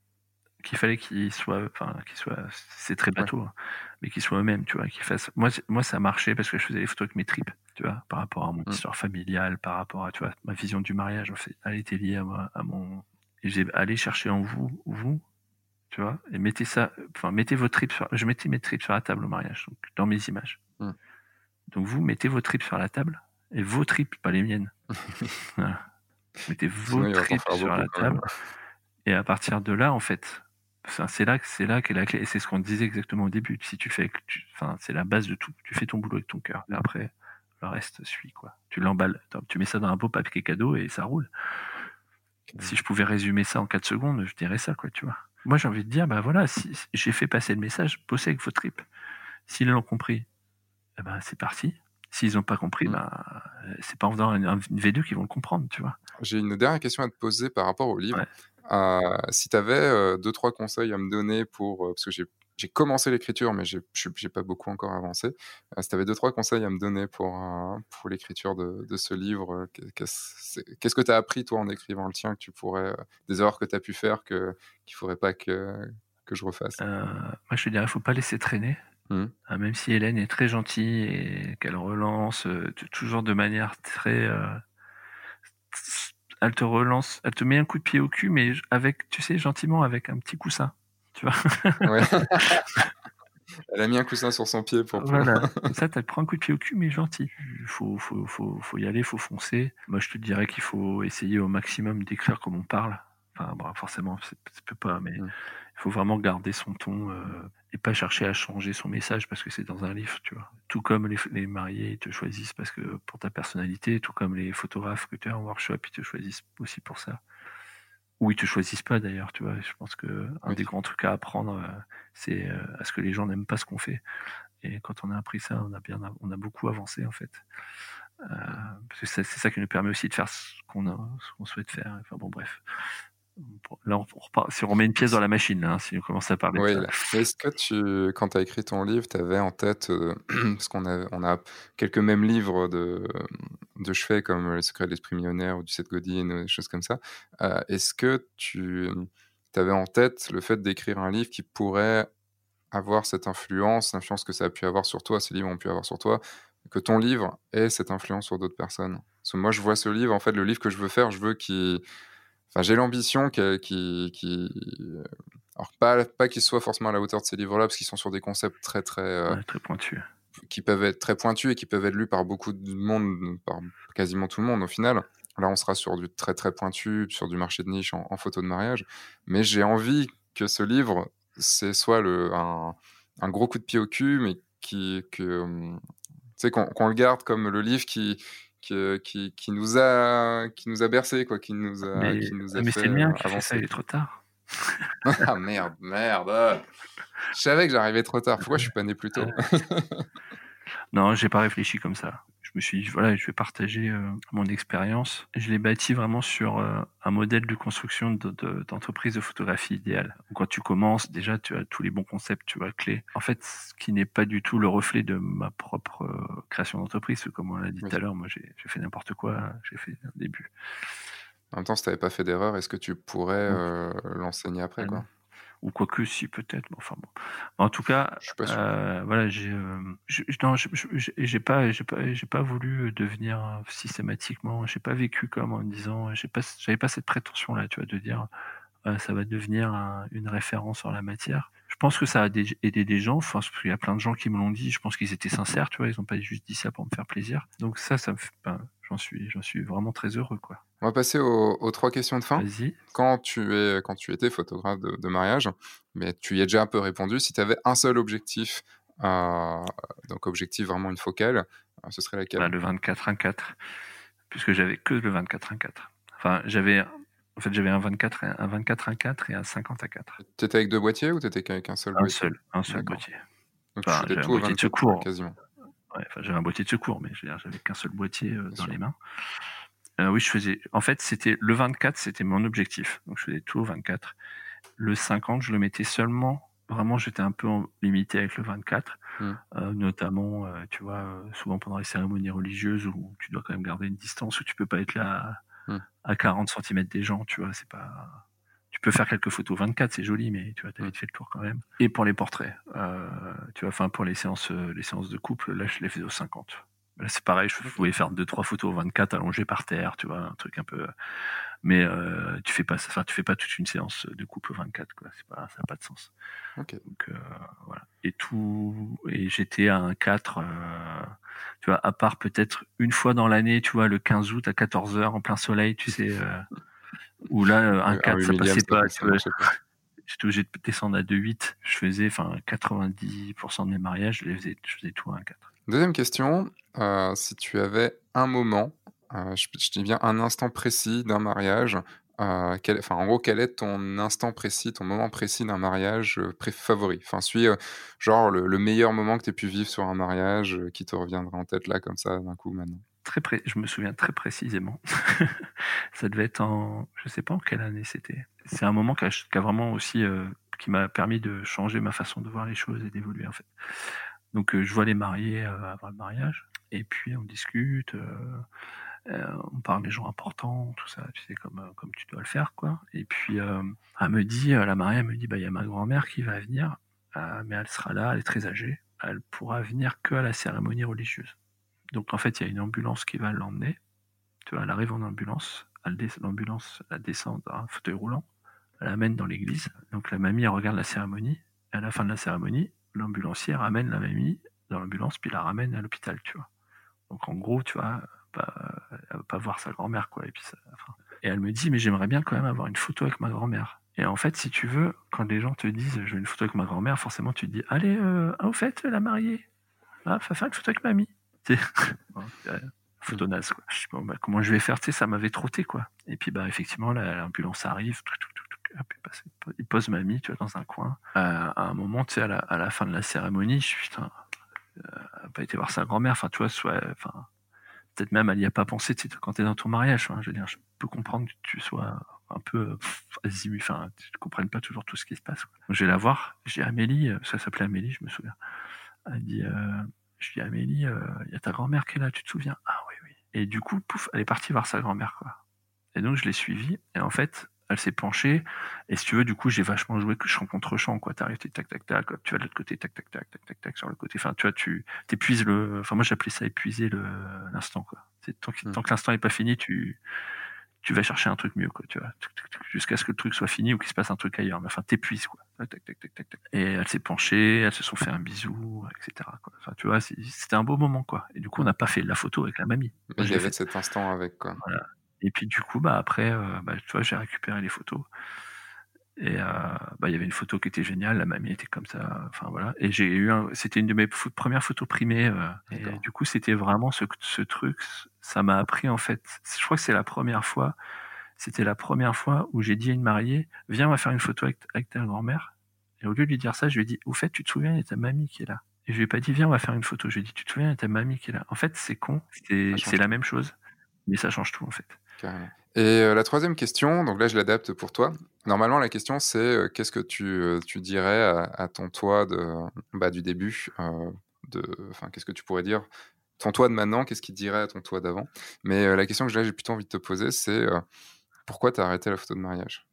S2: qu'il fallait qu'ils soient, enfin, qu'ils soient, c'est très bateau, ouais. hein, mais qu'ils soient eux-mêmes, tu vois, qu'ils fassent. Moi, moi, ça marchait parce que je faisais des photos avec mes tripes, tu vois, par rapport à mon mmh. histoire familiale, par rapport à, tu vois, ma vision du mariage. En fait, elle était liée à moi, à mon. Et j'ai allé chercher en vous, vous, tu vois, et mettez ça, enfin, mettez vos tripes sur. Je mettais mes tripes sur la table au mariage, donc dans mes images. Mmh. Donc vous mettez vos tripes sur la table et vos tripes, pas les miennes. Voilà. Mettez vos tripes sur la table. Et à partir de là, en fait, enfin, c'est là que c'est là qu'est la clé. Et c'est ce qu'on disait exactement au début. Si tu fais, tu, enfin, c'est la base de tout. Tu fais ton boulot avec ton cœur. Et après, le reste suit, quoi. Tu l'emballes. Tu mets ça dans un beau papier cadeau et ça roule. Okay. Si je pouvais résumer ça en quatre secondes, je dirais ça, quoi, tu vois. Moi, j'ai envie de dire, bah voilà, si, si j'ai fait passer le message, bossez avec vos tripes. S'ils l'ont compris, eh ben, c'est parti. S'ils n'ont pas compris, mmh. bah, c'est pas en faisant une, une V deux qu'ils vont le comprendre, tu vois.
S1: J'ai une dernière question à te poser par rapport au livre.
S2: Ouais.
S1: Euh, si tu avais euh, deux, trois conseils à me donner pour... Euh, parce que j'ai, j'ai commencé l'écriture, mais j'ai, j'ai pas beaucoup encore avancé. Euh, si tu avais deux, trois conseils à me donner pour, euh, pour l'écriture de, de ce livre, euh, qu'est-ce, qu'est-ce que tu as appris, toi, en écrivant le tien, que tu pourrais... Euh, des erreurs que tu as pu faire que, qu'il ne faudrait pas que, que je refasse
S2: euh, Moi, je te dirais, il ne faut pas laisser traîner. Mmh. Euh, même si Hélène est très gentille et qu'elle relance euh, toujours de manière très... Euh, elle te relance, elle te met un coup de pied au cul, mais avec, tu sais, gentiment, avec un petit coussin, tu vois.
S1: Ouais. Elle a mis un coussin sur son pied pour...
S2: Voilà, comme ça, elle te prend un coup de pied au cul, mais gentil. Il faut, faut, faut, faut y aller, il faut foncer. Moi, je te dirais qu'il faut essayer au maximum d'écrire comme on parle. Enfin, bon, forcément, ça peut pas, mais mmh. Il faut vraiment garder son ton euh, et pas chercher à changer son message parce que c'est dans un livre, tu vois. Tout comme les, les mariés ils te choisissent parce que pour ta personnalité, tout comme les photographes que tu as en workshop, ils te choisissent aussi pour ça. Ou ils te choisissent pas d'ailleurs, tu vois. Je pense que un
S1: Oui.
S2: des grands trucs à apprendre, euh, c'est euh, à ce que les gens n'aiment pas ce qu'on fait. Et quand on a appris ça, on a bien, on a beaucoup avancé en fait. Euh, parce que c'est, c'est ça qui nous permet aussi de faire ce qu'on, a, ce qu'on souhaite faire. Enfin bon, bref. Là, on, on repart, si on remet une pièce dans la machine, là, hein, si on commence à parler
S1: Oui,
S2: de ça.
S1: là. Mais est-ce que tu, quand tu as écrit ton livre, tu avais en tête, euh, parce qu'on a, on a quelques mêmes livres de, de chevet comme Les secrets de l'esprit millionnaire ou du Seth Godin, ou des choses comme ça. Euh, est-ce que tu avais en tête le fait d'écrire un livre qui pourrait avoir cette influence, l'influence que ça a pu avoir sur toi, ces livres ont pu avoir sur toi, que ton livre ait cette influence sur d'autres personnes? Parce que moi, je vois ce livre, en fait, le livre que je veux faire, je veux qu'il... Enfin, j'ai l'ambition qu'il... qu'il, qu'il... Alors, pas, pas qu'il soit forcément à la hauteur de ces livres-là, parce qu'ils sont sur des concepts très, très... euh,
S2: Ouais, très pointu.
S1: qui peuvent être très pointus et qui peuvent être lus par beaucoup de monde, par quasiment tout le monde au final. Là, on sera sur du très, très pointu, sur du marché de niche en, en photo de mariage. Mais j'ai envie que ce livre, c'est soit le, un, un gros coup de pied au cul, mais qui, que, hum, tu sais, qu'on, qu'on le garde comme le livre qui, qui, qui, qui nous a, qui nous a bercé, quoi, qui nous a,
S2: Mais,
S1: qui nous
S2: ah,
S1: a
S2: mais
S1: fait
S2: c'est le
S1: euh,
S2: mien qui fait ça,
S1: avancer.
S2: il est trop tard.
S1: Ah merde, merde. ah. Je savais que j'arrivais trop tard. Pourquoi je suis pas né plus tôt?
S2: Non, j'ai pas réfléchi comme ça. Je me suis dit, voilà, je vais partager euh, mon expérience. Je l'ai bâti vraiment sur euh, un modèle de construction de, de, d'entreprise de photographie idéale. Quand tu commences, déjà, tu as tous les bons concepts, tu vois, clés. En fait, ce qui n'est pas du tout le reflet de ma propre euh, création d'entreprise. Comme on l'a dit
S1: Oui.
S2: tout à l'heure, moi, j'ai, j'ai fait n'importe quoi. J'ai fait un début.
S1: En même temps, si tu n'avais pas fait d'erreur, est-ce que tu pourrais
S2: Donc,
S1: euh, l'enseigner après,
S2: ah
S1: quoi?
S2: non. Ou quoique si peut-être, mais enfin bon. En tout cas,
S1: Je suis pas sûr.
S2: euh, voilà, j'ai, euh, je- je- non, je- je- j'ai pas, j'ai pas, j'ai pas voulu devenir euh, systématiquement. J'ai pas vécu comme en disant, j'ai pas, j'avais pas cette prétention là, tu vois, de dire, euh, ça va devenir un- une référence en la matière. Je pense que ça a dé- aidé des gens. Enfin, parce qu'il y a plein de gens qui me l'ont dit. Je pense qu'ils étaient sincères, tu vois. Ils ont pas juste dit ça pour me faire plaisir. Donc ça, ça me fait, ben, j'en suis, j'en suis vraiment très heureux, quoi.
S1: On va passer aux, aux trois questions de fin.
S2: Vas-y.
S1: Quand tu, es, quand tu étais photographe de, de mariage, mais tu y as déjà un peu répondu, si tu avais un seul objectif, euh, donc objectif vraiment une focale, euh, ce serait laquelle?
S2: Bah, le vingt-quatre un quatre, puisque j'avais que le vingt-quatre un quatre. Enfin, j'avais, en fait, j'avais un vingt-quatre, un vingt-quatre un quatre et un cinquante à quatre.
S1: Tu étais avec deux boîtiers ou tu étais qu'avec un seul
S2: Un
S1: boîtier?
S2: seul, un seul
S1: D'accord.
S2: boîtier.
S1: Donc tu
S2: Enfin,
S1: shootais
S2: j'avais un
S1: tout au
S2: boîtier de
S1: vingt-quatre,
S2: secours.
S1: quasiment.
S2: Ouais, enfin, j'avais un boîtier de secours, mais je veux dire, j'avais qu'un seul boîtier euh,
S1: Bien
S2: dans
S1: sûr.
S2: les mains. Euh, oui, je faisais. En fait, c'était le vingt-quatre, c'était mon objectif. Donc, je faisais tout au vingt-quatre. Le cinquante, je le mettais seulement. Vraiment, j'étais un peu en- limité avec le vingt-quatre,
S1: Hmm.
S2: euh, notamment, euh, tu vois, euh, souvent pendant les cérémonies religieuses où tu dois quand même garder une distance, où tu peux pas être là à,
S1: Hmm.
S2: à quarante centimètres des gens, tu vois, c'est pas. Tu peux faire quelques photos vingt-quatre, c'est joli, mais tu vois, t'as
S1: Hmm.
S2: vite fait le tour quand même. Et pour les portraits, euh, tu vois, enfin pour les séances, euh, les séances de couple, là, je les faisais au cinquante. Là, c'est pareil, je pouvais faire deux trois photos au vingt-quatre allongées par terre, tu vois, un truc un peu. Mais euh, tu fais pas, enfin, tu fais pas toute une séance de couple au vingt-quatre, quoi. C'est pas, ça n'a pas de sens.
S1: Ok.
S2: Donc euh, voilà. Et tout, et j'étais à un quatre. Euh, tu vois, à part peut-être une fois dans l'année, tu vois, le quinze août à quatorze heures en plein soleil, tu sais. Euh, où là, euh, un
S1: Un
S2: quatre,
S1: huit
S2: ça
S1: millième,
S2: passait
S1: ça,
S2: pas.
S1: ça
S2: Tu vois,
S1: marchait pas.
S2: j'étais obligé de descendre à deux huit. Je faisais, enfin, quatre-vingt-dix pour cent de mes mariages, je les faisais, je faisais tout à un quatre.
S1: Deuxième question, euh, si tu avais un moment, euh, je, je dis bien un instant précis d'un mariage, euh, quel, enfin, en gros, quel est ton instant précis, ton moment précis d'un mariage euh, pré- favori? Enfin, celui, euh, genre le, le meilleur moment que tu aies pu vivre sur un mariage euh, qui te reviendra en tête là, comme ça, d'un coup, maintenant.
S2: Très pré- je me souviens très précisément. Ça devait être en, je sais pas en quelle année c'était. C'est un moment qui a, qui a vraiment aussi, euh, qui m'a permis de changer ma façon de voir les choses et d'évoluer en fait. Donc euh, je vois les mariés euh, avant le mariage, et puis on discute, euh, euh, on parle des gens importants, tout ça, tu sais, comme euh, comme tu dois le faire, quoi. Et puis euh, elle me dit, euh, la mariée elle me dit, bah il y a ma grand-mère qui va venir, euh, mais elle sera là, elle est très âgée, elle pourra venir que à la cérémonie religieuse. Donc en fait il y a une ambulance qui va l'emmener. Tu vois, elle arrive en ambulance, elle des- l'ambulance la descend dans un fauteuil roulant, elle l'amène dans l'église. Donc la mamie elle regarde la cérémonie, et à la fin de la cérémonie, l'ambulancier ramène la mamie dans l'ambulance, puis la ramène à l'hôpital, tu vois. Donc en gros, tu vois, bah, elle va pas voir sa grand-mère, quoi. Et puis ça, enfin. Et elle me dit, mais j'aimerais bien quand même avoir une photo avec ma grand-mère. Et en fait, si tu veux, quand les gens te disent « je veux une photo avec ma grand-mère », forcément tu te dis « allez, euh, ah, au fait, la mariée, ah, faut faire une photo avec mamie ». Tu sais, bon, euh, photo naze, quoi. Je sais pas, bah, comment je vais faire, tu sais, ça m'avait trotté, quoi. Et puis, bah, effectivement, la- l'ambulance arrive, tout, tout, tout, tout, hop, il passe- il pose mamie, tu vois, dans un coin. Euh, à un moment, tu sais, à la, à la fin de la cérémonie, je suis, putain, euh, elle a pas été voir sa grand-mère, enfin, tu vois, soit, enfin, peut-être même elle n'y a pas pensé, tu sais, quand t'es dans ton mariage, hein, je veux dire, je peux comprendre que tu sois un peu, pff, azimut, enfin, tu ne comprennes pas toujours tout ce qui se passe, quoi. Donc, je vais la voir, je dis Amélie, euh, ça s'appelait Amélie, je me souviens. Elle dit, euh, je dis Amélie, euh, il y a ta grand-mère qui est là, tu te souviens? Ah oui, oui. Et du coup, pouf, elle est partie voir sa grand-mère, quoi. Et donc, je l'ai suivie, et en fait, elle s'est penchée, et si tu veux, du coup, j'ai vachement joué que champ contre champ, quoi. T'arrives, t'es tac, tac, tac, hop, tu vas de l'autre côté, tac, tac, tac, tac, tac, tac, sur le côté. Enfin, tu vois, tu t'épuises le, enfin, moi, j'appelais ça épuiser le, l'instant, quoi. C'est, tant, que-
S1: Mm.
S2: tant que l'instant n'est pas fini, tu, tu vas chercher un truc mieux, quoi, tu vois, Tuc, tuc, tuc, jusqu'à ce que le truc soit fini ou qu'il se passe un truc ailleurs. Mais enfin, t'épuises, quoi. Tac, tac, tac, tac, tac, tac. Et elle s'est penchée, elles se sont fait un bisou, et cetera, quoi. Enfin, tu vois, c'est- c'était un beau moment, quoi. Et du coup, on n'a pas fait la photo avec la mamie.
S1: Mais
S2: Moi,
S1: il
S2: je
S1: y
S2: l'ai
S1: avait
S2: fait.
S1: cet instant avec, quoi.
S2: Voilà. Et puis, du coup, bah, après, euh, bah, tu vois, j'ai récupéré les photos. Et euh, bah, il y avait une photo qui était géniale, la mamie était comme ça, enfin voilà. Et j'ai eu un, c'était une de mes pho- premières photos primées. euh, et
S1: D'accord.
S2: du coup, c'était vraiment ce, ce truc, ça m'a appris en fait. Je crois que c'est la première fois, c'était la première fois où j'ai dit à une mariée, viens, on va faire une photo avec, avec ta grand-mère. Et au lieu de lui dire ça, je lui ai dit, au fait, tu te souviens, il y a ta mamie qui est là. Et je lui ai pas dit, viens, on va faire une photo. Je lui ai dit, tu te souviens, il y a ta mamie qui est là. En fait, c'est con, c'est,
S1: Ça change
S2: c'est la
S1: tout,
S2: même chose, mais ça change tout en fait.
S1: carrément. Et euh, la troisième question, donc là je l'adapte pour toi. Normalement, la question c'est euh, qu'est-ce que tu, euh, tu dirais à, à ton toi de, bah, du début euh, de, enfin, qu'est-ce que tu pourrais dire ton toi de maintenant, qu'est-ce qu'il dirait à ton toi d'avant. Mais euh, la question que là j'ai plutôt envie de te poser, c'est euh, pourquoi tu as arrêté la photo de mariage?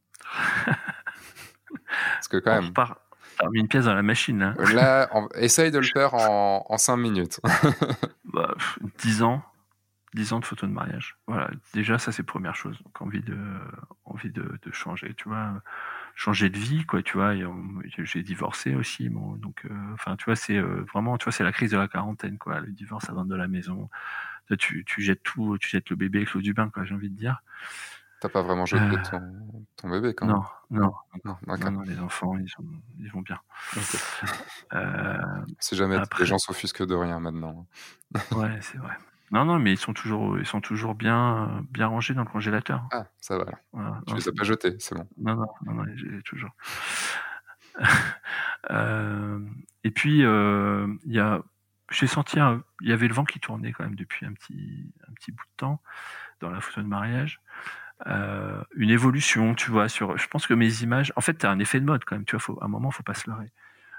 S1: Parce que quand
S2: On
S1: même,
S2: repart. T'as mis une pièce dans la machine là.
S1: là, on- essaye de le faire en, en cinq minutes.
S2: Bah, pff, dix ans. dix ans de photos de mariage. Voilà, déjà ça c'est première chose. Donc envie de envie de, de changer, tu vois, changer de vie quoi, tu vois. Et on- j'ai divorcé aussi, bon, donc euh, enfin tu vois c'est euh, vraiment tu vois c'est la crise de la quarantaine quoi, le divorce avant de la maison. Toi, tu tu jettes tout, tu jettes le bébé avec l'eau du bain quoi, j'ai envie de dire.
S1: T'as pas vraiment jeté
S2: Euh,
S1: ton, ton bébé quand
S2: non,
S1: même.
S2: non,
S1: Non,
S2: non,
S1: d'accord.
S2: non, les enfants ils sont ils vont bien.
S1: Ok.
S2: Euh,
S1: On sait jamais, les
S2: après
S1: gens s'offusquent de rien maintenant.
S2: ouais c'est vrai. Non non mais ils sont toujours ils sont toujours bien bien rangés dans le congélateur.
S1: Ah, ça va alors.
S2: Voilà,
S1: Tu
S2: non,
S1: les as
S2: c'est
S1: pas
S2: bien.
S1: jetés, c'est bon.
S2: Non, non, non, non, j'ai toujours. Euh, et puis, euh, il y a, j'ai senti, un- il y avait le vent qui tournait quand même depuis un petit, un petit bout de temps dans la photo de mariage. Euh, une évolution, tu vois, sur. Je pense que mes images, en fait, t'as un effet de mode quand même. Tu vois, faut, à un moment, faut pas se leurrer.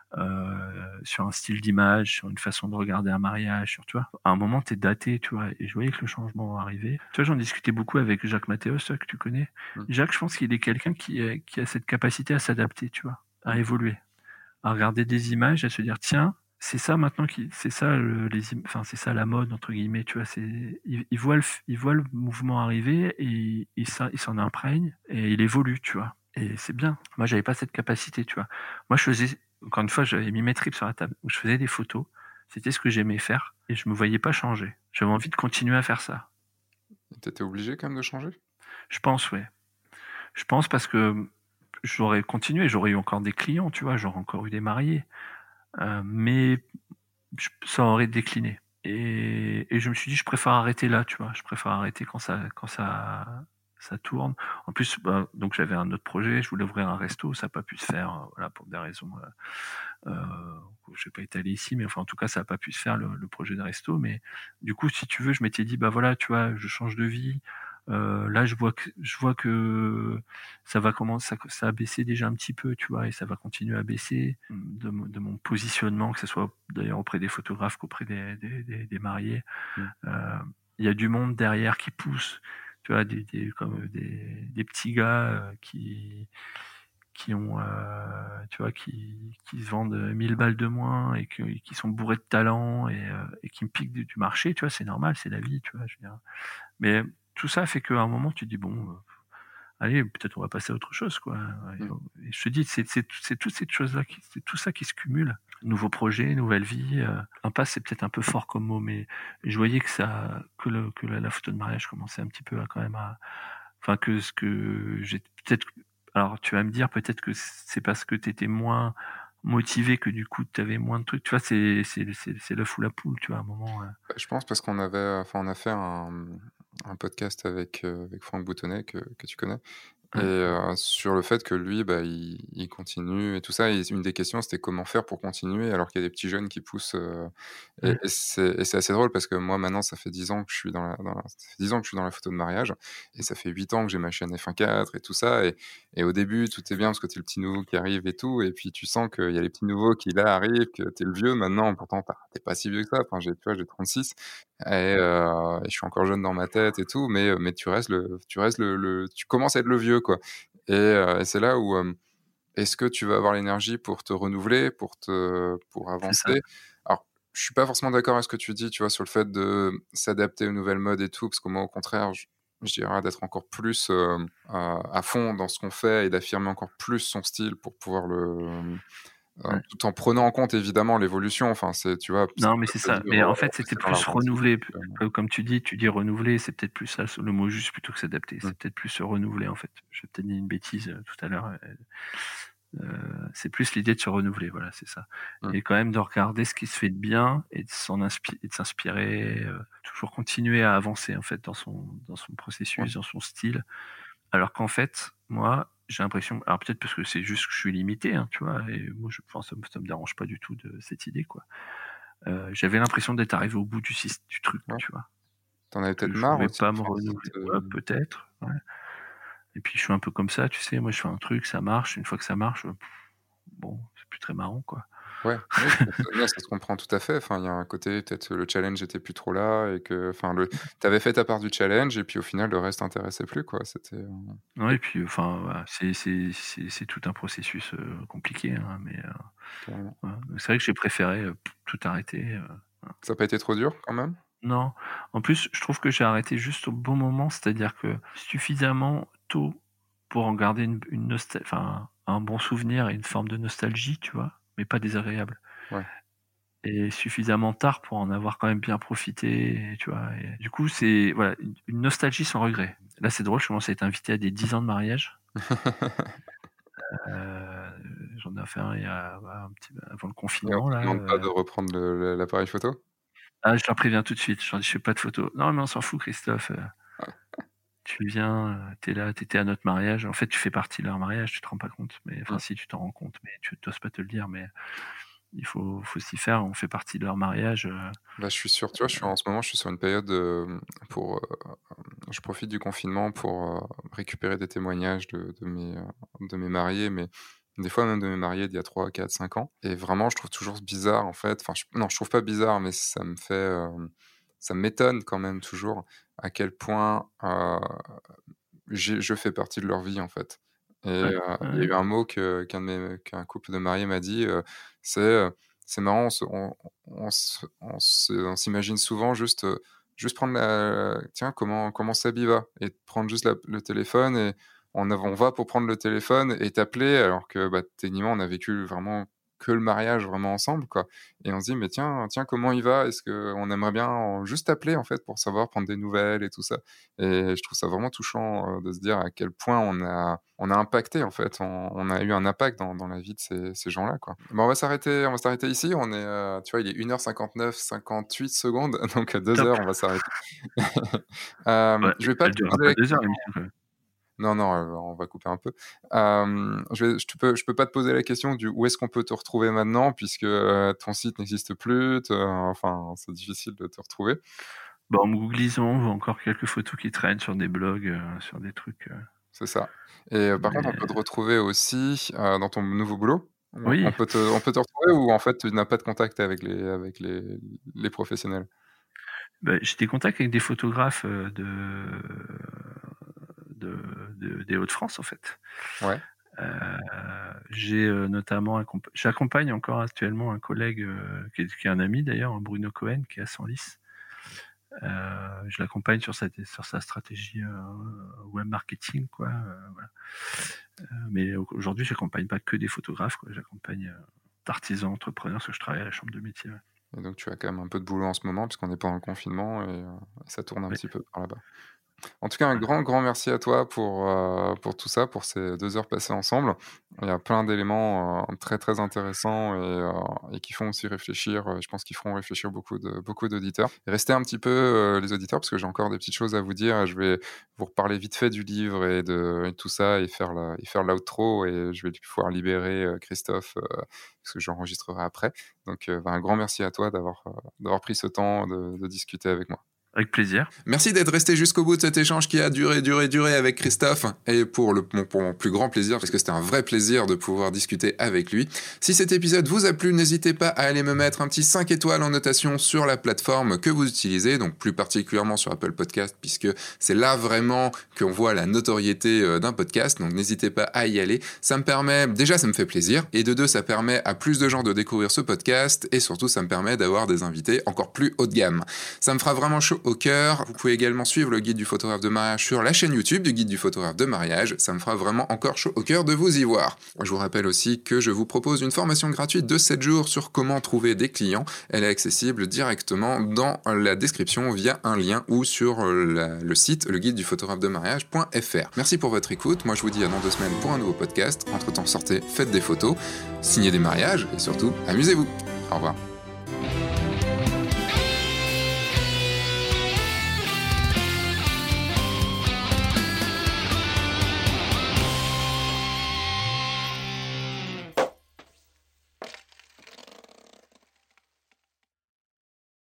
S2: Euh, sur un style d'image, sur une façon de regarder un mariage, sur, tu vois. À un moment, t'es daté, tu vois, et je voyais que le changement arrivait. Tu vois, j'en discutais beaucoup avec Jacques Mathéos, toi, que tu connais.
S1: Mm.
S2: Jacques, je pense qu'il est quelqu'un qui, est- qui a cette capacité à s'adapter, tu vois, à
S1: Mm.
S2: évoluer, à regarder des images, à se dire, tiens, c'est ça maintenant qui, c'est ça le, les, im- enfin, c'est ça la mode, entre guillemets, tu vois, c'est, il, il voit le, f- il voit le mouvement arriver et il, s'en- il s'en imprègne et il évolue, tu vois. Et c'est bien. Moi, j'avais pas cette capacité, tu vois. Moi, je faisais, encore une fois, j'avais mis mes tripes sur la table, où je faisais des photos. C'était ce que j'aimais faire et je me voyais pas changer. J'avais envie de continuer à faire ça.
S1: T'étais obligé quand même de changer?
S2: Je pense, ouais. Je pense parce que j'aurais continué, j'aurais eu encore des clients, tu vois, j'aurais encore eu des mariés. Euh, mais je- ça aurait décliné. Et, et je me suis dit, je préfère arrêter là, tu vois. Je préfère arrêter quand ça, quand ça, ça tourne. En plus, bah, donc j'avais un autre projet, je voulais ouvrir un resto, ça n'a pas pu se faire, euh, voilà, pour des raisons. Euh, euh, je vais pas étaler ici, mais enfin, en tout cas, ça n'a pas pu se faire le, le projet de resto. Mais du coup, si tu veux, je m'étais dit, bah voilà, tu vois, je change de vie. Euh, là, je vois que je vois que ça va commencer, ça, ça a baissé déjà un petit peu, tu vois, et ça va continuer à baisser de, mo- de mon positionnement, que ce soit d'ailleurs auprès des photographes qu'auprès des, des, des, des mariés.
S1: Mm.
S2: Euh, Il y a du monde derrière qui pousse, tu vois, des, des, comme des, des petits gars euh, qui qui ont, euh, tu vois, qui, qui se vendent mille balles de moins et que- et qui sont bourrés de talent et, euh, et qui me piquent du, du marché, tu vois, c'est normal, c'est la vie, tu vois, je veux dire. Mais tout ça fait qu'à un moment, tu te dis, bon, euh, allez, peut-être on va passer à autre chose, quoi. Et,
S1: Mm.
S2: et je te dis, c'est, c'est, c'est toutes ces choses-là, qui, c'est tout ça qui se cumule. Nouveau projet, nouvelle vie. Euh, impasse, c'est peut-être un peu fort comme mot, mais je voyais que ça, que, le, que la, la photo de mariage commençait un petit peu à quand même à, enfin que ce que j'ai peut-être alors tu vas me dire peut-être que c'est parce que tu étais moins motivé que du coup tu avais moins de trucs, tu vois? C'est c'est c'est c'est l'œuf ou la poule, tu vois? À un moment, heu
S1: Bah, je pense parce qu'on avait, enfin, on a fait un, mmh, un podcast avec, heu, avec Franck Boutonnet que que tu connais et
S2: ouais,
S1: heu, sur le fait que lui, bah, il il continue et tout ça et une des questions, c'était comment faire pour continuer alors qu'il y a des petits jeunes qui poussent, heu et
S2: ouais,
S1: et c'est et c'est assez drôle parce que moi, maintenant, ça fait dix ans que je suis dans la dans la ça fait dix ans que je suis dans la photo de mariage et ça fait huit ans que j'ai ma chaîne F un quatre et tout ça et et au début, tout est bien parce que tu es le petit nouveau qui arrive et tout et puis tu sens qu'il y a les petits nouveaux qui, là, arrivent, que tu es le vieux maintenant, pourtant tu as pas si vieux que ça, enfin, j'ai tu vois, j'ai trente-six et heu et je suis encore jeune dans ma tête et tout, mais heu, mais tu restes le tu restes le le tu commences à être le vieux, quoi et heu et c'est là où, hem, est-ce que tu vas avoir l'énergie pour te renouveler, pour te pour
S2: c'est ça.
S1: avancer? Alors, je suis pas forcément d'accord avec ce que tu dis, tu vois, sur le fait de s'adapter aux nouvelles modes et tout, parce que moi, au contraire, je je dirais d'être encore plus, hem, à à fond dans ce qu'on fait et d'affirmer encore plus son style pour pouvoir le, Heu,
S2: Ouais.
S1: tout en prenant en compte évidemment l'évolution, enfin c'est tu vois? C'est
S2: Non, mais
S1: pas
S2: c'est
S1: se
S2: ça.
S1: dire,
S2: Mais
S1: heu:
S2: en
S1: «On
S2: fait,
S1: fait
S2: c'était
S1: ça dans
S2: plus
S1: l'intensive»,
S2: renouveler, p
S1: heu,
S2: p comme tu dis tu dis renouveler, c'est peut-être plus ça le mot juste plutôt que s'adapter.
S1: mmh,
S2: C'est peut-être plus se renouveler, en fait. J'ai peut-être dit une bêtise, heu, tout à l'heure, heu heu, c'est plus l'idée de se renouveler, voilà, c'est ça.
S1: mmh,
S2: Et quand même de regarder ce qui se fait de bien et de s'en inspi et de s'inspirer, heu, toujours continuer à avancer, en fait, dans son dans son
S1: ouais,
S2: processus, dans son style. Alors qu'en fait, moi, j'ai l'impression, alors peut-être parce que c'est juste que je suis limité, hein, tu vois? Et moi, je enfin, ça me ça me dérange pas du tout de cette idée, quoi. Heu, j'avais l'impression d'être arrivé au bout du syst du truc,
S1: ouais.
S2: tu vois?
S1: Tu en avais
S2: Que
S1: peut-être
S2: je
S1: marre
S2: pouvais
S1: aussi,
S2: pas me
S1: enfin ça
S2: renouveler.
S1: te
S2: Ouais, peut-être, ouais. Et puis je suis un peu comme ça, tu sais? Moi, je fais un truc, ça marche. Une fois que ça marche, heu, bon, c'est plus très marrant, quoi.
S1: ouais, oui, ça se non, ça se comprend tout à fait, enfin il y a un côté peut-être le challenge était plus trop là et que enfin le tu avais fait ta part du challenge et puis au final le reste t'intéressait plus quoi, c'était, heu,
S2: Ouais, et puis, enfin, voilà, c'est c'est c'est c'est tout un processus, heu, compliqué, hein, mais, heu,
S1: carrément.
S2: voilà. Donc c'est vrai que j'ai préféré, heu, tout arrêter, heu, voilà.
S1: Ça a pas été trop dur quand même?
S2: Non, en plus, je trouve que j'ai arrêté juste au bon moment, c'est-à-dire que suffisamment tôt pour en garder une une nostal enfin, un bon souvenir et une forme de nostalgie, tu vois? Mais pas désagréable.
S1: Ouais.
S2: Et suffisamment tard pour en avoir quand même bien profité et tu vois? Et du coup, c'est voilà, une une nostalgie sans regret. Là, c'est drôle, je commence à être invité à des dix ans de mariage. Heu, j'en ai fait un il y a, bah, un petit avant le
S1: Et on
S2: confinement
S1: te
S2: là,
S1: demande pas de
S2: heu.
S1: reprendre le le l'appareil photo?
S2: Ah, je leur préviens tout de suite, je leur dis: «Je fais pas de photos». «Non, mais on s'en fout Christophe, heu, tu viens, heu, tu es là, tu étais à notre mariage». En fait, tu fais partie de leur mariage, tu te rends pas compte, mais enfin
S1: Mmh.
S2: si, tu t'en rends compte, mais tu oses pas te le dire, mais il faut faut s'y faire, on fait partie de leur mariage, heu.
S1: Bah, je suis sûr, tu vois, je suis en ce moment, je suis sur une période, hem, pour, heu, je profite du confinement pour, heu, récupérer des témoignages de de mes, heu, de mes mariés, mais des fois même de mes mariés d'il y a trois, quatre, cinq ans et vraiment je trouve toujours bizarre en fait, enfin je non, je trouve pas bizarre, mais ça me fait, hem, ça m'étonne quand même toujours à quel point, heu, j'ai je fais partie de leur vie en fait et
S2: Ouais,
S1: heu,
S2: ouais,
S1: il y a
S2: ouais.
S1: eu un mot que qu'un de mes qu'un couple de mariés m'a dit, heu, c'est, heu: «C'est marrant, on se on on se on se on s'imagine souvent juste, heu, juste prendre la tiens comment comment Seb il va?» et prendre juste la le téléphone et on av on va pour prendre le téléphone et t'appeler alors que, bah, techniquement on a vécu vraiment que le mariage vraiment ensemble quoi et on se dit: «Mais tiens tiens comment il va? Est-ce qu'on aimerait bien en juste t'appeler en fait pour savoir, prendre des nouvelles et tout ça» et je trouve ça vraiment touchant, heu, de se dire à quel point on a on a impacté en fait, on on a eu un impact dans dans la vie de ces ces gens-là, quoi. Bah, on va s'arrêter on va s'arrêter ici, on est, heu, tu vois, il est une heure cinquante-neuf, cinquante-huit secondes, donc à deux
S2: Top.
S1: heures, on va s'arrêter. Hem,
S2: Ouais,
S1: je vais pas
S2: elle
S1: te
S2: durera
S1: poser
S2: pas
S1: la
S2: deux heures
S1: question
S2: l'émission quand même.
S1: non, non, heu, on va couper un peu. Hem, je vais je te peux je peux pas te poser la question du où est-ce qu'on peut te retrouver maintenant puisque, heu, ton site n'existe plus, te enfin, c'est difficile de te retrouver.
S2: Bah, en me googlisant, on voit encore quelques photos qui traînent sur des blogs, heu, sur des trucs, heu,
S1: C'est ça et heu, par contre, on peut te
S2: mais
S1: retrouver aussi, heu, dans ton nouveau boulot? On on
S2: oui,
S1: peut te on peut te retrouver ou en fait, tu n'as pas de contact avec les avec les les professionnels?
S2: bah, j'ai des contacts avec des photographes, heu, de de de des Hauts-de-France, en fait.
S1: Ouais,
S2: Heu, j'ai, heu, notamment accomp j'accompagne encore actuellement un collègue, heu, qui est qui est un ami d'ailleurs, hein, Bruno Cohen, qui est à Senlis. Heu, je l'accompagne sur sa sur sa stratégie, heu, web marketing, quoi, heu, voilà. Heu, mais au aujourd'hui, j'accompagne pas que des photographes, quoi, j'accompagne, heu, d'artisans, entrepreneurs, parce que je travaille à la chambre de métier, ouais.
S1: et donc tu as quand même un peu de boulot en ce moment puisqu'on est pendant le confinement et heu, ça tourne un
S2: Oui.
S1: petit peu par là-bas. En tout cas, un grand, grand merci à toi pour, euh, pour tout ça, pour ces deux heures passées ensemble. Il y a plein d'éléments euh, très, très intéressants et, euh, et qui font aussi réfléchir. euh, Je pense qu'ils feront réfléchir beaucoup, de, beaucoup d'auditeurs. Restez un petit peu, euh, les auditeurs, parce que j'ai encore des petites choses à vous dire. Je vais vous reparler vite fait du livre et de, et de tout ça et faire, la, et faire l'outro. Et je vais pouvoir libérer euh, Christophe, euh, parce que j'enregistrerai après. Donc, euh, bah, un grand merci à toi d'avoir, euh, d'avoir pris ce temps de, de discuter avec moi.
S2: Avec plaisir.
S1: Merci d'être resté jusqu'au bout de cet échange qui a duré, duré, duré avec Christophe et pour, le, pour mon plus grand plaisir, parce que c'était un vrai plaisir de pouvoir discuter avec lui. Si cet épisode vous a plu, n'hésitez pas à aller me mettre un petit cinq étoiles en notation sur la plateforme que vous utilisez, donc plus particulièrement sur Apple Podcast, puisque c'est là vraiment qu'on voit la notoriété d'un podcast, donc n'hésitez pas à y aller. Ça me permet, déjà ça me fait plaisir, et de deux, ça permet à plus de gens de découvrir ce podcast, et surtout ça me permet d'avoir des invités encore plus haut de gamme. Ça me fera vraiment chaud au cœur. Vous pouvez également suivre le guide du photographe de mariage sur la chaîne YouTube du guide du photographe de mariage. Ça me fera vraiment encore chaud au cœur de vous y voir. Je vous rappelle aussi que je vous propose une formation gratuite de sept jours sur comment trouver des clients. Elle est accessible directement dans la description via un lien ou sur la, le site le guide du photographe de mariage point f r. Merci pour votre écoute. Moi, je vous dis à dans deux semaines pour un nouveau podcast. Entre-temps, sortez, faites des photos, signez des mariages et surtout, amusez-vous. Au revoir.